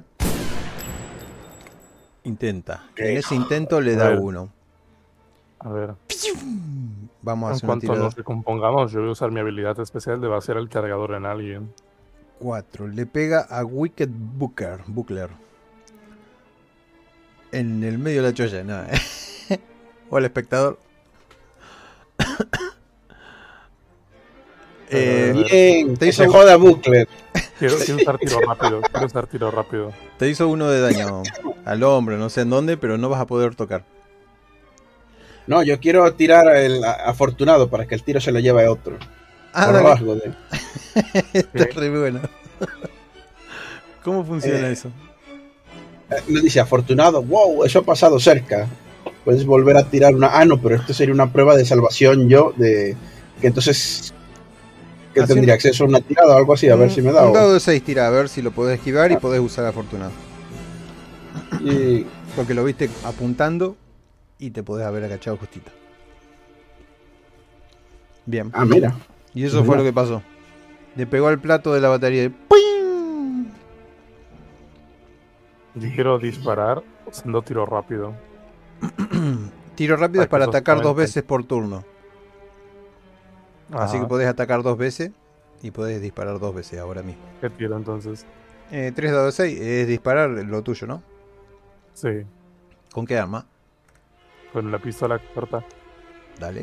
Intenta. En ese intento le A da ver. uno. A ver, Vamos a en hacer una cuanto tirada. nos recompongamos, yo voy a usar mi habilidad especial de vaciar el cargador en alguien. cuatro. Le pega a Wicked Booker, Buckler. En el medio de la cholla, no. O al espectador. Eh, Bien, te que hizo- se joda Buckler. Quiero, quiero usar tiro rápido, quiero usar tiro rápido. Te hizo uno de daño al hombre, no sé en dónde, pero no vas a poder tocar. No, yo quiero tirar el a- afortunado para que el tiro se lo lleve a otro. Ah, Por dale. rasgo de... Está re bueno. ¿Cómo funciona Eh, eso? Eh, Me dice afortunado, wow, eso ha pasado cerca. Puedes volver a tirar una... Ah, no, pero esto sería una prueba de salvación yo, de... Que entonces... Que Así- tendría acceso a una tirada o algo así, a ver Un- si me da. Un o- dado de seis tira, a ver si lo podés esquivar y podés usar afortunado. Y... Porque lo viste apuntando y te podés haber agachado justito. Bien. Ah, mira. Y eso fue mira. lo que pasó. Le pegó al plato de la batería y ¡puing! Yo quiero disparar haciendo tiro rápido. Tiro rápido es Para para que atacar dos justamente- veces por turno. Así Ajá. que podés atacar dos veces y podés disparar dos veces ahora mismo. ¿Qué tiro entonces? Eh, tres dados de seis es disparar lo tuyo, ¿no? Sí, ¿Con qué arma? con la pistola corta. Dale.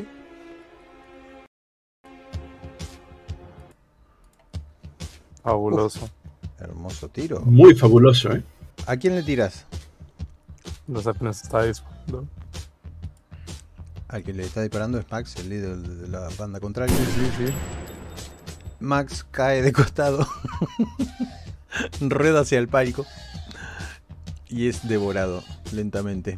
Fabuloso. Hermoso tiro. Muy fabuloso, ¿eh? ¿A quién le tiras? No sé apenas está disparando. Al que le está disparando es Max, el líder de la banda contraria. Sí, sí. Max cae de costado. Rueda hacia el palco. Y es devorado lentamente.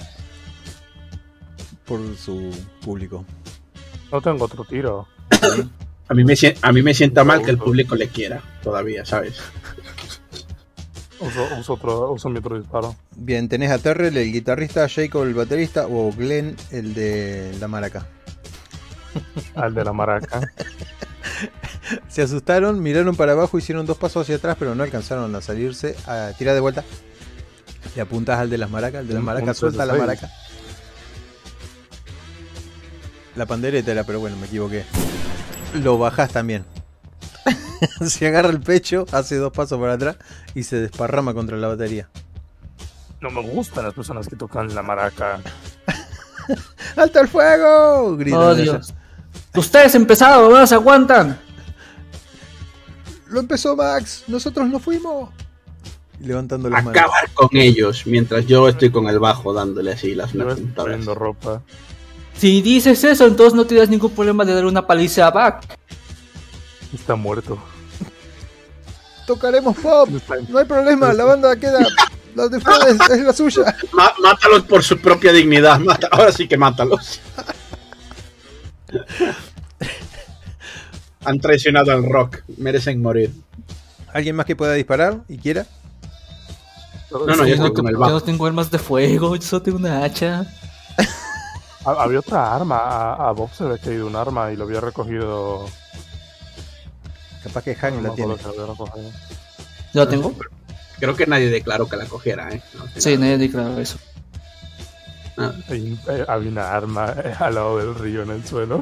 Por su público. No tengo otro tiro. A mí me, sien- a mí me sienta mal que el público le quiera todavía, ¿sabes? Uso, uso, otro, uso mi otro disparo. Bien, tenés a Terrell, el guitarrista, Jacob, el baterista, o Glenn, el de la maraca. Al de la maraca. Se asustaron, miraron para abajo, hicieron dos pasos hacia atrás, pero no alcanzaron a salirse. A tirar de vuelta. Le apuntás al de las maracas, el de las Un- maracas un suelta la seis. maraca. La pandereta era, pero bueno, me equivoqué. Lo bajás también. Se agarra el pecho, hace dos pasos para atrás y se desparrama contra la batería. No me gustan las personas que tocan la maraca. ¡Alto el fuego! Gritan Oh, allá. Dios. Ustedes empezaron, ¿no se aguantan? lo empezó Max, nosotros no fuimos. Y levantando las manos. Acabar con ellos, mientras yo estoy con el bajo dándole así las Yo estoy puntadas. poniendo ropa. Si dices eso, entonces no tienes ningún problema de dar una paliza a Buck. Está muerto. Tocaremos pop, Está en- no hay problema, la banda queda. La de ustedes es la suya. Má- mátalos por su propia dignidad. Mata- Ahora sí que mátalos. Han traicionado al rock. Merecen morir. ¿Alguien más que pueda disparar y quiera? No, no, Sí, yo yo, estoy no, con el yo bajo. no tengo armas de fuego, yo solo tengo una hacha. Ha- Había otra arma. A, a Bob se le había caído un arma y lo había recogido. Capaz que Hank No la me tiene. acuerdo que lo había recogido. ¿Yo la tengo? Creo que nadie declaró que la cogiera, ¿eh? No, Sí, nadie declaró eso. Ah, Hay- eh, había una arma eh, al lado del río en el suelo.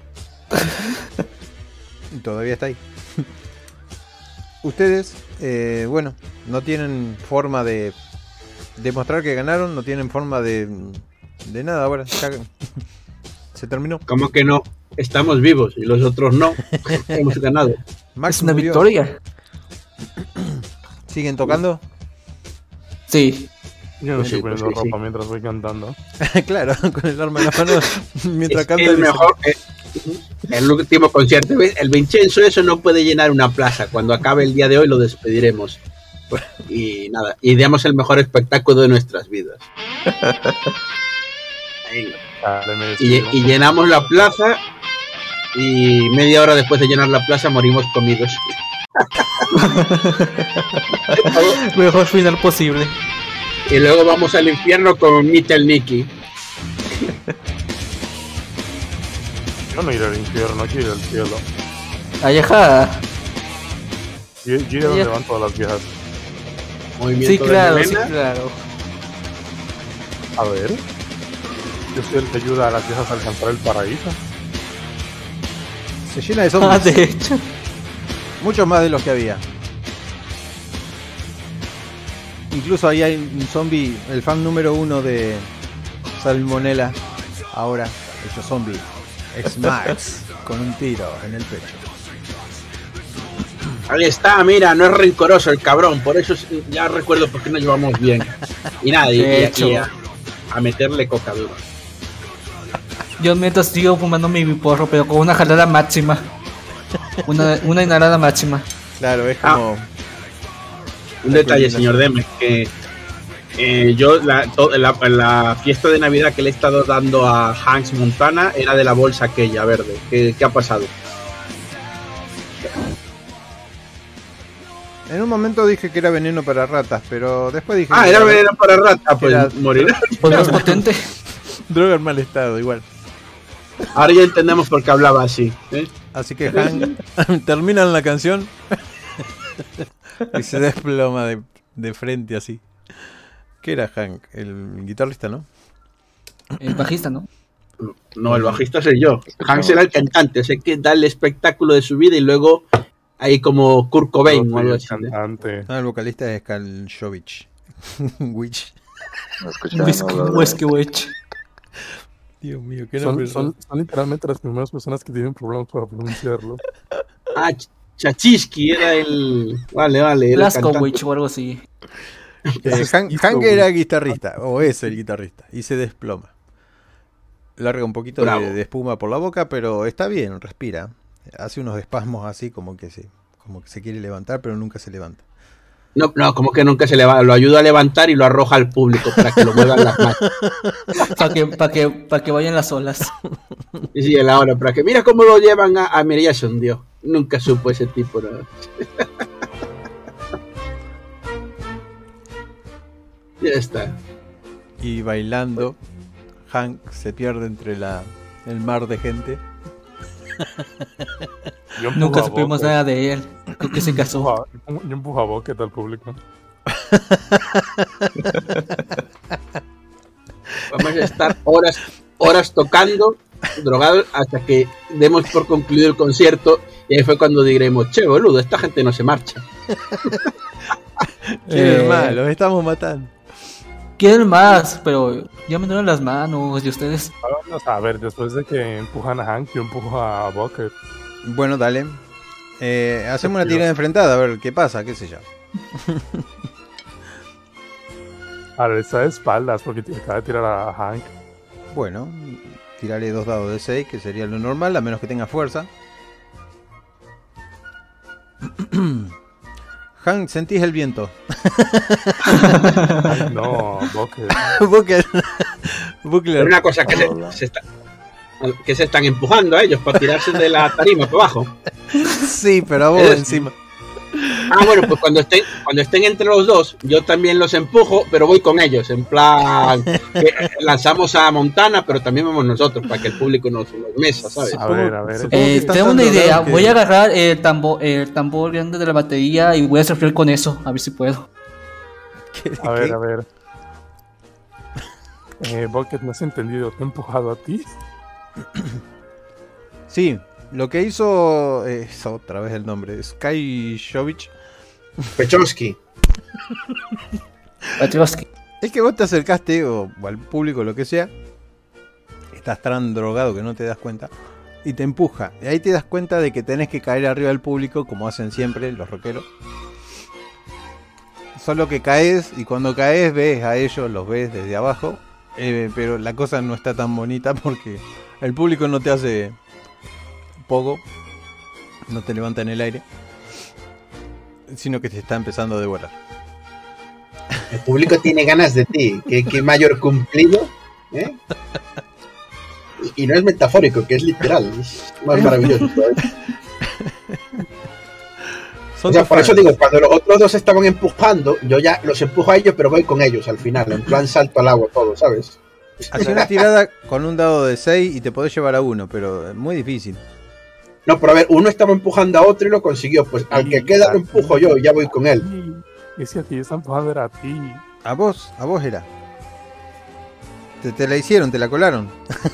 Todavía está ahí. Ustedes, eh, bueno, no tienen forma de demostrar que ganaron, no tienen forma de, de nada ahora. Ya se terminó. ¿Cómo que no? Estamos vivos y los otros no. Hemos ganado. Max Es una murió. victoria. ¿Siguen tocando? Sí. Yo no Pues estoy sí, pues poniendo sí, ropa sí. mientras voy cantando. Claro, con el arma en la mano mientras Es canta. el dice, mejor. eh, el último concierto. ¿Ves? El Vincenzo, eso no puede llenar una plaza. Cuando acabe el día de hoy lo despediremos. Y nada, y demos el mejor espectáculo de nuestras vidas. Venga. Dale, me Y, despido. y llenamos la plaza. Y media hora después de llenar la plaza morimos comidos. Mejor final posible. Y luego vamos al infierno con Little Nicky. Yo no iré al infierno, quiero ir al cielo. Ayaja. Yo, yo iré donde Ya. van todas las viejas. Movimiento Sí, de claro, sí, melena. claro. A ver. Yo soy el que ayuda a las viejas a alcanzar el paraíso. Se llena de Ah, zombies. de hecho. Muchos más de los que había. Incluso ahí hay un zombie, el fan número uno de Salmonella. Ahora, hecho zombie. Es Max, con un tiro en el pecho. Ahí está, mira, no es rencoroso el cabrón. Por eso es- ya recuerdo por qué nos llevamos bien. Y nada, y, De y- hecho. y a, a meterle coca dura. Yo mientras sigo fumando mi porro, pero con una jalada máxima. Una, una inhalada máxima. Claro, es Ah. como... Un detalle, señor Demes, que eh, yo la, to- la, la fiesta de Navidad que le he estado dando a Hanks Montana era de la bolsa aquella verde. ¿Qué, qué ha pasado? En un momento dije que era veneno para ratas, pero después dije... Ah, que era veneno para rata, pues Era- morirá. Pues más potente. droga en mal estado, igual. Ahora ya entendemos por qué hablaba así. ¿eh? Así que Hank terminan la canción y se desploma de, de frente así. ¿Qué era Hank? El guitarrista, ¿no? El bajista, ¿no? No, el bajista soy yo. Hanks era el cantante, o sea, que da el espectáculo de su vida y luego ahí como Kurt Cobain o algo así. ¿eh? Cantante. Ah, el vocalista es Kaljovich. Witch. No escuchaba Whisky, nada de- whisky, witch. Dios mío, qué Son, nombre. son, son literalmente las primeras personas que tienen problemas para pronunciarlo. Ah, Ch- Chachisky era el. Vale, vale. Era el Lasko cantante. witch o algo así. Eh, Hank, Hank era guitarrista, o es el guitarrista, y se desploma. Larga un poquito Bravo. de, de espuma por la boca, pero está bien, respira. Hace unos espasmos así como que se, como que se quiere levantar, pero nunca se levanta. No, no, como que nunca se le va. Lo ayuda a levantar y lo arroja al público para que lo muevan las manos. Para que, pa que, pa que vayan las olas. Y sí, la hora, para que mira cómo lo llevan a. a mira, ya se hundió. Nunca supo ese tipo. ¿No? Ya está. Y bailando, Hank se pierde entre la, el mar de gente. Yo empujo Nunca a supimos Bucket. nada de él. Creo que se Yo casó. empujo a- Yo empujo a Bucket al público. Vamos a estar horas, horas tocando, drogados, hasta que demos por concluido el concierto. Y ahí fue cuando diremos, che, boludo, esta gente no se marcha. ¿Quién Eh, más? Los estamos matando. Quieren más, pero ya me duelen las manos. ¿Y ustedes? Vamos a ver, después de que empujan a Hank, yo empujo a Bucket. Bueno, dale. Eh, hacemos una tirada enfrentada a ver qué pasa, qué sé yo. Ahora está de espaldas porque te acaba de tirar a Hank. Bueno, tiraré dos dados de seis, que sería lo normal, a menos que tenga fuerza. Hank, sentís el viento. Ay, no, Buckler. Buckler. Buckler. Pero una cosa, que se, se está, que se están empujando a ellos para tirarse de la tarima para abajo. Sí, pero a vos Es- encima. Ah, bueno, pues cuando estén, cuando estén entre los dos, yo también los empujo, pero voy con ellos. En plan, que lanzamos a Montana, pero también vamos nosotros, para que el público nos, nos mesa, ¿sabes? A ver, a ver. Supongo que Eh, estás tengo tan una idea. drogado que- Voy a agarrar el tambor, el tambor grande de la batería y voy a surfear con eso. A ver si puedo. ¿Qué- A ver, qué? a ver. Eh, Bucket, ¿no has entendido? ¿Te he empujado a ti? Sí, lo que hizo es otra vez el nombre, Sky Jovich. Pechowski. Patriowski. Es que vos te acercaste, o, o al público, lo que sea, estás tan drogado que no te das cuenta, y te empuja. Y ahí te das cuenta de que tenés que caer arriba del público, como hacen siempre los rockeros. Solo que caes, y cuando caes ves a ellos, los ves desde abajo, eh, pero la cosa no está tan bonita porque el público no te hace poco, no te levanta en el aire, sino que te está empezando a devorar. El público tiene ganas de ti. ¿Qué, qué mayor cumplido? ¿Eh? Y, y no es metafórico, que es literal. Es más maravilloso. ¿sabes? Son O sea, tus por eso fans. digo, cuando los otros dos estaban empujando, yo ya los empujo a ellos, pero voy con ellos al final. En plan salto al agua, todo, ¿sabes? Hace una tirada con un dado de seis y te podés llevar a uno, pero es muy difícil. No, pero a ver, uno estaba empujando a otro y lo consiguió. Pues al que queda lo empujo yo y ya voy con él. Y si a ti están empujando era a ti. A vos, a vos era. Te, te la hicieron, te la colaron.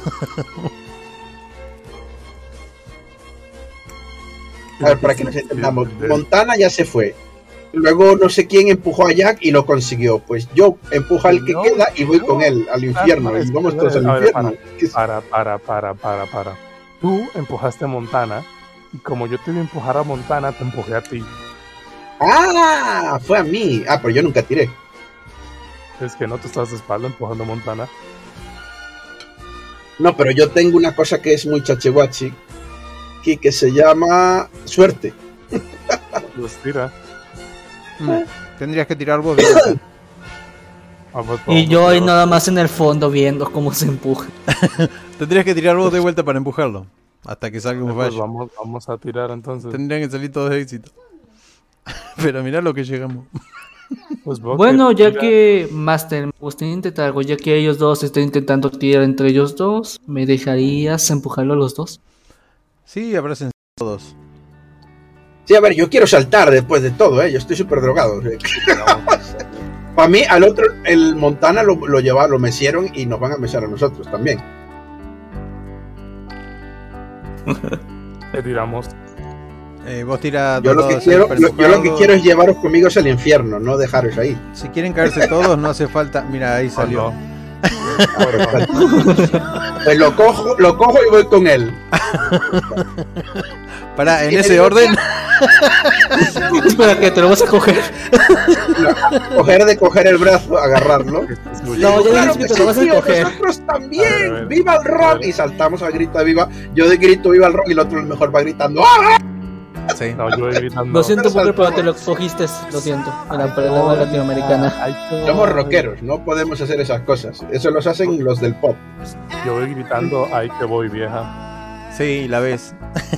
A ver, para que nos entendamos. Montana ya se fue. Luego no sé quién empujó a Jack y lo consiguió. Pues yo empujo al que No, queda y voy no. con él al infierno. para, Y vamos todos al a ver, infierno. ¿Qué es? Para, para, para, para, para. Tú empujaste a Montana. Y como yo te iba a empujar a Montana, te empujé a ti. Ah, fue a mí. Ah, pero yo nunca tiré. Es que no te estás de espalda empujando a Montana. No, pero yo tengo una cosa que es muy chacheguachi, que, que se llama suerte. Pues tira. Mm. Tendrías que tirar vos de vuelta. Vamos, Y vamos, yo ahí vamos. nada más en el fondo viendo cómo se empuja. Tendrías que tirar vos de vuelta para empujarlo. Hasta que salga un Pues fallo. vamos, vamos a tirar entonces. Tendrían que salir todos de éxito. Pero mirá lo que llegamos. Pues Bucket, Bueno, ya tira. que Master me gustaría intentar algo, ya que ellos dos están intentando tirar entre ellos dos, ¿me dejarías empujarlo a los dos? Sí, abracen todos. Sí, a ver, yo quiero saltar después de todo, ¿eh? Yo estoy súper drogado. Para mí, al otro, el Montana lo, lo lleva, lo mesieron y nos van a mesar a nosotros también. Te tiramos. Eh, vos tiras Yo dos lo que dados quiero, para lo- yo lo que empujarlo. quiero es llevaros conmigo al infierno, no dejaros ahí. Si quieren caerse todos, no hace falta. Mira, ahí salió. Oh, no. Pues lo cojo, lo cojo y voy con él. Pará, en Y ese el- orden. Espera, que te lo vas a coger. Coger de coger el brazo, agarrarlo. No, ya Claro dijiste que que te sí, lo vas a tío, coger. nosotros A ver, a también. ver. ¡Viva el A rock! ver. Y saltamos al grito de viva. Yo de grito viva el rock y el otro mejor va gritando ¡ah! Sí. No, yo voy gritando. Lo siento, Booker, pero te lo cogiste, lo siento, en la palabra latinoamericana. Ay, qué Somos voy. rockeros, no podemos hacer esas cosas. Eso los hacen los del pop. Yo voy gritando, ay que voy vieja. Sí, la ves.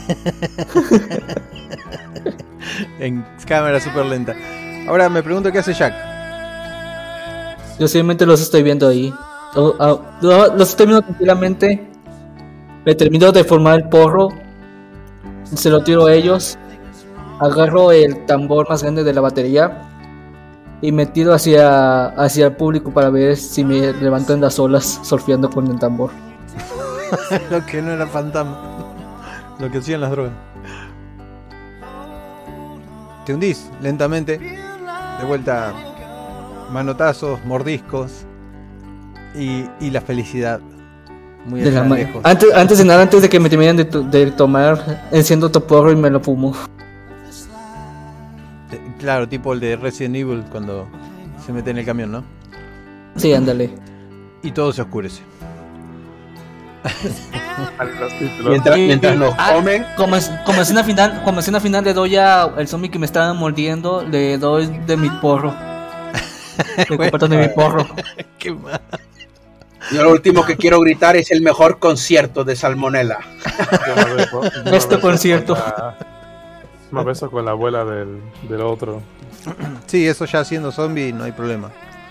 En cámara súper lenta. Ahora me pregunto qué hace Jack. Yo simplemente los estoy viendo ahí. Oh, ah, no, los estoy viendo tranquilamente. Me termino de formar el porro. Se lo tiro a ellos. Agarro el tambor más grande de la batería. Y me tiro hacia, hacia el público para ver si me levanto en las olas surfeando con el tambor. Lo que no era fantasma. Lo que hacían las drogas. Te hundís lentamente. De vuelta. Manotazos, mordiscos. Y, y la felicidad. Muy De la allá ma- lejos. antes, antes de nada, antes de que me terminen de, to- de tomar, enciendo otro porro y me lo fumo. Te- claro, tipo el de Resident Evil cuando se mete en el camión, ¿no? Sí, ándale. Y todo se oscurece. Mientras, Y- mientras y- nos ah, comen, Como, es, como escena final, como escena final le doy a el zombie que me estaba mordiendo, le doy de mi porro. Le comparto de mi porro. Qué mal. yo lo último que quiero gritar es el mejor concierto de Salmonella. Yo me beso- yo me Este beso concierto. con la- Me beso con la abuela del, del otro. Sí, eso ya siendo zombie no hay problema.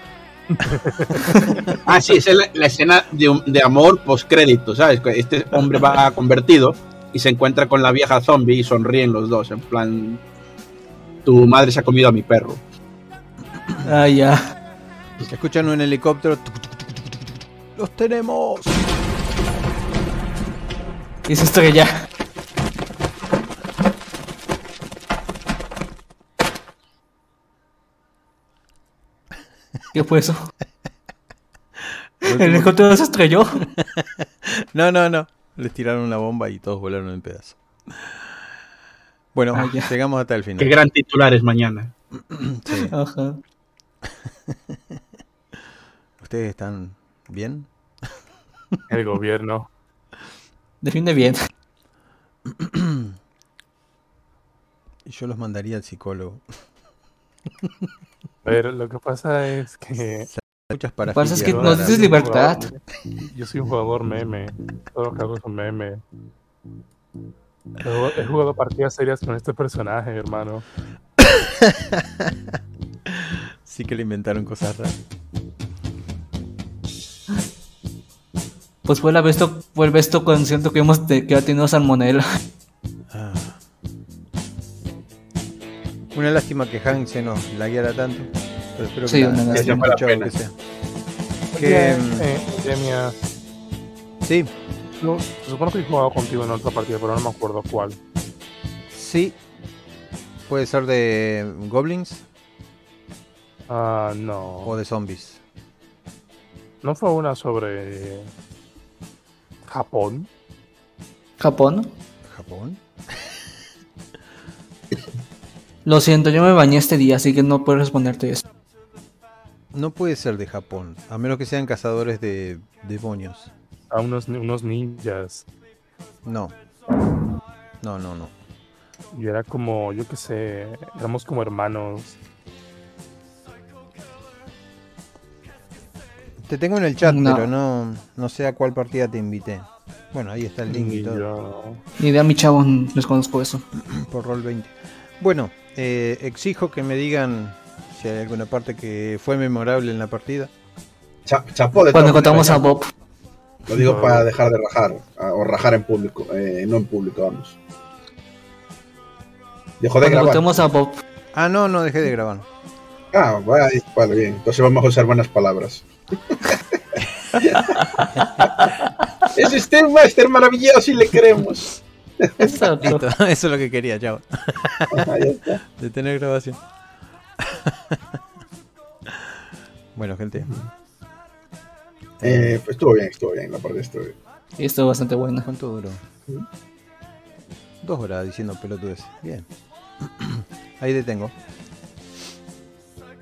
Ah, sí, esa es la, la escena de, un- de amor post-crédito, ¿sabes? Que este hombre va convertido y se encuentra con la vieja zombie y sonríen los dos, en plan, tu madre se ha comido a mi perro. Ah, ya. Escuchan un helicóptero. tuc, tuc, tuc, tuc, tuc, tuc. ¡Los tenemos! Y se estrella. ¿Qué fue eso? El helicóptero se estrelló. No, no, no. Les tiraron una bomba y todos volaron en pedazos. Bueno, Ah, ya. llegamos hasta el final. Qué gran titular es mañana. Sí. Ajá. ¿Ustedes están bien? El gobierno. Define bien. Y yo los mandaría al psicólogo. Pero lo que pasa es que Muchas Lo que parafilias. pasa es que yo nos soy dices un libertad. jugador- Yo soy un jugador meme. Todo lo que hago es un meme. He jugado- he jugado partidas serias con este personaje, hermano. Sí que le inventaron cosas raras. Pues fue la besto, fue el besto concierto que hemos te- que ha tenido Salmonella. Ah. Una lástima que Hank se nos lagueara tanto. Pero espero que Sí, la- una la lástima. hayan Vale la escuchado, pena. que sea. Oye, Que, eh, Epidemia, sí, no, se supone que he jugado contigo en otra partida, pero no me acuerdo cuál. sí. Puede ser de goblins Ah, no. o de zombies. ¿No fue una sobre Japón? Japón. ¿Japón? Lo siento, yo me bañé este día, así que no puedo responderte eso. No puede ser de Japón, a menos que sean cazadores de demonios. A unos, unos ninjas. No. No, no, no. Y era como, yo qué sé, éramos como hermanos. Te tengo en el chat, No. pero no, no sé a cuál partida te invité. Bueno, ahí está el link y Y todo. yo- Ni idea, mi chavo, desconozco eso. Por Roll veinte. Bueno, eh, exijo que me digan si hay alguna parte que fue memorable en la partida. Cha- chapó de Cuando todas encontramos a maneras, Bob. Lo digo para dejar de rajar, a- o rajar en público, eh, no en público, vamos. Dejó de Cuando grabar. encontramos a Bob. Ah, no, no dejé de grabar. Ah, vale, vale, bien. Entonces vamos a usar buenas palabras. Es este máster maravilloso y le queremos. Exacto. Listo, eso es lo que quería, chao. Ah, ya está. Detener grabación. Bueno, gente. Eh, pues estuvo bien, estuvo bien, la parte estuvo bien. Y esto es bastante bueno. ¿Cuánto duró? Dos horas diciendo pelotudes. Bien. Ahí detengo.